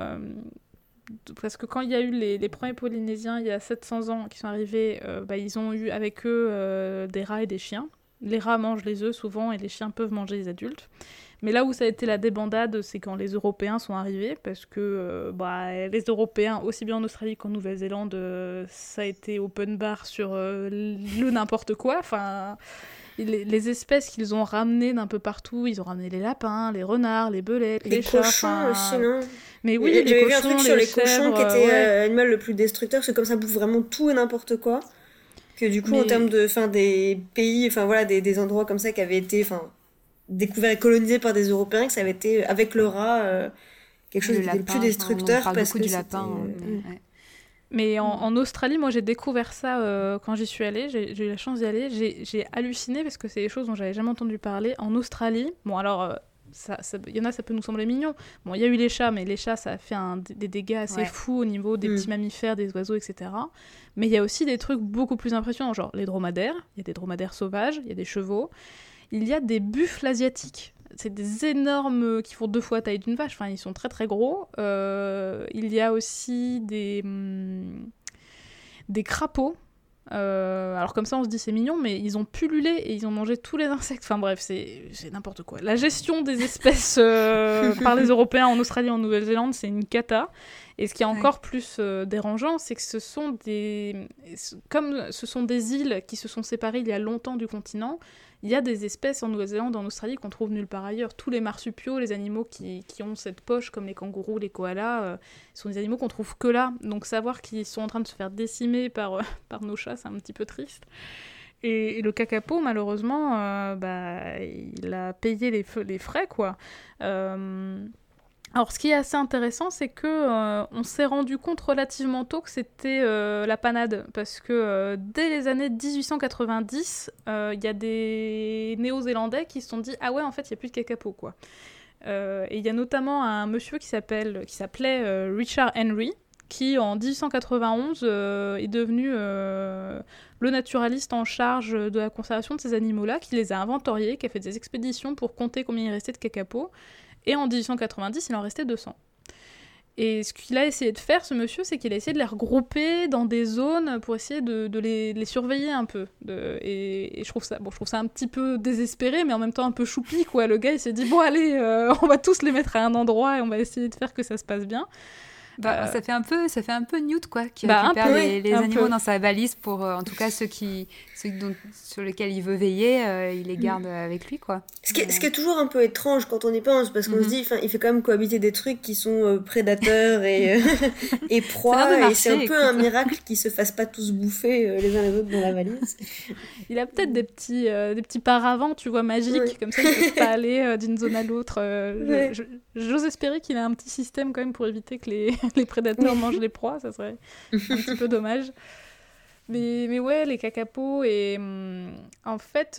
parce que quand il y a eu les premiers Polynésiens, il y a 700 ans, qui sont arrivés, ils ont eu avec eux des rats et des chiens. Les rats mangent les œufs souvent, et les chiens peuvent manger les adultes. Mais là où ça a été la débandade, c'est quand les Européens sont arrivés, parce que les Européens, aussi bien en Australie qu'en Nouvelle-Zélande, ça a été open bar sur le n'importe quoi. Enfin... Les espèces qu'ils ont ramenées d'un peu partout, ils ont ramené les lapins, les renards, les belettes, les chats... cochons aussi, non ? Mais oui, les cochons, vu un truc sur les cochons chèvres, qui était l'animal le plus destructeur, parce que comme ça bouffe vraiment tout et n'importe quoi, que du coup en termes de des pays, des endroits comme ça qui avaient été découverts et colonisés par des Européens, que ça avait été avec le rat quelque chose qui était le plus destructeur, parce que du lapin. Mais en Australie, moi j'ai découvert ça quand j'y suis allée, j'ai eu la chance d'y aller, j'ai halluciné parce que c'est des choses dont j'avais jamais entendu parler. En Australie, bon alors, il y en a, ça peut nous sembler mignon. Bon, il y a eu les chats, mais les chats, ça a fait des dégâts assez fous au niveau des petits mammifères, des oiseaux, etc. Mais il y a aussi des trucs beaucoup plus impressionnants, genre les dromadaires, il y a des dromadaires sauvages, il y a des chevaux, il y a des buffles asiatiques. c'est des énormes qui font 2 fois la taille d'une vache, enfin ils sont très très gros. Il y a aussi des crapauds. Alors comme ça on se dit c'est mignon, mais ils ont pullulé et ils ont mangé tous les insectes. Enfin bref, c'est n'importe quoi. La gestion des espèces par les Européens en Australie et en Nouvelle-Zélande, c'est une cata. Et ce qui est encore plus dérangeant, c'est que comme ce sont des îles qui se sont séparées il y a longtemps du continent, il y a des espèces en Nouvelle-Zélande, en Australie, qu'on trouve nulle part ailleurs. Tous les marsupiaux, les animaux qui ont cette poche, comme les kangourous, les koalas, sont des animaux qu'on trouve que là. Donc savoir qu'ils sont en train de se faire décimer par nos chats, c'est un petit peu triste. Et le kakapo, malheureusement, il a payé les frais, quoi. Alors, ce qui est assez intéressant, c'est que on s'est rendu compte relativement tôt que c'était la panade, parce que dès les années 1890, il y a des Néo-Zélandais qui se sont dit « Ah ouais, en fait, il n'y a plus de kakapo, quoi ». Et il y a notamment un monsieur qui s'appelait Richard Henry, qui, en 1891, est devenu le naturaliste en charge de la conservation de ces animaux-là, qui les a inventoriés, qui a fait des expéditions pour compter combien il restait de kakapo. Et en 1890, il en restait 200. Et ce qu'il a essayé de faire, ce monsieur, c'est qu'il a essayé de les regrouper dans des zones pour essayer de les surveiller un peu. Et je trouve ça un petit peu désespéré, mais en même temps un peu choupi, quoi. Le gars, il s'est dit, bon, allez, on va tous les mettre à un endroit et on va essayer de faire que ça se passe bien. Ça fait un peu Newt, quoi, qui récupère les animaux dans sa valise pour, en tout cas, ceux sur lesquels il veut veiller, il les garde avec lui, quoi. Ce qui est toujours un peu étrange quand on y pense, parce qu'on se dit, il fait quand même cohabiter des trucs qui sont prédateurs et proies, et c'est un peu un miracle qu'ils se fassent pas tous bouffer les uns les autres dans la valise. Il a peut-être des petits paravents, tu vois, magiques, comme ça, ils peuvent pas aller d'une zone à l'autre. J'ose espérer qu'il a un petit système quand même pour éviter que les prédateurs mangent les proies, ça serait un petit peu dommage. Mais ouais, les kakapos, et en fait,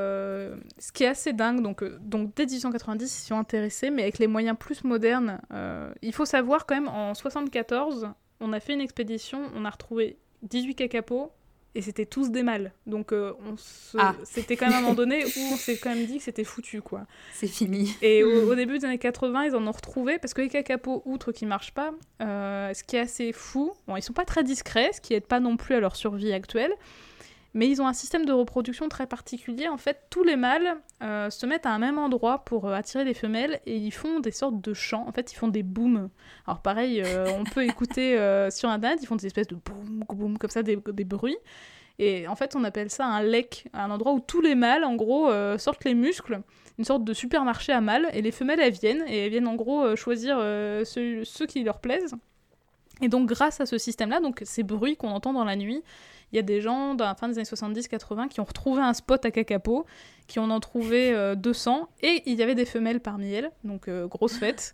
ce qui est assez dingue, donc dès 1890, ils s'y sont intéressés, mais avec les moyens plus modernes. Il faut savoir quand même, en 74, on a fait une expédition, on a retrouvé 18 kakapos, et c'était tous des mâles. Donc c'était quand même un moment donné où on s'est quand même dit que c'était foutu, quoi. C'est fini. Et au début des années 80, ils en ont retrouvé, parce que les kakapos, outre qu'ils marchent pas, ce qui est assez fou, bon, ils sont pas très discrets, ce qui aide pas non plus à leur survie actuelle, mais ils ont un système de reproduction très particulier. En fait, tous les mâles se mettent à un même endroit pour attirer les femelles, et ils font des sortes de chants. En fait, ils font des booms. Alors pareil, on peut écouter sur Internet, ils font des espèces de boum, boum, comme ça, des bruits. Et en fait, on appelle ça un lek, un endroit où tous les mâles, en gros, sortent les muscles, une sorte de supermarché à mâles, et les femelles, elles viennent en gros choisir ceux qui leur plaisent. Et donc, grâce à ce système-là, donc ces bruits qu'on entend dans la nuit, il y a des gens, dans la fin des années 70-80, qui ont retrouvé un spot à kakapo, qui en ont trouvé 200, et il y avait des femelles parmi elles, donc grosse fête.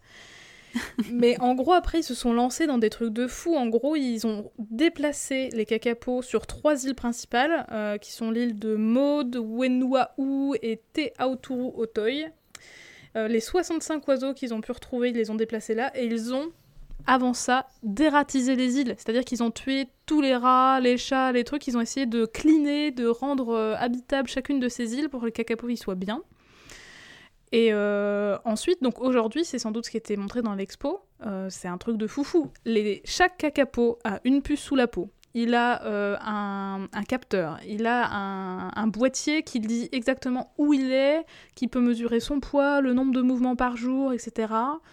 Mais en gros, après, ils se sont lancés dans des trucs de fou. En gros, ils ont déplacé les kakapos sur 3 îles principales, qui sont l'île de Maud, Wenuaʻu et Te Auturu Otoy. Les 65 oiseaux qu'ils ont pu retrouver, ils les ont déplacés là, et ils ont, avant ça, dératisé les îles. C'est-à-dire qu'ils ont tué tous les rats, les chats, les trucs. Ils ont essayé de cleaner, de rendre habitable chacune de ces îles pour que les kakapos y soient bien. Et ensuite, donc aujourd'hui, c'est sans doute ce qui était montré dans l'expo, c'est un truc de foufou. Chaque kakapo a une puce sous la peau, il a un capteur, il a un boîtier qui dit exactement où il est, qui peut mesurer son poids, le nombre de mouvements par jour, etc.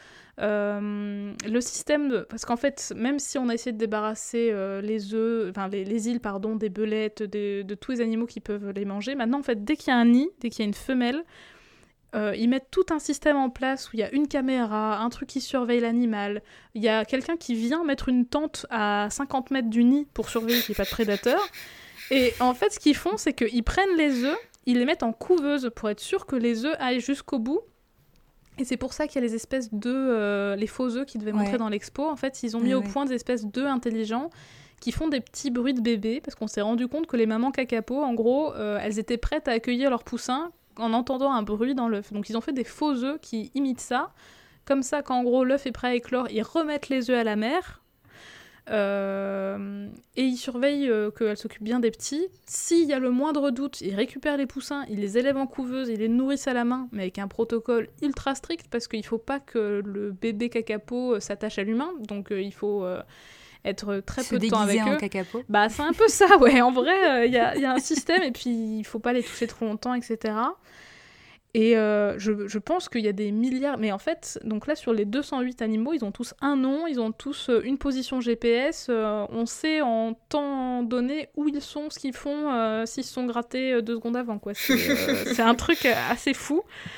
Le système, parce qu'en fait, même si on a essayé de débarrasser les îles, des belettes, de tous les animaux qui peuvent les manger, maintenant, en fait, dès qu'il y a un nid, dès qu'il y a une femelle, ils mettent tout un système en place où il y a une caméra, un truc qui surveille l'animal, il y a quelqu'un qui vient mettre une tente à 50 mètres du nid pour surveiller qu'il n'y ait pas de prédateurs. Et en fait, ce qu'ils font, c'est qu'ils prennent les œufs, ils les mettent en couveuse pour être sûr que les œufs aillent jusqu'au bout. Et c'est pour ça qu'il y a les espèces d'œufs, les faux œufs qu'ils devaient montrer dans l'expo. En fait, ils ont mis au point des espèces d'œufs intelligents qui font des petits bruits de bébés, parce qu'on s'est rendu compte que les mamans kakapo, en gros, elles étaient prêtes à accueillir leurs poussins en entendant un bruit dans l'œuf. Donc ils ont fait des faux œufs qui imitent ça. Comme ça, quand en gros l'œuf est prêt à éclore, ils remettent les œufs à la mère. Et il surveille qu'elle s'occupe bien des petits. S'il y a le moindre doute, il récupère les poussins, il les élève en couveuse, il les nourrisse à la main, mais avec un protocole ultra strict, parce qu'il faut pas que le bébé kakapo s'attache à l'humain, donc il faut être très peu de temps avec eux. Se déguiser en kakapo. Bah c'est un peu ça, ouais. En vrai, il y a un système, et puis il faut pas les toucher trop longtemps, etc. Et je pense qu'il y a des milliards... Mais en fait, donc là, sur les 208 animaux, ils ont tous un nom, ils ont tous une position GPS. On sait en temps donné où ils sont, ce qu'ils font, s'ils se sont grattés 2 secondes avant, quoi. C'est un truc assez fou.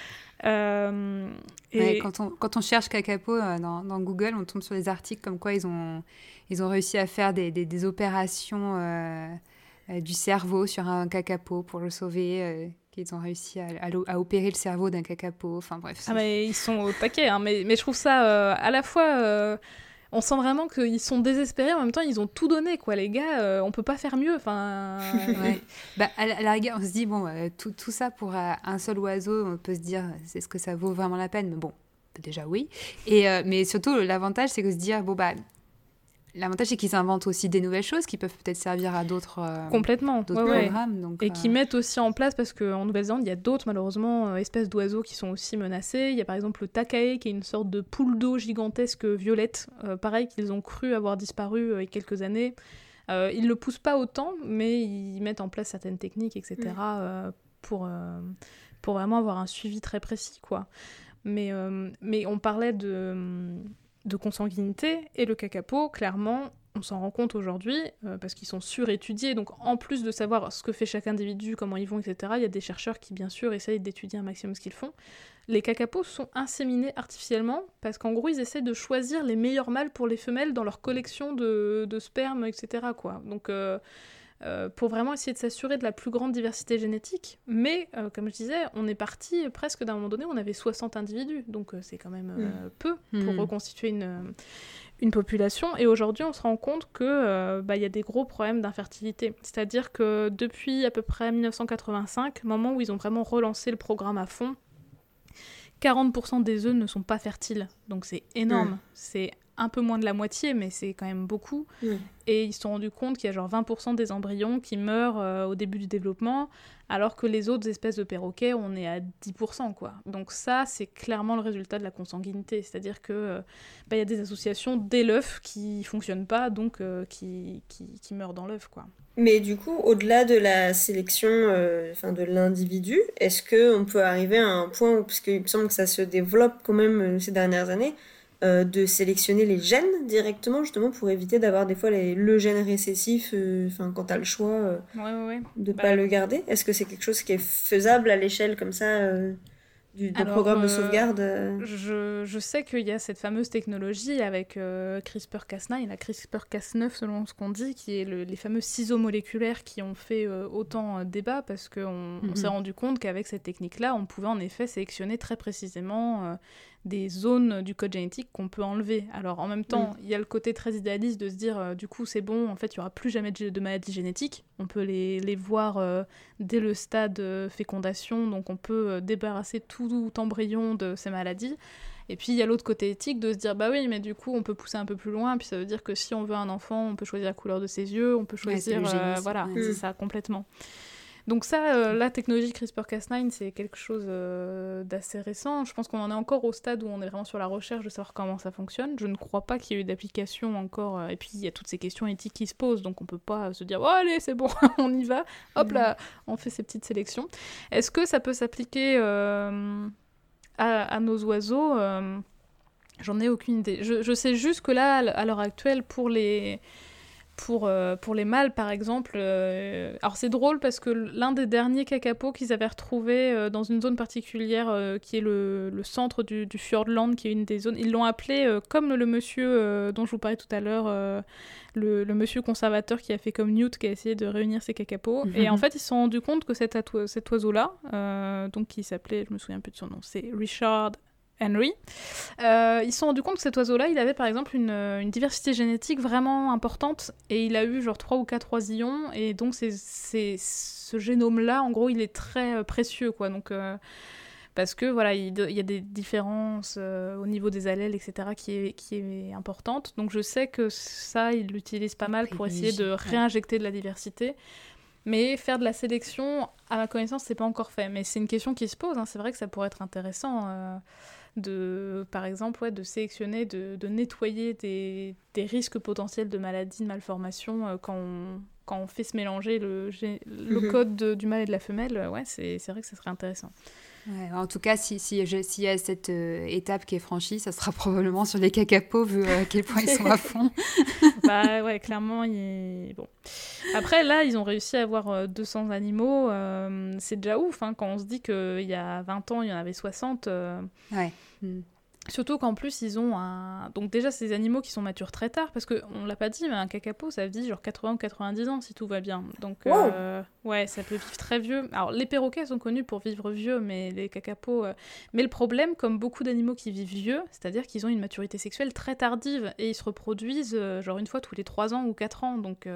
Ouais, quand on cherche kakapo dans Google, on tombe sur des articles comme quoi ils ont réussi à faire des opérations du cerveau sur un kakapo pour le sauver... Ils ont réussi à opérer le cerveau d'un kakapo. Enfin bref. Ah mais ils sont au taquet, hein. Mais je trouve ça à la fois... on sent vraiment qu'ils sont désespérés, en même temps ils ont tout donné, quoi. Les gars, on peut pas faire mieux. Enfin... ouais. Bah, à la rigueur, on se dit, bon, tout ça pour un seul oiseau, on peut se dire, c'est ce que ça vaut vraiment la peine. Mais bon, déjà oui. Mais surtout, l'avantage, c'est que se dire, bon, bah... L'avantage, c'est qu'ils inventent aussi des nouvelles choses qui peuvent peut-être servir à d'autres complètement, d'autres programmes. Donc, et qui mettent aussi en place, parce qu'en Nouvelle-Zélande, il y a d'autres, malheureusement, espèces d'oiseaux qui sont aussi menacées. Il y a par exemple le takae, qui est une sorte de poule d'eau gigantesque violette, pareil, qu'ils ont cru avoir disparu il y a quelques années. Ils ne le poussent pas autant, mais ils mettent en place certaines techniques, etc., pour vraiment avoir un suivi très précis, quoi. Mais on parlait de consanguinité, et le kakapo, clairement, on s'en rend compte aujourd'hui, parce qu'ils sont surétudiés, donc en plus de savoir ce que fait chaque individu, comment ils vont, etc., il y a des chercheurs qui, bien sûr, essayent d'étudier un maximum ce qu'ils font. Les kakapos sont inséminés artificiellement, parce qu'en gros, ils essaient de choisir les meilleurs mâles pour les femelles dans leur collection de sperme, etc., quoi. Donc... pour vraiment essayer de s'assurer de la plus grande diversité génétique. Mais, comme je disais, on est parti presque d'un moment donné, on avait 60 individus, donc c'est quand même peu pour reconstituer une population. Et aujourd'hui, on se rend compte que y a des gros problèmes d'infertilité. C'est-à-dire que depuis à peu près 1985, moment où ils ont vraiment relancé le programme à fond, 40% des œufs ne sont pas fertiles. Donc c'est énorme. C'est un peu moins de la moitié, mais c'est quand même beaucoup. Et ils se sont rendus compte qu'il y a genre 20% des embryons qui meurent au début du développement, alors que les autres espèces de perroquets, on est à 10%, quoi. Donc ça, c'est clairement le résultat de la consanguinité. C'est-à-dire que y a des associations dès l'œuf qui fonctionnent pas, donc qui meurent dans l'œuf, quoi. Mais du coup, au-delà de la sélection de l'individu, est-ce qu'on peut arriver à un point, parce qu'il me semble que ça se développe quand même ces dernières années, de sélectionner les gènes directement, justement, pour éviter d'avoir des fois le gène récessif, quand tu as le choix de pas le garder. Est-ce que c'est quelque chose qui est faisable à l'échelle comme ça du programme de sauvegarde Je sais qu'il y a cette fameuse technologie avec CRISPR-Cas9, la CRISPR-Cas9 selon ce qu'on dit, qui est les fameux ciseaux moléculaires qui ont fait autant débat, parce qu'on s'est rendu compte qu'avec cette technique-là, on pouvait en effet sélectionner très précisément des zones du code génétique qu'on peut enlever. Alors en même temps, il y a le côté très idéaliste de se dire du coup c'est bon, en fait il n'y aura plus jamais de maladies génétiques, on peut les voir dès le stade fécondation, donc on peut débarrasser tout embryon de ces maladies. Et puis il y a l'autre côté éthique de se dire bah oui, mais du coup on peut pousser un peu plus loin, puis ça veut dire que si on veut un enfant, on peut choisir la couleur de ses yeux, on peut choisir c'est ça complètement. Donc ça, la technologie CRISPR-Cas9, c'est quelque chose d'assez récent. Je pense qu'on en est encore au stade où on est vraiment sur la recherche de savoir comment ça fonctionne. Je ne crois pas qu'il y ait eu d'application encore. Et puis, il y a toutes ces questions éthiques qui se posent, donc on ne peut pas se dire « Oh, allez, c'est bon, on y va. Hop là, on fait ces petites sélections. » Est-ce que ça peut s'appliquer à nos oiseaux J'en ai aucune idée. Je sais juste que là, à l'heure actuelle, pour les mâles, par exemple, alors c'est drôle parce que l'un des derniers kakapos qu'ils avaient retrouvé dans une zone particulière qui est le centre du Fiordland, qui est une des zones, ils l'ont appelé comme le monsieur dont je vous parlais tout à l'heure, le monsieur conservateur qui a fait comme Newt, qui a essayé de réunir ses kakapos. Et en fait, ils se sont rendus compte que cet oiseau-là, donc qui s'appelait, je me souviens plus de son nom, c'est Richard Henry, ils se sont rendus compte que cet oiseau-là, il avait par exemple une diversité génétique vraiment importante, et il a eu genre 3 ou 4 oisillons, et donc ce génome-là, en gros, il est très précieux, quoi. Donc parce que voilà, il y a des différences au niveau des allèles, etc., qui est importante. Donc je sais que ça, ils l'utilisent pas mal pour essayer de réinjecter de la diversité. Mais faire de la sélection, à ma connaissance, c'est pas encore fait. Mais c'est une question qui se pose, hein. C'est vrai que ça pourrait être intéressant par exemple, de sélectionner, de nettoyer des risques potentiels de maladies, de malformations quand on fait se mélanger le code du mâle et de la femelle. Ouais, c'est vrai que ça serait intéressant. Ouais, en tout cas, s'il y a cette étape qui est franchie, ça sera probablement sur les cacapos, vu à quel point ils sont à fond. Bah ouais, clairement, bon. Après, là, ils ont réussi à avoir 200 animaux. C'est déjà ouf, hein, quand on se dit qu'il y a 20 ans, il y en avait 60. Ouais. Surtout qu'en plus, ils ont donc déjà, c'est des animaux qui sont matures très tard, parce qu'on l'a pas dit, mais un kakapo, ça vit genre 80 ou 90 ans, si tout va bien. Donc, ouais, ça peut vivre très vieux. Alors, les perroquets sont connus pour vivre vieux, mais les kakapos... Mais le problème, comme beaucoup d'animaux qui vivent vieux, c'est-à-dire qu'ils ont une maturité sexuelle très tardive, et ils se reproduisent genre une fois tous les 3 ans ou 4 ans. Donc,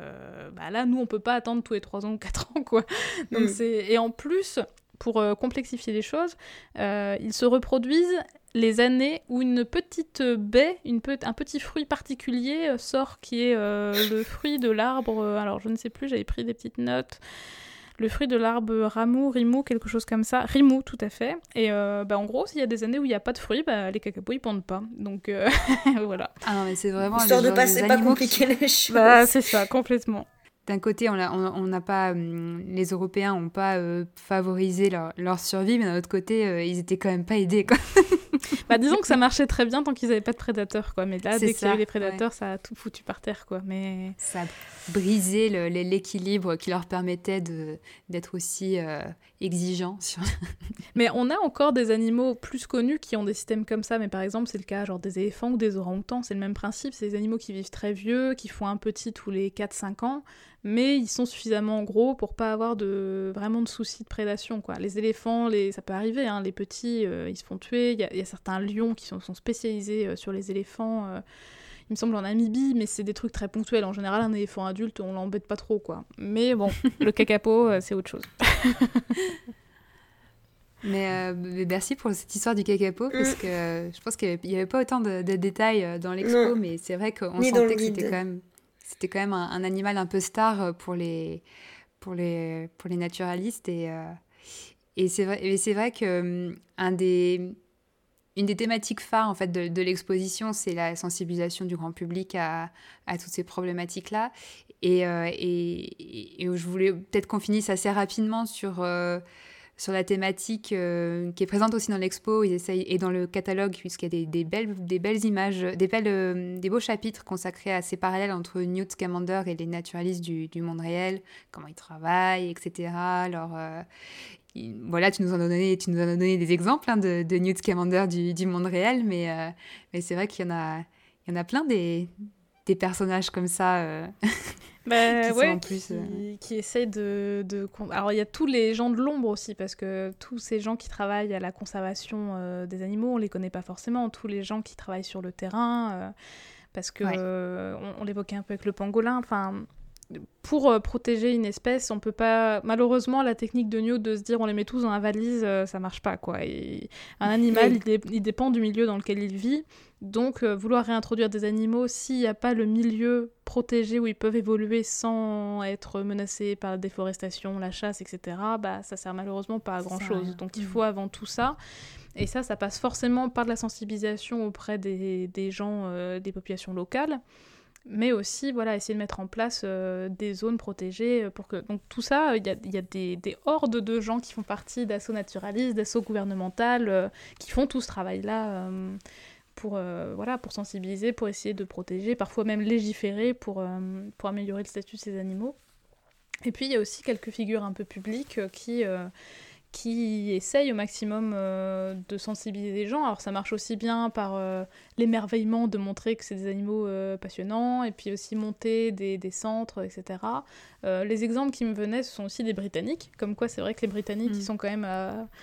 là, nous, on peut pas attendre tous les 3 ans ou 4 ans, quoi. Donc, Et en plus, pour complexifier les choses, ils se reproduisent les années où une petite baie, un petit fruit particulier sort, qui est le fruit de l'arbre, alors je ne sais plus, j'avais pris des petites notes, le fruit de l'arbre rimou, quelque chose comme ça, rimou, tout à fait, et en gros, s'il y a des années où il n'y a pas de fruits, les cacapos, ils pendent pas, donc voilà. Ah non, mais c'est vraiment... Histoire de pas compliquer les choses. C'est ça, complètement. D'un côté, on n'a pas, les Européens n'ont pas favorisé leur survie, mais d'un autre côté, ils étaient quand même pas aidés, quoi. Disons que ça marchait très bien tant qu'ils n'avaient pas de prédateurs, quoi. Mais là, dès qu'il y a eu les prédateurs, ouais. ça a tout foutu par terre, quoi. Mais... Ça a brisé l'équilibre qui leur permettait d'être aussi exigeants. Mais on a encore des animaux plus connus qui ont des systèmes comme ça. Mais par exemple, c'est le cas genre des éléphants ou des orang-outans. C'est le même principe. C'est des animaux qui vivent très vieux, qui font un petit tous les 4-5 ans. Mais ils sont suffisamment gros pour pas avoir vraiment de soucis de prédation, quoi. Les éléphants, ça peut arriver, hein, les petits, ils se font tuer. Il y a certains lions qui sont spécialisés sur les éléphants, il me semble en Namibie, mais c'est des trucs très ponctuels. En général, un éléphant adulte, on l'embête pas trop, quoi. Mais bon, le kakapo, c'est autre chose. Mais merci pour cette histoire du kakapo, parce que je pense qu'il n'y avait pas autant de détails dans l'expo, mais c'est vrai qu'on sentait que c'était quand même un animal un peu star pour les naturalistes. Et c'est vrai que une des thématiques phares en fait, de l'exposition, c'est la sensibilisation du grand public à toutes ces problématiques-là. Et je voulais peut-être qu'on finisse assez rapidement sur la thématique qui est présente aussi dans l'expo et dans le catalogue, puisqu'il y a des belles images, des beaux chapitres consacrés à ces parallèles entre Newt Scamander et les naturalistes du monde réel, comment ils travaillent, etc. Voilà, tu nous en as donné des exemples, hein, de Newt Scamander du monde réel, mais c'est vrai qu'il y en a plein des personnages comme ça qui essayent Alors, il y a tous les gens de l'ombre aussi, parce que tous ces gens qui travaillent à la conservation des animaux, on les connaît pas forcément. Tous les gens qui travaillent sur le terrain, parce que on l'évoquait un peu avec le pangolin, enfin... Pour protéger une espèce, on peut pas... Malheureusement, la technique de Newt de se dire on les met tous dans la valise, ça marche pas, quoi. Et un animal, il dépend du milieu dans lequel il vit. Donc, vouloir réintroduire des animaux, s'il n'y a pas le milieu protégé où ils peuvent évoluer sans être menacés par la déforestation, la chasse, etc., ça sert malheureusement pas à grand-chose. Donc, il faut avant tout ça. Et ça passe forcément par de la sensibilisation auprès des gens, des populations locales. Mais aussi, essayer de mettre en place des zones protégées pour que... Donc tout ça, il y a des hordes de gens qui font partie d'assauts naturalistes, d'assauts gouvernementales, qui font tout ce travail-là pour sensibiliser, pour essayer de protéger, parfois même légiférer pour améliorer le statut de ces animaux. Et puis il y a aussi quelques figures un peu publiques qui essayent au maximum de sensibiliser les gens. Alors ça marche aussi bien par l'émerveillement de montrer que c'est des animaux passionnants, et puis aussi monter des centres, etc. Les exemples qui me venaient, ce sont aussi des Britanniques, comme quoi c'est vrai que les Britanniques, ils sont quand même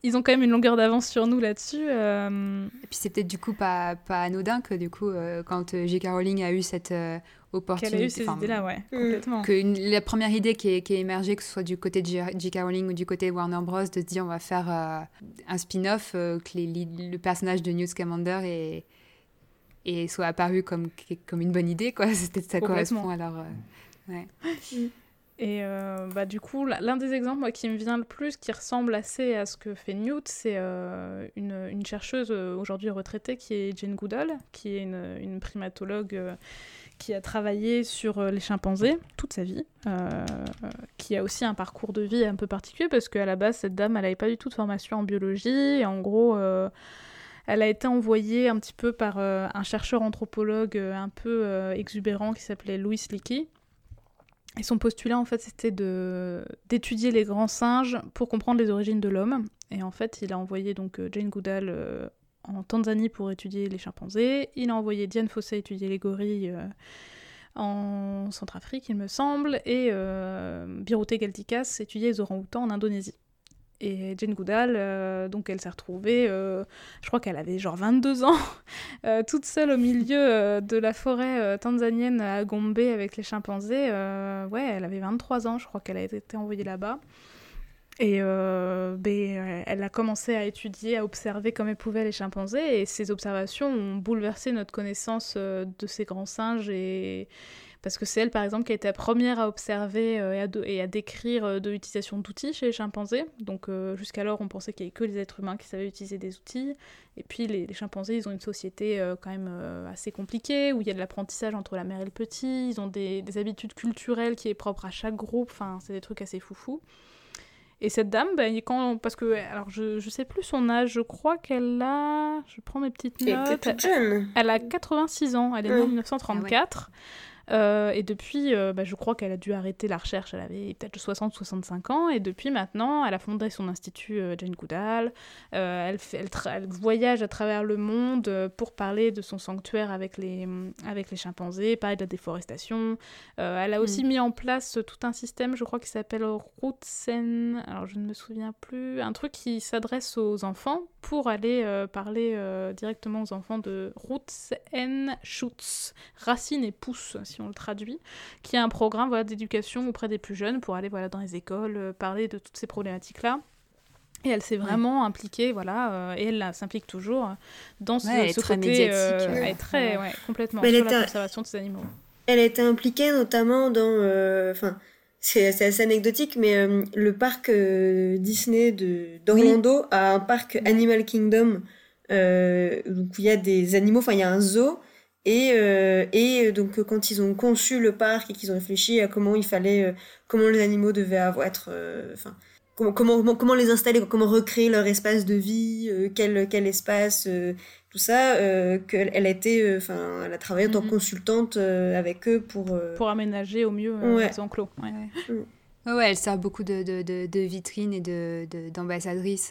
ils ont quand même une longueur d'avance sur nous là-dessus. Et puis c'est peut-être du coup pas anodin que du coup, quand J.K. Rowling a eu cette opportunité... Qu'elle a eu ces idées-là, ouais, complètement. La première idée qui est émergée, que ce soit du côté de J.K. Rowling ou du côté de Warner Bros, de se dire on va faire un spin-off, que le personnage de Newt Scamander et soit apparu comme une bonne idée, quoi. Ça correspond à leur... ouais. Et du coup, l'un des exemples moi, qui me vient le plus, qui ressemble assez à ce que fait Newt, c'est une chercheuse aujourd'hui retraitée qui est Jane Goodall, qui est une primatologue qui a travaillé sur les chimpanzés toute sa vie, qui a aussi un parcours de vie un peu particulier, parce qu'à la base, cette dame, elle n'avait pas du tout de formation en biologie, et en gros... elle a été envoyée un petit peu par un chercheur anthropologue un peu exubérant qui s'appelait Louis Leakey. Et son postulat, en fait, c'était d'étudier les grands singes pour comprendre les origines de l'homme. Et en fait, il a envoyé donc Jane Goodall en Tanzanie pour étudier les chimpanzés. Il a envoyé Dian Fossey étudier les gorilles en Centrafrique, il me semble. Et Birute Galdikas étudier les orang-outans en Indonésie. Et Jane Goodall, donc elle s'est retrouvée, je crois qu'elle avait genre 22 ans, toute seule au milieu de la forêt tanzanienne à Gombe avec les chimpanzés. Elle avait 23 ans, je crois qu'elle a été envoyée là-bas. Et elle a commencé à étudier, à observer comme elle pouvait les chimpanzés. Et ces observations ont bouleversé notre connaissance de ces grands singes parce que c'est elle, par exemple, qui a été la première à observer et à décrire de l'utilisation d'outils chez les chimpanzés. Donc jusqu'alors, on pensait qu'il n'y avait que les êtres humains qui savaient utiliser des outils. Et puis les chimpanzés, ils ont une société quand même assez compliquée, où il y a de l'apprentissage entre la mère et le petit. Ils ont des habitudes culturelles qui est propre à chaque groupe. Enfin, c'est des trucs assez foufous. Et cette dame, parce que, alors je sais plus son âge, je crois qu'elle a... Je prends mes petites notes. Elle était toute jeune. Elle a 86 ans, elle est née en 1934. Et depuis, je crois qu'elle a dû arrêter la recherche, elle avait peut-être 60-65 ans, et depuis maintenant, elle a fondé son institut Jane Goodall, elle voyage à travers le monde pour parler de son sanctuaire avec les chimpanzés, parler de la déforestation. Elle a aussi mis en place tout un système, je crois, qui s'appelle Roots&... alors je ne me souviens plus, un truc qui s'adresse aux enfants pour aller parler directement aux enfants de Roots and Shoots, racines et pousses, si on le traduit, qui est un programme d'éducation auprès des plus jeunes pour aller dans les écoles, parler de toutes ces problématiques-là. Et elle s'est vraiment impliquée, et elle s'implique toujours dans ce côté... très médiatique. Elle est très, complètement, sur la conservation de ces animaux. Elle a été impliquée notamment dans... c'est assez anecdotique, mais le parc Disney d'Orlando a un parc Animal Kingdom, où il y a des animaux, il y a un zoo. Et donc quand ils ont conçu le parc et qu'ils ont réfléchi à comment les animaux devaient être, comment les installer, comment recréer leur espace de vie, quel espace, tout ça, qu'elle a été, elle a travaillé en tant que consultante avec eux pour aménager au mieux les enclos. Ouais, elle sert beaucoup de vitrines et d'ambassadrices.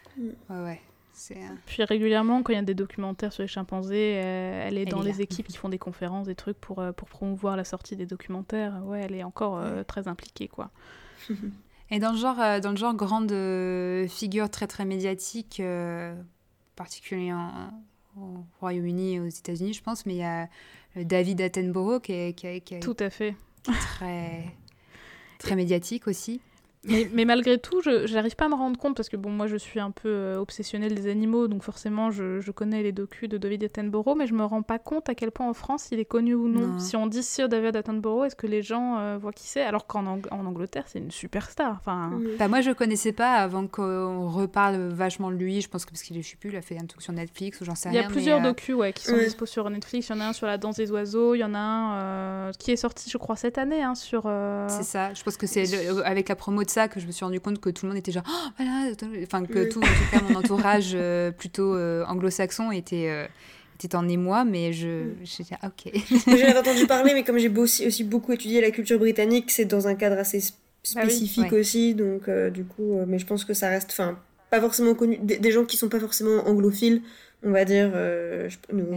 Puis régulièrement, quand il y a des documentaires sur les chimpanzés, elle est dans les équipes qui font des conférences, des trucs pour promouvoir la sortie des documentaires. Ouais, elle est encore très impliquée, quoi. Et dans le genre grande figure très très médiatique, particulièrement au Royaume-Uni et aux États-Unis, je pense, mais il y a David Attenborough qui est tout à fait très très médiatique aussi. Mais malgré tout, je n'arrive pas à me rendre compte, parce que moi je suis un peu obsessionnelle des animaux, donc forcément je connais les docus de David Attenborough, mais je me rends pas compte à quel point en France il est connu ou non. Si on dit Sir David Attenborough, est-ce que les gens voient qui c'est, alors qu'en Angleterre c'est une superstar. Moi je connaissais pas avant qu'on reparle vachement de lui, je pense que parce qu'il il a fait un truc sur Netflix ou j'en sais rien. Il y a plusieurs docus qui sont dispo sur Netflix, il y en a un sur la danse des oiseaux, il y en a un qui est sorti je crois cette année sur... C'est ça, je pense que c'est avec la promo de ça que je me suis rendu compte que tout le monde était genre que tout, en tout cas mon entourage plutôt anglo-saxon était en émoi, mais j'étais ok. J'en avais entendu parler, mais comme j'ai aussi beaucoup étudié la culture britannique, c'est dans un cadre assez spécifique aussi, donc du coup, mais je pense que ça reste pas forcément connu, des gens qui sont pas forcément anglophiles, on va dire.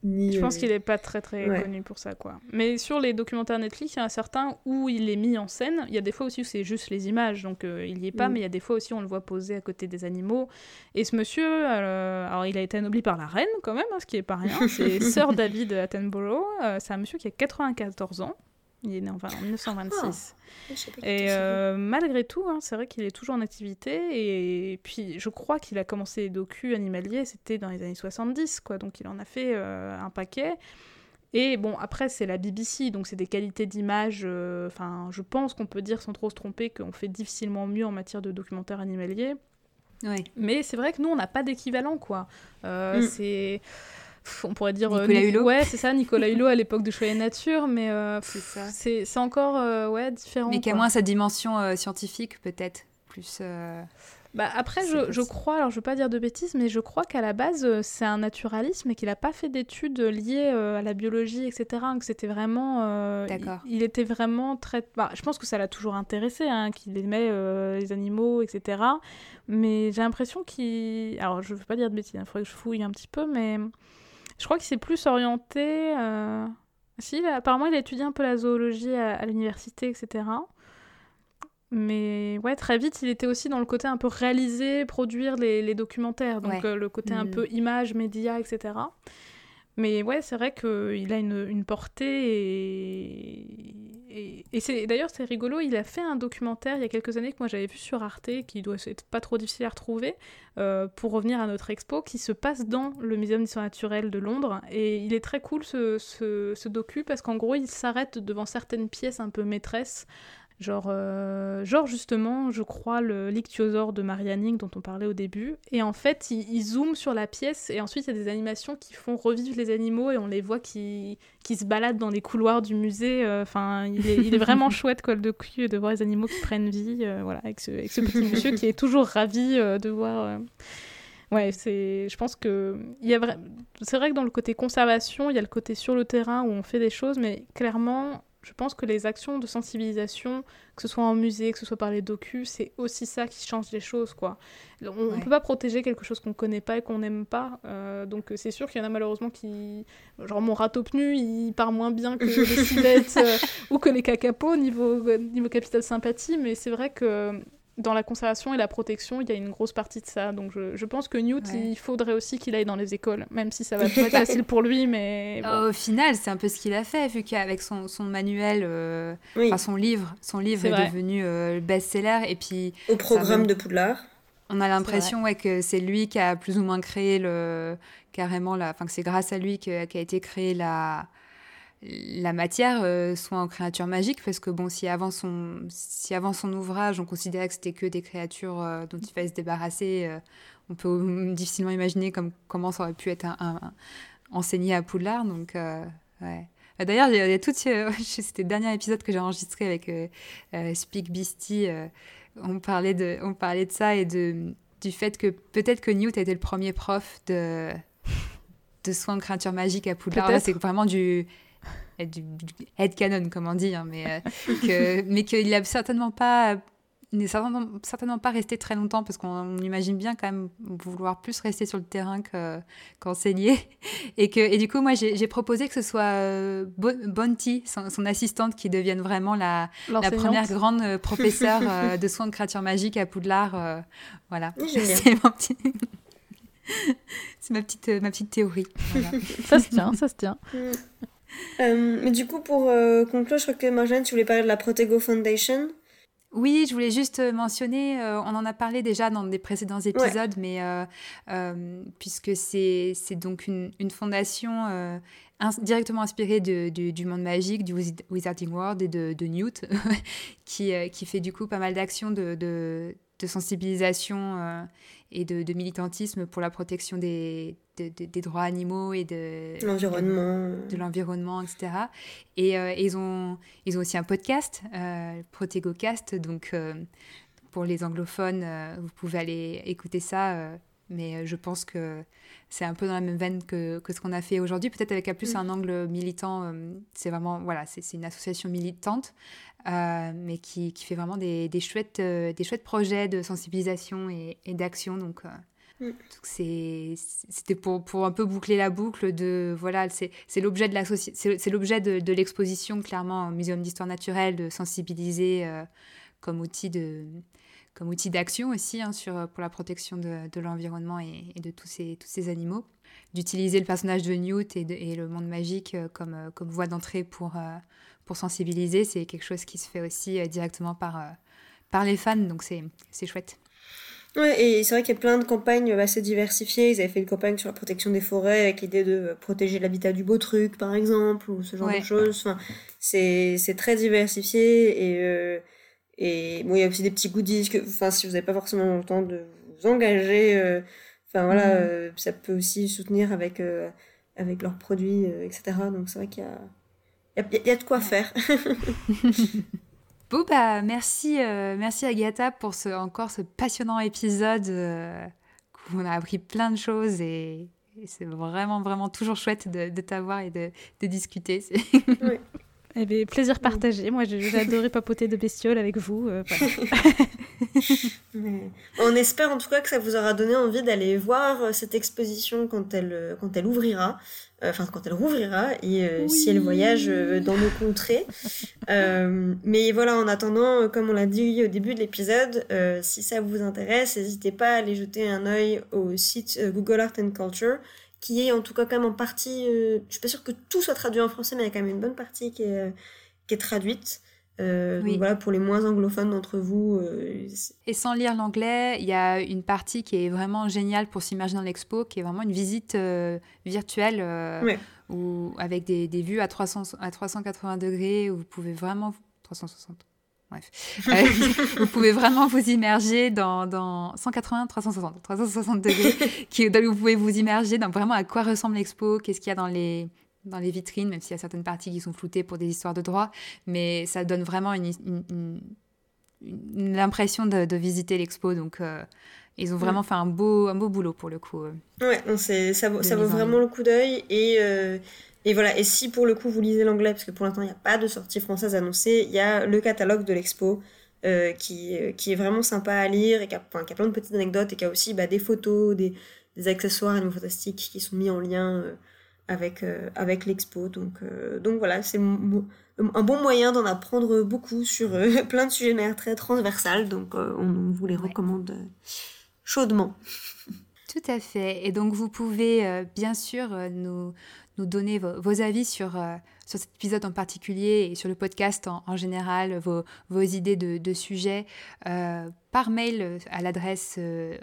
ni... Je pense qu'il n'est pas très Ouais. connu pour ça, quoi. Mais sur les documentaires Netflix, il y en a certains où il est mis en scène. Il y a des fois aussi où c'est juste les images, donc il n'y est pas, mais il y a des fois aussi où on le voit poser à côté des animaux. Et ce monsieur, alors il a été anobli par la reine quand même, hein, ce qui n'est pas rien. C'est Sir David Attenborough. C'est un monsieur qui a 94 ans. Il est né en 1926. Je sais pas qui Et était ce malgré tout, hein, c'est vrai qu'il est toujours en activité. Et puis, je crois qu'il a commencé les docus animaliers, c'était dans les années 70, quoi. Donc, il en a fait un paquet. Et bon, après, c'est la BBC, donc c'est des qualités d'image. Enfin, je pense qu'on peut dire, sans trop se tromper, qu'on fait difficilement mieux en matière de documentaire animalier. Ouais. Mais c'est vrai que nous, on n'a pas d'équivalent, quoi. C'est... On pourrait dire Nicolas Hulot. Ouais, c'est ça, Nicolas Hulot à l'époque de Choix Nature, mais C'est ça. c'est encore différent. Mais qui a quoi. moins sa dimension scientifique, peut-être. Plus. Bah après, C'est je pas crois, alors je veux pas dire de bêtises, mais je crois qu'à la base, c'est un naturaliste, mais qu'il a pas fait d'études liées à la biologie, etc. Que c'était vraiment... D'accord. Il était vraiment très... Bah, je pense que ça l'a toujours intéressé, hein, qu'il aimait les animaux, etc. Mais j'ai l'impression qu'il... Alors, je veux pas dire de bêtises, il faudrait que je fouille un petit peu, mais je crois qu'il s'est plus orienté... Si, apparemment, il a étudié un peu la zoologie à l'université, etc. Mais ouais, très vite, il était aussi dans le côté un peu réaliser, produire les documentaires. Donc Ouais. le côté un peu image, média, etc. Mais ouais, c'est vrai qu'il a une portée et d'ailleurs, c'est rigolo, il a fait un documentaire il y a quelques années que moi j'avais vu sur Arte, qui doit être pas trop difficile à retrouver, pour revenir à notre expo, qui se passe dans le Muséum d'histoire naturelle de Londres. Et il est très cool ce docu, parce qu'en gros, il s'arrête devant certaines pièces un peu maîtresses. Genre justement, je crois, l'ichthyosaure de Marianne Ing dont on parlait au début. Et en fait, il zoome sur la pièce et ensuite il y a des animations qui font revivre les animaux et on les voit qui se baladent dans les couloirs du musée. Enfin, il est vraiment chouette, quoi, le docu, de voir les animaux qui prennent vie, voilà, avec ce petit monsieur qui est toujours ravi de voir... Ouais, je pense que c'est vrai que dans le côté conservation, il y a le côté sur le terrain où on fait des choses, mais clairement... Je pense que les actions de sensibilisation, que ce soit en musée, que ce soit par les docus, c'est aussi ça qui change les choses, quoi. On peut pas protéger quelque chose qu'on connaît pas et qu'on n'aime pas. Donc c'est sûr qu'il y en a malheureusement qui... Genre mon râteau-pneu, il part moins bien que les civettes ou que les cacapos niveau capital sympathie, mais c'est vrai que dans la conservation et la protection, il y a une grosse partie de ça. Donc je pense que Newt, il faudrait aussi qu'il aille dans les écoles, même si ça va pas être facile pour lui, mais bon. Au final, c'est un peu ce qu'il a fait, vu qu'avec son manuel, son livre est devenu best-seller. Et puis, au programme de Poudlard. On a l'impression que c'est lui qui a plus ou moins créé carrément que c'est grâce à lui qu'a été créée la matière, soit en créatures magiques, parce que bon, si avant son ouvrage, on considérait que c'était que des créatures dont il fallait se débarrasser, on peut difficilement imaginer comment ça aurait pu être enseigné à Poudlard. Donc, ouais. D'ailleurs, il y a c'était le dernier épisode que j'ai enregistré avec Speak Beastie. On parlait de ça et du fait que peut-être que Newt a été le premier prof de soins de créatures magiques à Poudlard. Là, c'est vraiment du headcanon, comme on dit, hein, mais qu'il n'a certainement pas resté très longtemps, parce qu'on imagine bien quand même vouloir plus rester sur le terrain qu'enseigner. Et du coup, moi, j'ai proposé que ce soit Bonty, son assistante, qui devienne vraiment la première grande professeure de soins de créatures magiques à Poudlard. Voilà, c'est ma petite théorie. Voilà. Ça se tient. Mais du coup, pour conclure, je crois que Marjolaine, tu voulais parler de la Protego Foundation. Oui, je voulais juste mentionner, on en a parlé déjà dans des précédents épisodes, mais puisque c'est donc une fondation directement inspirée du monde magique, du Wizarding World et de Newt, qui fait du coup pas mal d'actions de sensibilisation et de militantisme pour la protection des droits animaux et de l'environnement, etc. Et ils ont aussi un podcast, ProtegoCast, donc pour les anglophones, vous pouvez aller écouter ça, mais je pense que c'est un peu dans la même veine que ce qu'on a fait aujourd'hui, peut-être avec plus un angle militant. C'est vraiment, voilà, c'est une association militante, mais qui fait vraiment des chouettes projets de sensibilisation et d'action. Donc Donc c'était pour un peu boucler la boucle de voilà, c'est l'objet de l'exposition clairement au Muséum d'histoire naturelle, de sensibiliser comme outil d'action aussi pour la protection de l'environnement et de tous ces animaux, d'utiliser le personnage de Newt et le monde magique comme voie d'entrée pour sensibiliser. C'est quelque chose qui se fait aussi directement par les fans, donc c'est chouette. Ouais, et c'est vrai qu'il y a plein de campagnes assez diversifiées. Ils avaient fait une campagne sur la protection des forêts avec l'idée de protéger l'habitat du beau truc, par exemple, ou ce genre de choses. Enfin, c'est très diversifié et bon, il y a aussi des petits goodies si vous n'avez pas forcément le temps de vous engager, ça peut aussi soutenir avec leurs produits, etc. Donc c'est vrai qu'il y a de quoi faire. Bon, merci Agatha pour ce passionnant épisode où on a appris plein de choses et c'est vraiment, vraiment toujours chouette de t'avoir et de discuter. Oui. Eh bien, plaisir partagé. Moi, j'ai adoré papoter de bestioles avec vous. On espère en tout cas que ça vous aura donné envie d'aller voir cette exposition quand elle ouvrira. Quand elle rouvrira et si elle voyage dans nos contrées. Mais voilà, en attendant, comme on l'a dit au début de l'épisode, si ça vous intéresse, n'hésitez pas à aller jeter un œil au site Google Art and Culture, qui est en tout cas quand même en partie... je suis pas sûre que tout soit traduit en français, mais il y a quand même une bonne partie qui est traduite. Donc voilà, pour les moins anglophones d'entre vous. Et sans lire l'anglais, il y a une partie qui est vraiment géniale pour s'immerger dans l'expo, qui est vraiment une visite virtuelle avec des vues à 380 degrés, où vous pouvez vraiment... 360. Bref. Vous pouvez vraiment vous immerger dans 180, 360 degrés, où vous pouvez vous immerger dans vraiment à quoi ressemble l'expo, qu'est-ce qu'il y a dans les vitrines, même s'il y a certaines parties qui sont floutées pour des histoires de droit, mais ça donne vraiment l'impression de visiter l'expo. Donc, ils ont vraiment fait un beau boulot pour le coup. Ouais, ça vaut vraiment le coup d'œil. Et voilà, et si pour le coup vous lisez l'anglais, parce que pour l'instant il n'y a pas de sortie française annoncée, il y a le catalogue de l'expo qui est vraiment sympa à lire et qui a plein de petites anecdotes et qui a aussi des photos, des accessoires animaux fantastiques qui sont mis en lien avec l'expo. Donc voilà, c'est un bon moyen d'en apprendre beaucoup sur plein de sujets de manière très transversale. Donc on vous les recommande chaudement. Tout à fait. Et donc vous pouvez bien sûr nous donner vos avis sur cet épisode en particulier et sur le podcast en général, vos idées de sujets par mail à l'adresse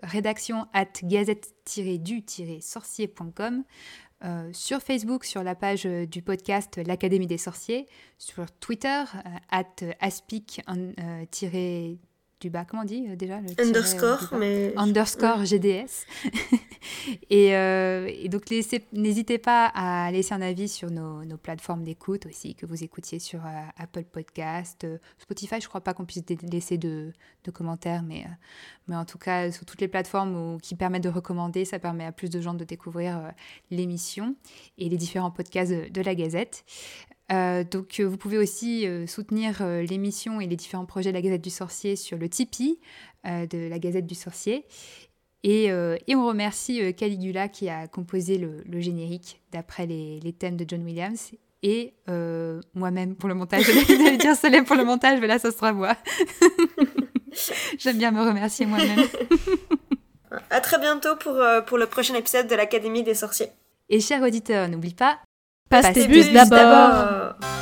rédaction@gazette-du-sorcier.com, sur Facebook, sur la page du podcast L'Académie des Sorciers, sur Twitter @aspic du bas, comment on dit déjà underscore, mais... underscore GDS. et donc, n'hésitez pas à laisser un avis sur nos plateformes d'écoute aussi, que vous écoutiez sur Apple Podcast, Spotify. Je ne crois pas qu'on puisse laisser de commentaires, mais en tout cas, sur toutes les plateformes qui permettent de recommander, ça permet à plus de gens de découvrir l'émission et les différents podcasts de la Gazette. Donc vous pouvez aussi soutenir l'émission et les différents projets de la Gazette du Sorcier sur le Tipeee de la Gazette du Sorcier. Et on remercie Caligula qui a composé le générique d'après les thèmes de John Williams. Et moi-même pour le montage. J'allais dire Solène pour le montage, mais là ça sera moi. J'aime bien me remercier moi-même. À très bientôt pour le prochain épisode de l'Académie des Sorciers. Et chers auditeurs, n'oublie pas... Passe tes bus d'abord.